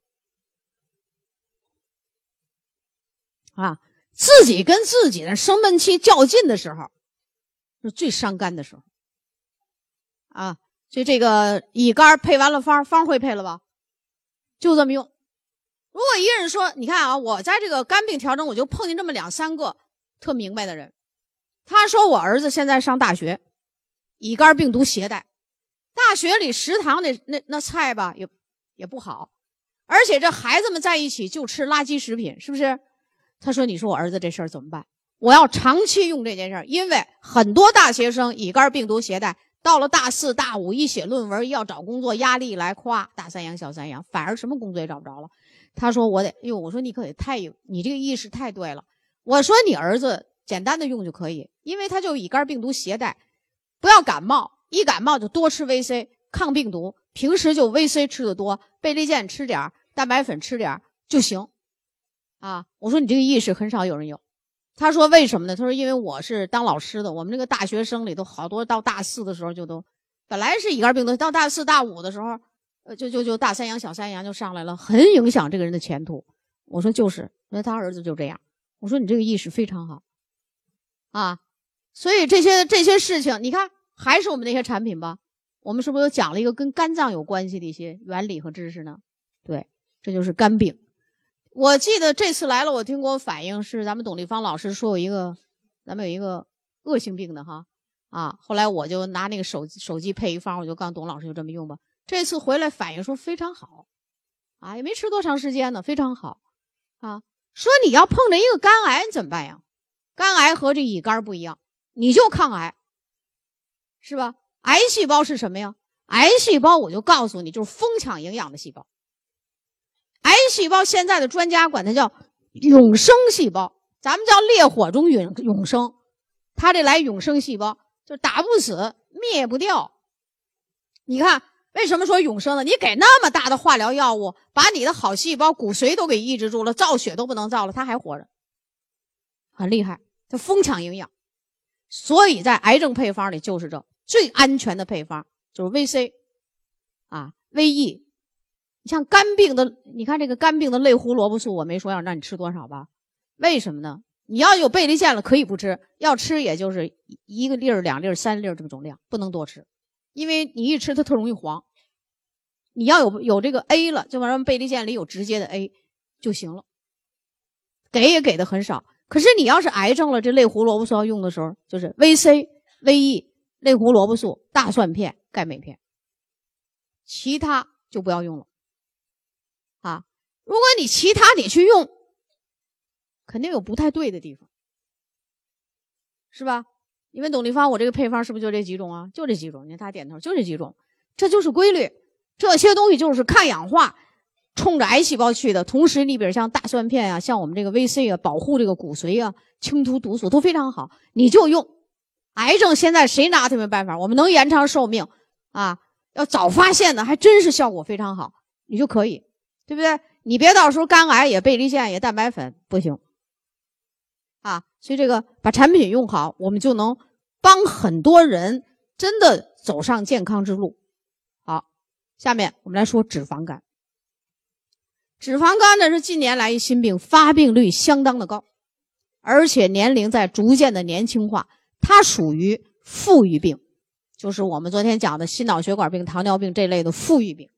啊，自己跟自己的生闷气较劲的时候，是最伤肝的时候。啊，所以这个乙肝配完了方，方会配了吧？就这么用。如果一个人说，你看啊，我在这个肝病调整，我就碰见这么两三个特明白的人。他说我儿子现在上大学，乙肝病毒携带，大学里食堂那那那菜吧也也不好，而且这孩子们在一起就吃垃圾食品，是不是？他说你说我儿子这事儿怎么办？我要长期用这件事儿，因为很多大学生乙肝病毒携带，到了大四大五一写论文，一要找工作，压力来，夸大三阳小三阳，反而什么工作也找不着了。他说我得，哎呦，我说你可得太有，你这个意识太对了。我说你儿子简单的用就可以，因为他就乙肝病毒携带，不要感冒，一感冒就多吃 V C 抗病毒，平时就 V C 吃的多，贝利健吃点，蛋白粉吃点就行。啊，我说你这个意识很少有人有。他说为什么呢？他说因为我是当老师的，我们这个大学生里头好多到大四的时候就都，本来是乙肝病毒，到大四大五的时候。呃，就就就大三阳小三阳就上来了，很影响这个人的前途。我说就是，那他儿子就这样。我说你这个意识非常好，啊，所以这些这些事情，你看还是我们那些产品吧，我们是不是又讲了一个跟肝脏有关系的一些原理和知识呢？对，这就是肝病。我记得这次来了，我听过反映是咱们董立芳老师说有一个，咱们有一个恶性病的哈，啊，后来我就拿那个手手机配一方，我就告诉董老师就这么用吧。这次回来反映说非常好，啊，也没吃多长时间呢，非常好，啊，说你要碰着一个肝癌怎么办呀？肝癌和这乙肝不一样，你就抗癌，是吧？癌细胞是什么呀？癌细胞我就告诉你，就是疯抢营养的细胞。癌细胞现在的专家管它叫永生细胞，咱们叫烈火中永永生，它这来永生细胞就打不死，灭不掉。你看。为什么说永生呢？你给那么大的化疗药物，把你的好细胞骨髓都给抑制住了，造血都不能造了，它还活着，很厉害，它疯抢营养。所以在癌症配方里就是这最安全的配方，就是 V C 啊 V E。你像肝病的，你看这个肝病的类胡萝卜素，我没说要让你吃多少吧？为什么呢？你要有贝利健了可以不吃，要吃也就是一个粒儿、两粒儿、三粒儿这种量，不能多吃。因为你一吃它特容易黄，你要有有这个 A 了，就反正贝利健里有直接的 A 就行了，给也给的很少。可是你要是癌症了，这类胡萝卜素要用的时候，就是 V C、V E、类胡萝卜素、大蒜片、钙镁片，其他就不要用了。啊，如果你其他你去用，肯定有不太对的地方，是吧？你问董立芳，我这个配方是不是就这几种啊？就这几种，你看他点头，就这几种，这就是规律。这些东西就是抗氧化，冲着癌细胞去的。同时，里边像大蒜片啊，像我们这个 V C 啊，保护这个骨髓啊，清除毒素都非常好。你就用。癌症现在谁拿它没办法？我们能延长寿命啊，要早发现的，还真是效果非常好，你就可以，对不对？你别到时候肝癌也贝利健也蛋白粉不行。啊，所以这个把产品用好，我们就能帮很多人真的走上健康之路。好，下面我们来说脂肪肝。脂肪肝呢是近年来一新病，发病率相当的高，而且年龄在逐渐的年轻化，它属于富裕病，就是我们昨天讲的心脑血管病、糖尿病这类的富裕病。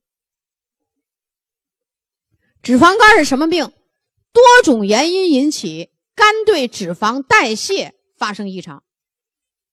脂肪肝是什么病？多种原因引起肝对脂肪代谢发生异常，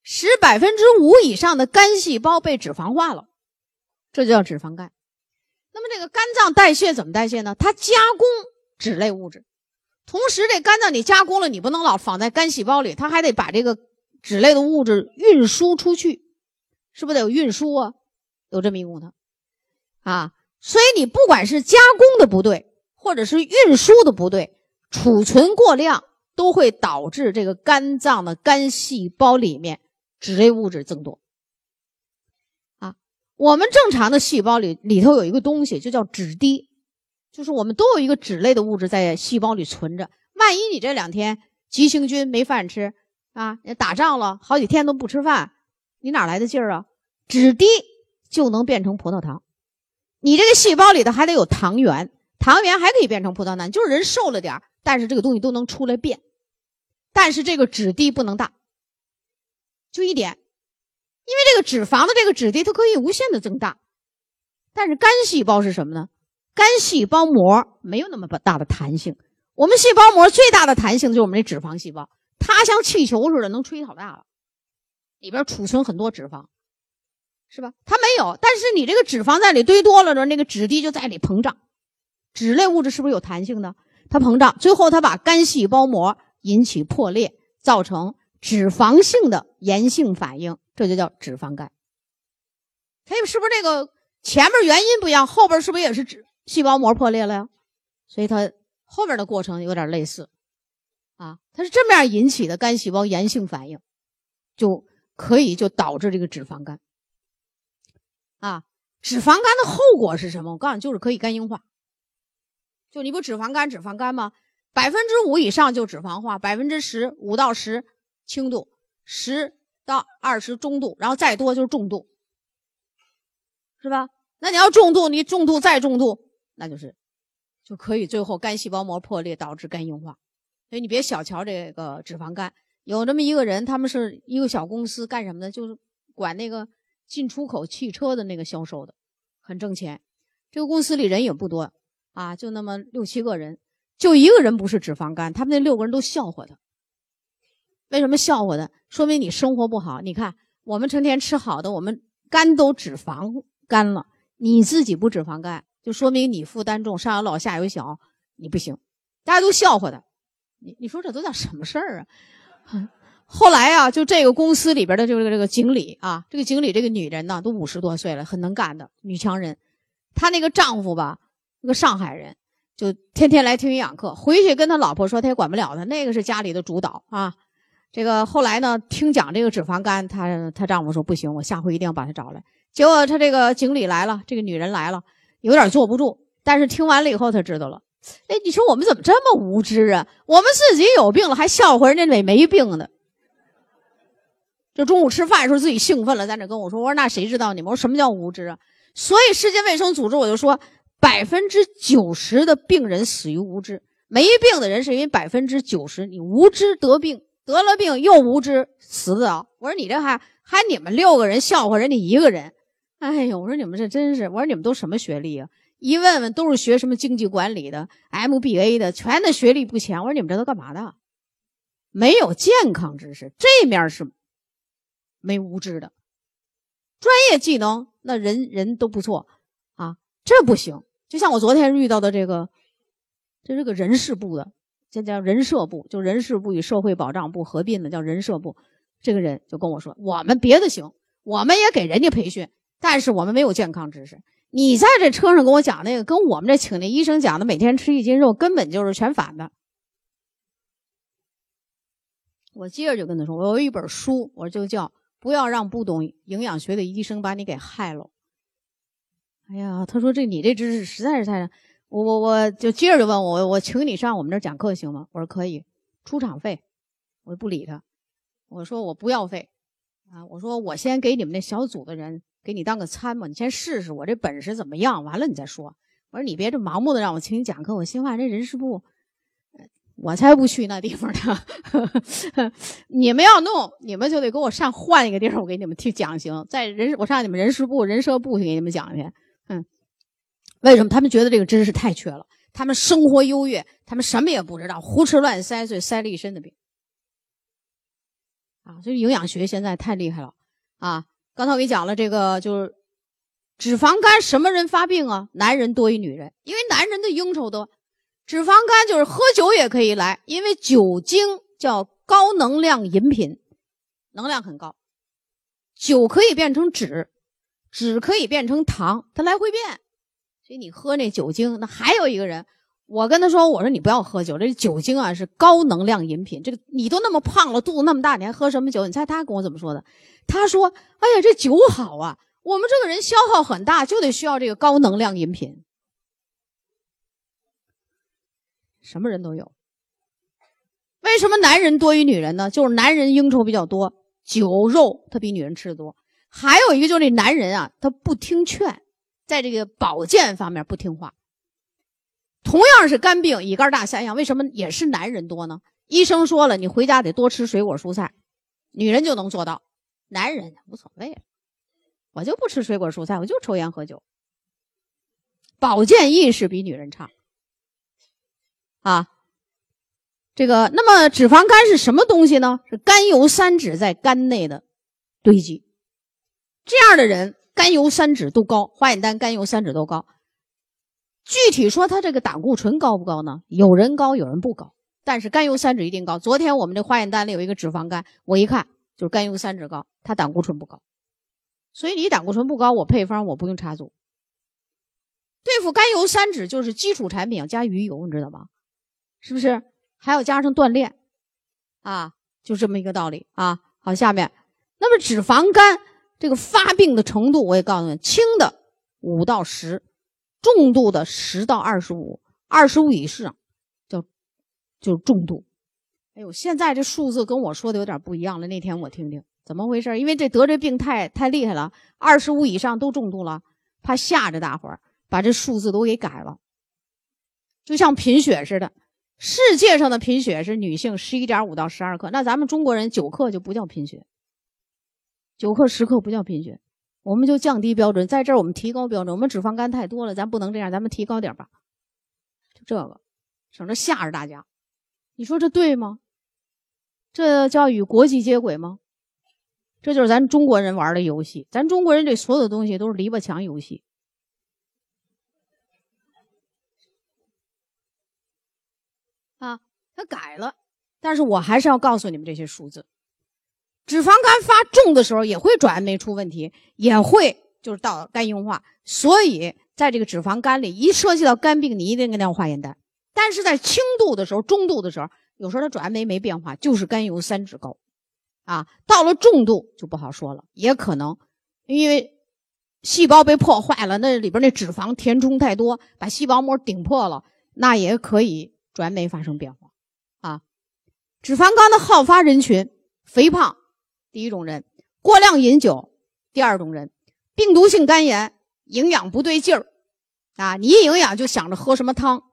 使百分之五以上的肝细胞被脂肪化了，这就叫脂肪肝。那么这个肝脏代谢怎么代谢呢？它加工脂类物质，同时这肝脏你加工了，你不能老放在肝细胞里，它还得把这个脂类的物质运输出去，是不是得有运输啊？有这么一功能啊。所以你不管是加工的不对，或者是运输的不对，储存过量，都会导致这个肝脏的肝细胞里面脂类物质增多啊。我们正常的细胞里里头有一个东西就叫脂滴，就是我们都有一个脂类的物质在细胞里存着，万一你这两天急行军没饭吃啊，打仗了好几天都不吃饭，你哪来的劲儿啊？脂滴就能变成葡萄糖。你这个细胞里头还得有糖原，糖原还可以变成葡萄糖，就是人瘦了点，但是这个东西都能出来变。但是这个脂滴不能大，就一点，因为这个脂肪的这个脂滴它可以无限的增大。但是肝细胞是什么呢？肝细胞膜没有那么大的弹性。我们细胞膜最大的弹性就是我们这脂肪细胞，它像气球似的能吹好大了，里边储存很多脂肪，是吧？它没有，但是你这个脂肪在里堆多了呢，那个脂滴就在里膨胀。脂类物质是不是有弹性的？它膨胀，最后它把肝细胞膜引起破裂，造成脂肪性的炎性反应，这就叫脂肪肝。它是不是这个前面原因不一样，后边是不是也是脂细胞膜破裂了呀？所以它后边的过程有点类似啊，它是这么样引起的肝细胞炎性反应，就可以就导致这个脂肪肝啊。脂肪肝的后果是什么？我告诉你，就是可以肝硬化。就你不脂肪肝脂肪肝吗？百分之五以上就脂肪化，百分之十五到十轻度，十到二十中度，然后再多就是重度，是吧？那你要重度，你重度再重度，那就是就可以最后肝细胞膜破裂导致肝硬化。所以你别小瞧这个脂肪肝。有这么一个人，他们是一个小公司，干什么的？就是管那个进出口汽车的那个销售的，很挣钱。这个公司里人也不多啊，就那么六七个人，就一个人不是脂肪肝，他们那六个人都笑话他。为什么笑话他？说明你生活不好。你看我们成天吃好的，我们肝都脂肪肝了，你自己不脂肪肝，就说明你负担重，上有老下有小，你不行。大家都笑话他，你你说这都叫什么事儿啊？后来啊，就这个公司里边的这个这个经理啊，这个经理这个女人呢，都五十多岁了，很能干的女强人。她那个丈夫吧，那个上海人，就天天来听营养课，回去跟他老婆说他也管不了他，那个是家里的主导啊。这个后来呢，听讲这个脂肪肝，她她丈夫说不行，我下回一定要把他找来。结果他这个经理来了，这个女人来了，有点坐不住，但是听完了以后他知道了。哎，你说我们怎么这么无知啊？我们自己有病了还笑话人家没没病呢。就中午吃饭的时候自己兴奋了，在那跟我说，我说那谁知道你们？我说什么叫无知啊？所以世界卫生组织我就说，百分之九十的病人死于无知，没病的人是因为百分之九十你无知得病，得了病又无知死得早。我说你这还还你们六个人笑话人家一个人，哎呦，我说你们这真是，我说你们都什么学历啊？一问问都是学什么经济管理的 M B A 的，全的学历不强。我说你们这都干嘛的？没有健康知识，这面是没无知的。专业技能那人人都不错啊，这不行。就像我昨天遇到的这个，这是个人事部的，这叫人社部，就人事部与社会保障部合并的，叫人社部。这个人就跟我说，我们别的行，我们也给人家培训，但是我们没有健康知识。你在这车上跟我讲那个，跟我们这请那医生讲的每天吃一斤肉，根本就是全反的。我接着就跟他说，我有一本书，我就叫不要让不懂营养学的医生把你给害了。哎呀，他说这你这知识实在是太……我我我就接着就问我，我请你上我们这儿讲课行吗？我说可以，出场费，我不理他。我说我不要费啊，我说我先给你们那小组的人给你当个参嘛，你先试试我这本事怎么样，完了你再说。我说你别这盲目的让我请你讲课，我心话这人事部，我才不去那地方呢。你们要弄，你们就得给我上换一个地儿，我给你们听讲行。在人我上你们人事部、人社部去给你们讲去。嗯，为什么？他们觉得这个知识太缺了，他们生活优越，他们什么也不知道，胡吃乱塞，所以塞了一身的病。 啊，这营养学现在太厉害了啊！刚才我给你讲了这个，就是脂肪肝什么人发病啊？男人多于女人，因为男人的应酬多。脂肪肝就是喝酒也可以来，因为酒精叫高能量饮品，能量很高。酒可以变成脂，脂可以变成糖，它来回变。所以你喝那酒精，那还有一个人，我跟他说，我说你不要喝酒，这酒精啊是高能量饮品，这个你都那么胖了，肚子那么大，你还喝什么酒？你猜他跟我怎么说的？他说，哎呀，这酒好啊，我们这个人消耗很大，就得需要这个高能量饮品。什么人都有。为什么男人多于女人呢？就是男人应酬比较多，酒肉他比女人吃的多。还有一个就是这男人啊，他不听劝，在这个保健方面不听话。同样是肝病，乙肝大三阳，为什么也是男人多呢？医生说了，你回家得多吃水果蔬菜，女人就能做到，男人无所谓了，我就不吃水果蔬菜，我就抽烟喝酒。保健意识比女人差啊。这个那么脂肪肝是什么东西呢？是甘油三酯在肝内的堆积。这样的人甘油三酯都高，化验单甘油三酯都高。具体说他这个胆固醇高不高呢？有人高有人不高，但是甘油三酯一定高。昨天我们这化验单里有一个脂肪肝，我一看就是甘油三酯高，他胆固醇不高。所以你胆固醇不高，我配方我不用插足。对付甘油三酯就是基础产品要加鱼油，你知道吗？是不是？还要加上锻炼啊，就这么一个道理啊。好，下面那么脂肪肝这个发病的程度我也告诉你，轻的五到十，重度的十到二十五，二十五以上叫就是重度。哎呦，现在这数字跟我说的有点不一样了，那天我听听怎么回事，因为这得这病太太厉害了，二十五以上都重度了，怕吓着大伙儿，把这数字都给改了。就像贫血似的，世界上的贫血是女性 十一点五 到十二克，那咱们中国人九克就不叫贫血，九克十克不叫贫血，我们就降低标准，在这儿我们提高标准，我们脂肪肝太多了，咱不能这样，咱们提高点吧，就这个，省着吓着大家。你说这对吗？这叫与国际接轨吗？这就是咱中国人玩的游戏，咱中国人这所有的东西都是篱笆墙游戏。啊，他改了，但是我还是要告诉你们这些数字。脂肪肝发重的时候也会转氨酶出问题，也会就是到肝硬化，所以在这个脂肪肝里一涉及到肝病，你一定跟他要化验单。但是在轻度的时候、中度的时候，有时候它转氨酶没变化，就是甘油三酯高啊。到了重度就不好说了，也可能因为细胞被破坏了，那里边那脂肪填充太多，把细胞膜顶破了，那也可以转氨酶发生变化啊。脂肪肝的好发人群，肥胖第一种人，过量饮酒第二种人，病毒性肝炎，营养不对劲儿啊，你一营养就想着喝什么汤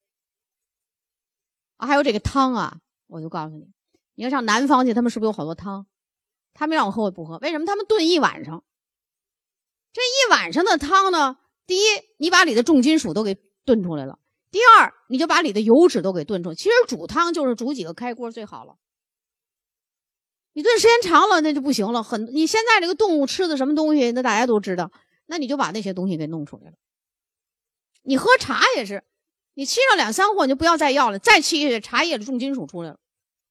啊。还有这个汤啊，我就告诉你，你要上南方去，他们是不是有好多汤？他们让我喝我不喝，为什么？他们炖一晚上，这一晚上的汤呢，第一你把里的重金属都给炖出来了，第二你就把里的油脂都给炖出来。其实煮汤就是煮几个开锅最好了，你炖时间长了那就不行了。很你现在这个动物吃的什么东西，那大家都知道，那你就把那些东西给弄出来了。你喝茶也是，你沏上两三货你就不要再要了，再沏下去茶叶的重金属出来了，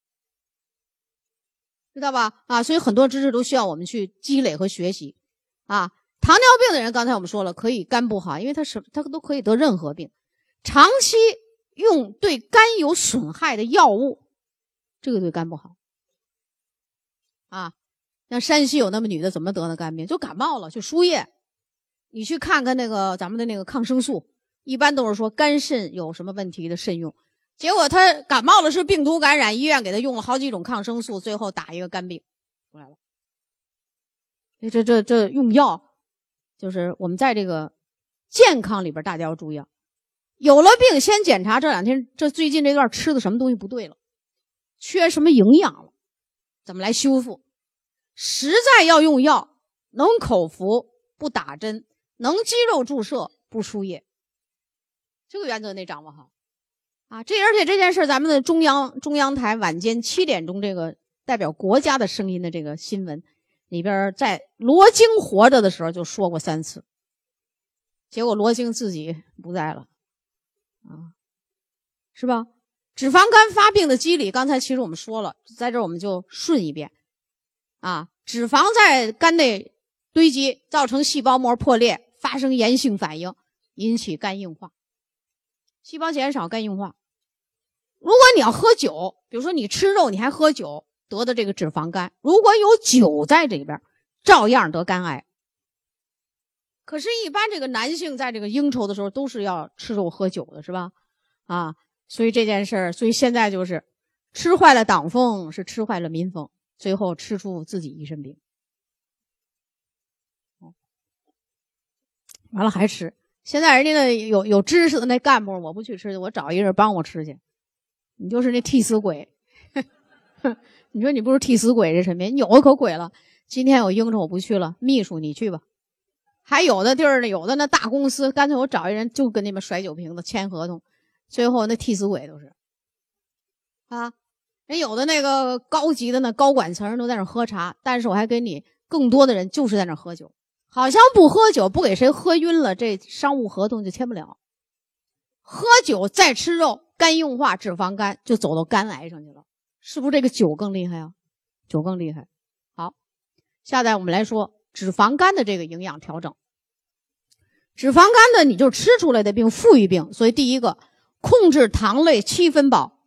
知道吧？啊，所以很多知识都需要我们去积累和学习啊。糖尿病的人刚才我们说了，可以肝不好，因为他是他都可以得任何病，长期用对肝有损害的药物，这个对肝不好啊。像山西有那么女的怎么得的肝病，就感冒了去输液，你去看看那个咱们的那个抗生素，一般都是说肝肾有什么问题的慎用，结果他感冒了是病毒感染，医院给他用了好几种抗生素，最后打一个肝病出来了。这这这用药就是我们在这个健康里边大家要注意啊，有了病先检查这两天这最近这段吃的什么东西不对了，缺什么营养了，怎么来修复。实在要用药，能口服不打针，能肌肉注射不输液，这个原则得掌握好啊。这而且这件事咱们的中央中央台晚间七点钟这个代表国家的声音的这个新闻里边，在罗京活着的时候就说过三次，结果罗京自己不在了，啊，是吧？脂肪肝发病的机理，刚才其实我们说了，在这儿我们就顺一遍，啊，脂肪在肝内堆积，造成细胞膜破裂，发生炎性反应，引起肝硬化，细胞减少，肝硬化。如果你要喝酒，比如说你吃肉，你还喝酒，得的这个脂肪肝，如果有酒在这边，照样得肝癌。可是，一般这个男性在这个应酬的时候都是要吃肉喝酒的，是吧？啊，所以这件事儿，所以现在就是吃坏了党风，是吃坏了民风，最后吃出自己一身病。完了还吃，现在人家那有有知识的那干部，我不去吃去，我找一人帮我吃去。你就是那替死鬼，你说你不是替死鬼这陈面，你有可鬼了。今天有应酬我不去了，秘书你去吧。还有的地儿呢，有的那大公司，干脆我找一人就跟那边甩酒瓶子签合同，最后那替死鬼都是啊。人有的那个高级的那高管层都在那喝茶，但是我还跟你更多的人就是在那喝酒，好像不喝酒不给谁喝晕了，这商务合同就签不了。喝酒再吃肉，肝硬化、脂肪肝就走到肝癌上去了，是不是这个酒更厉害啊？酒更厉害。好，下来我们来说脂肪肝的这个营养调整。脂肪肝的你就吃出来的病，富裕病，所以第一个控制糖类七分饱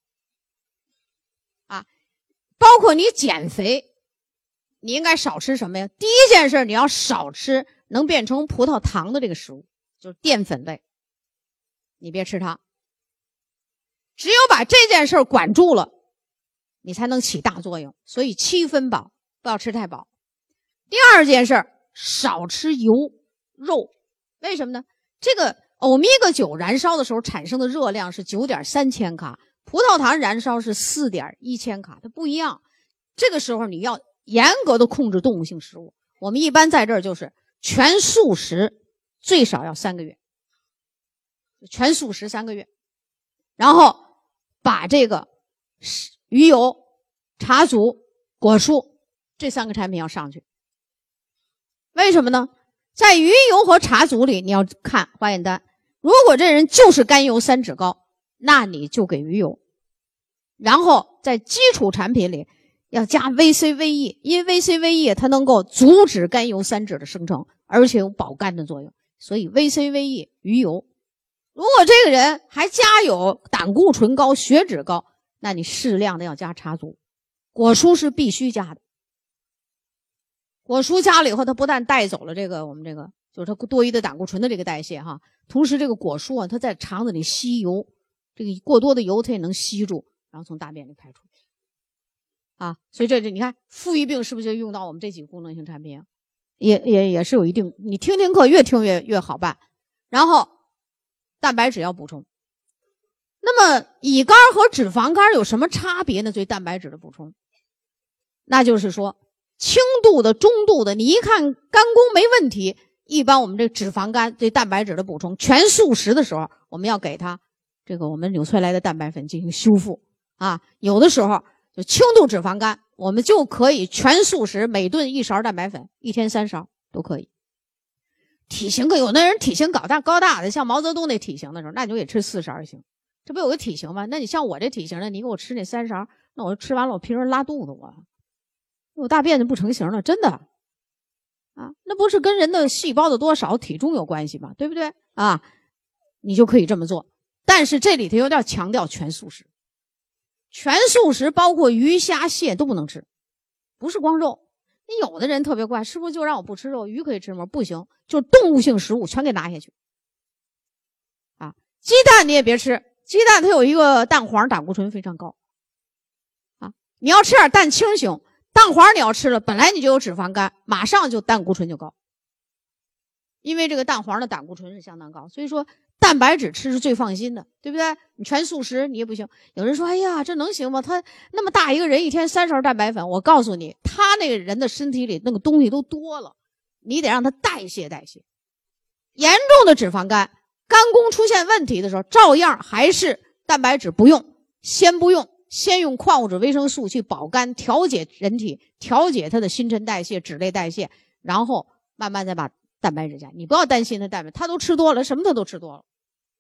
啊，包括你减肥，你应该少吃什么呀？第一件事你要少吃能变成葡萄糖的这个食物，就是淀粉类，你别吃它。只有把这件事管住了，你才能起大作用。所以七分饱，不要吃太饱。第二件事，少吃油肉。为什么呢？这个欧米伽九燃烧的时候产生的热量是 九点三千卡，葡萄糖燃烧是 四点一千卡，它不一样。这个时候你要严格的控制动物性食物。我们一般在这儿就是全素食，最少要三个月，全素食三个月，然后把这个鱼油、茶祖、果蔬这三个产品要上去。为什么呢？在鱼油和茶祖里，你要看化验单，如果这人就是甘油三酯高，那你就给鱼油。然后在基础产品里要加 V C V E， 因为 V C V E 它能够阻止甘油三酯的生成，而且有保肝的作用，所以 V C V E 鱼油。如果这个人还加有胆固醇高、血脂高，那你适量的要加茶祖。果蔬是必须加的。果蔬加了以后，它不但带走了这个我们这个就是它多余的胆固醇的这个代谢哈，同时这个果蔬啊，它在肠子里吸油，这个过多的油它也能吸住，然后从大便里排出啊。所以这这你看富裕病是不是就用到我们这几个功能性产品啊？也也也是有一定，你听听课越听越越好办。然后蛋白质要补充。那么乙肝和脂肪肝有什么差别呢？对蛋白质的补充，那就是说轻度的、中度的，你一看肝功没问题，一般我们这脂肪肝对蛋白质的补充，全素食的时候，我们要给它这个我们纽崔莱的蛋白粉进行修复啊。有的时候就轻度脂肪肝，我们就可以全素食，每顿一勺蛋白粉，一天三勺都可以。体型可有的人体型高大高大的，像毛泽东那体型的时候，那你就给吃四勺就行。这不有个体型吗？那你像我这体型的，你给我吃那三勺，那我吃完了我平时拉肚子我。我大便就不成形了，真的啊，那不是跟人的细胞的多少、体重有关系吗？对不对啊？你就可以这么做，但是这里头有点强调全素食，全素食包括鱼虾蟹都不能吃，不是光肉。你有的人特别怪，是不是就让我不吃肉？鱼可以吃吗？不行，就是动物性食物全给拿下去啊！鸡蛋你也别吃，鸡蛋它有一个蛋黄，胆固醇非常高啊，你要吃点蛋清行。蛋黄你要吃了，本来你就有脂肪肝，马上就胆固醇就高，因为这个蛋黄的胆固醇是相当高，所以说蛋白质吃是最放心的，对不对？你全素食你也不行。有人说，哎呀，这能行吗？他那么大一个人，一天三勺蛋白粉，我告诉你，他那个人的身体里那个东西都多了，你得让他代谢代谢。严重的脂肪肝，肝功出现问题的时候，照样还是蛋白质不用，先不用， 先用矿物质维生素去保肝，调节人体，调节它的新陈代谢、脂类代谢，然后慢慢再把蛋白质加。你不要担心它蛋白，它都吃多了，什么它都吃多了。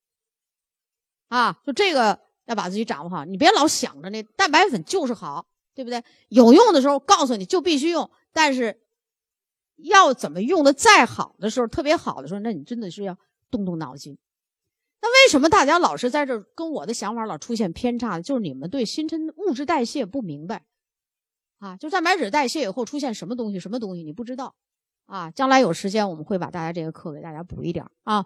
啊，就这个要把自己掌握好，你别老想着那蛋白粉就是好，对不对？有用的时候告诉你就必须用，但是要怎么用的再好的时候，特别好的时候，那你真的是要动动脑筋。那为什么大家老是在这儿跟我的想法老出现偏差？就是你们对新陈物质代谢不明白啊，就蛋白质代谢以后出现什么东西什么东西你不知道啊。将来有时间我们会把大家这个课给大家补一点啊。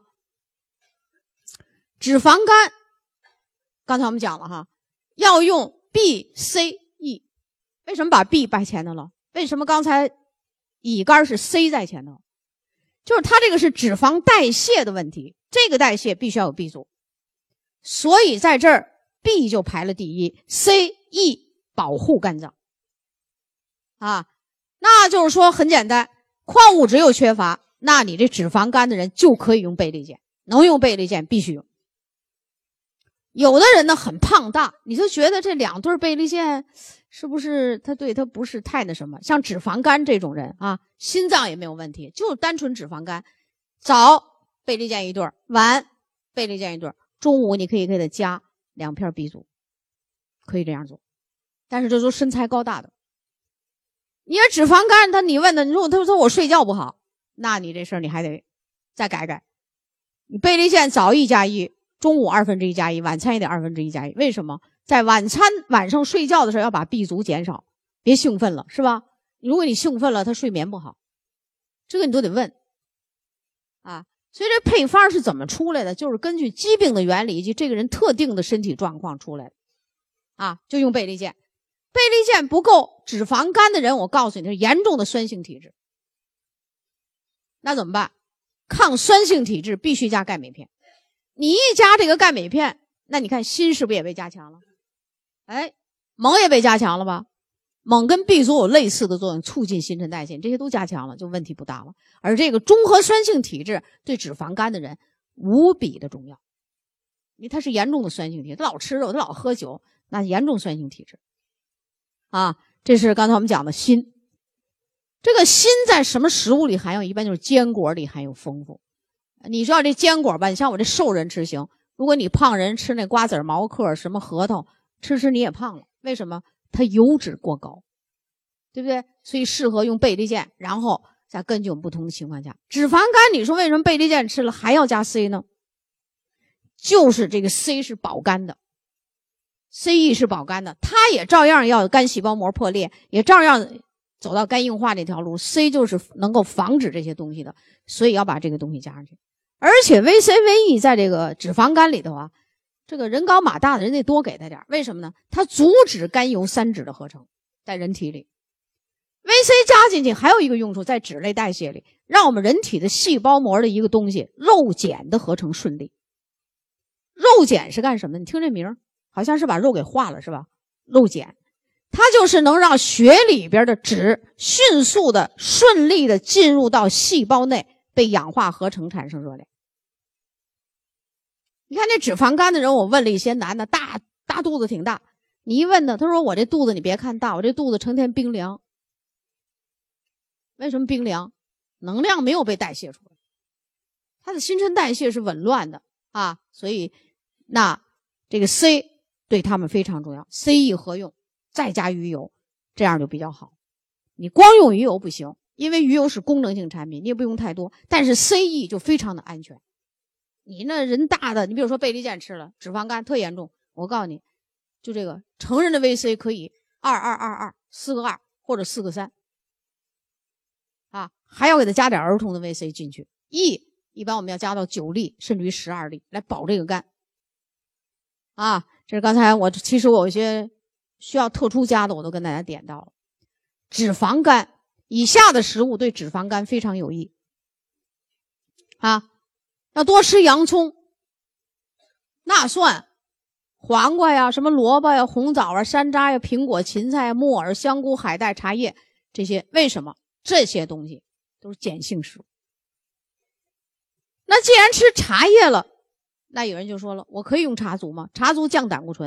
脂肪肝刚才我们讲了哈，要用 B C E， 为什么把 B 摆前头了？为什么刚才乙肝是 C 在前头？就是它这个是脂肪代谢的问题，这个代谢必须要有 B 族，所以在这儿 B 就排了第一 ，C E 保护肝脏啊，那就是说很简单，矿物质又缺乏，那你这脂肪肝的人就可以用贝利健，能用贝利健必须用。有的人呢很胖大，你就觉得这两对贝利健是不是他对他不是太那什么？像脂肪肝这种人啊，心脏也没有问题，就单纯脂肪肝，早贝利健一对，晚贝利健一对，中午你可以给他加两片 B 族，可以这样做。但是这都身材高大的，你要脂肪肝，他你问他，如果他说我睡觉不好，那你这事儿你还得再改改。你贝利健早一加一。中午二分之一加一，晚餐也得二分之一加一。为什么？在晚餐晚上睡觉的时候要把 B 族减少，别兴奋了，是吧？如果你兴奋了，他睡眠不好，这个你都得问啊。所以这配方是怎么出来的？就是根据疾病的原理以及这个人特定的身体状况出来的啊。就用贝利健，贝利健不够，脂肪肝的人，我告诉你，他是严重的酸性体质，那怎么办？抗酸性体质必须加钙镁片。你一加这个钙镁片，那你看锌是不是也被加强了？哎，锰也被加强了吧？锰跟 B 族有类似的作用，促进新陈代谢，这些都加强了，就问题不大了。而这个中和酸性体质对脂肪肝的人无比的重要，因为他是严重的酸性体质，他老吃肉，他老喝酒，那严重酸性体质啊。这是刚才我们讲的锌，这个锌在什么食物里含有？一般就是坚果里含有丰富。你知道这坚果吧，你像我这瘦人吃行，如果你胖人吃那瓜子、毛嗑、什么核桃，吃吃你也胖了。为什么？它油脂过高，对不对？所以适合用贝利健，然后再根据我们不同的情况下。脂肪肝，你说为什么贝利健吃了还要加 C 呢？就是这个 C 是保肝的 ，C E 是保肝的，它也照样要肝细胞膜破裂，也照样走到肝硬化这条路。C 就是能够防止这些东西的，所以要把这个东西加上去。而且 V C V E 在这个脂肪肝里头啊，这个人高马大的人得多给他点，为什么呢？它阻止甘油三酯的合成，在人体里 V C 加进去还有一个用处，在脂类代谢里，让我们人体的细胞膜的一个东西肉碱的合成顺利。肉碱是干什么的？你听这名好像是把肉给化了，是吧？肉碱它就是能让血里边的脂迅速的顺利的进入到细胞内，被氧化合成产生热量。你看这脂肪肝的人，我问了一些男的，大大肚子挺大，你一问他，他说我这肚子你别看大，我这肚子成天冰凉。为什么冰凉？能量没有被代谢出来，他的新陈代谢是紊乱的啊，所以那这个 C 对他们非常重要 ，C E 合用，再加鱼油，这样就比较好。你光用鱼油不行，因为鱼油是功能性产品，你也不用太多，但是 C E 就非常的安全。你那人大的，你比如说贝利健吃了，脂肪肝特严重，我告诉你，就这个成人的 V C 可以二二二二四个二或者四个三，啊，还要给他加点儿童的 V C 进去。E 一般我们要加到九粒甚至于十二粒来保这个肝。啊，这是刚才我其实我有一些需要特殊加的，我都跟大家点到了。脂肪肝以下的食物对脂肪肝非常有益啊。要多吃洋葱、纳蒜、黄瓜呀、什么萝卜呀、红枣啊、山楂呀、苹果、芹菜、木耳、香菇、海带、茶叶这些。为什么？这些东西都是碱性食物。那既然吃茶叶了，那有人就说了，我可以用茶族吗？茶族降胆固醇。如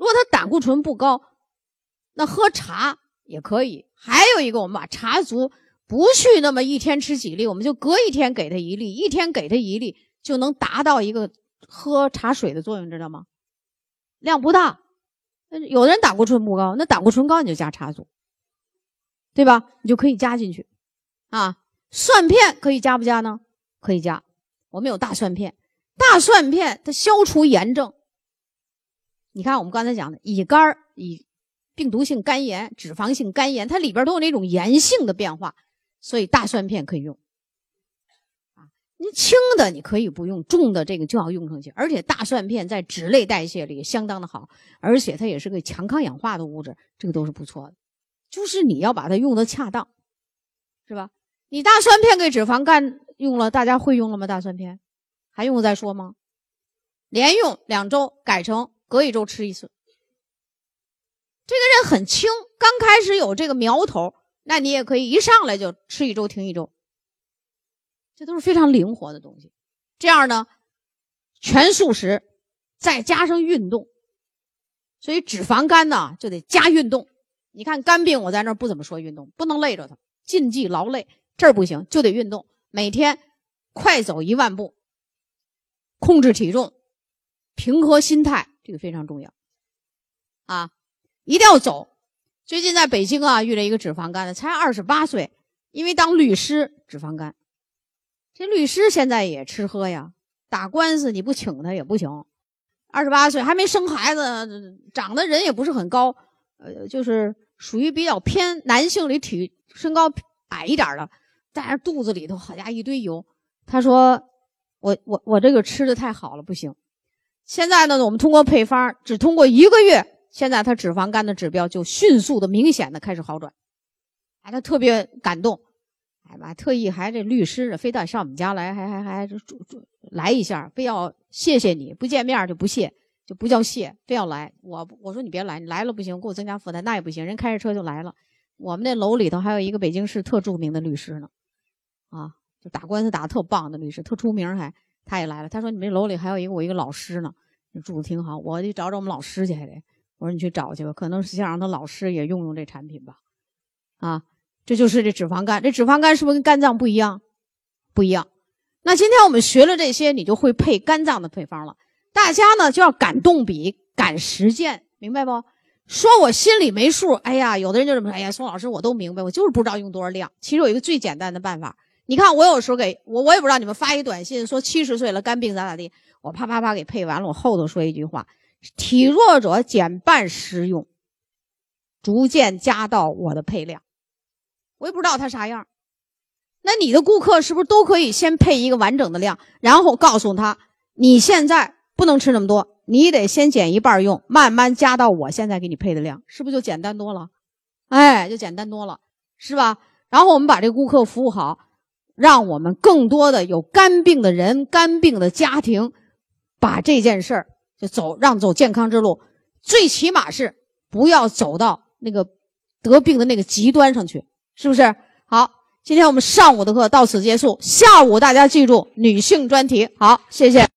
如果他胆固醇不高，那喝茶也可以。还有一个，我们把茶足不去那么一天吃几粒，我们就隔一天给他一粒，一天给他一粒，就能达到一个喝茶水的作用，知道吗？量不大。有的人胆固醇不高，那胆固醇高你就加茶足，对吧？你就可以加进去啊。蒜片可以加不加呢？可以加。我们有大蒜片，大蒜片它消除炎症。你看我们刚才讲的乙肝、乙病毒性肝炎、脂肪性肝炎，它里边都有那种炎性的变化，所以大蒜片可以用。啊，你轻的你可以不用，重的这个就要用上去。而且大蒜片在脂类代谢里相当的好，而且它也是个强抗氧化的物质，这个都是不错的。就是你要把它用的恰当，是吧？你大蒜片给脂肪肝用了，大家会用了吗？大蒜片还用再说吗？连用两周，改成隔一周吃一次。这个人很轻，刚开始有这个苗头，那你也可以一上来就吃一周停一周，这都是非常灵活的东西。这样呢，全素食再加上运动，所以脂肪肝呢就得加运动。你看肝病，我在那儿不怎么说运动，不能累着它，禁忌劳累，这儿不行，就得运动，每天快走一万步，控制体重，平和心态，这个非常重要啊，一定要走。最近在北京啊，遇了一个脂肪肝的，才二十八岁，因为当律师，脂肪肝。这律师现在也吃喝呀，打官司你不请他也不行。二十八岁还没生孩子，长得人也不是很高，呃，就是属于比较偏男性里体身高矮一点的，但是肚子里头好家伙一堆油。他说我我我这个吃的太好了，不行。现在呢，我们通过配方，只通过一个月，现在他脂肪肝的指标就迅速的、明显的开始好转。哎，他特别感动，哎妈，特意还这律师非得上我们家来，还还还主主来一下，非要谢谢你，不见面就不谢，就不叫谢，非要来。我我说你别来，你来了不行，给我增加负担，那也不行。人开着车就来了。我们那楼里头还有一个北京市特著名的律师呢，啊，就打官司打得特棒的律师，特出名还。他也来了，他说你们楼里还有一个我一个老师呢，住的挺好，我得找找我们老师去还得。我说你去找去吧，可能是想让他老师也用用这产品吧。啊，这就是这脂肪肝，这脂肪肝是不是跟肝脏不一样？不一样。那今天我们学了这些，你就会配肝脏的配方了。大家呢就要敢动笔，敢实践，明白不？说我心里没数，哎呀，有的人就这么说，哎呀，宋老师我都明白，我就是不知道用多少量。其实有一个最简单的办法。你看我有时候给我我也不知道你们发一短信说七十岁了肝病咋咋地，我啪啪啪给配完了，我后头说一句话，体弱者减半食用，逐渐加到我的配量。我也不知道它啥样，那你的顾客是不是都可以先配一个完整的量，然后告诉他你现在不能吃那么多，你得先减一半用，慢慢加到我现在给你配的量，是不是就简单多了？哎，就简单多了，是吧？然后我们把这个顾客服务好，让我们更多的有肝病的人、肝病的家庭，把这件事儿就走，让走健康之路。最起码是不要走到那个得病的那个极端上去，是不是？好，今天我们上午的课到此结束，下午大家记住女性专题。好，谢谢。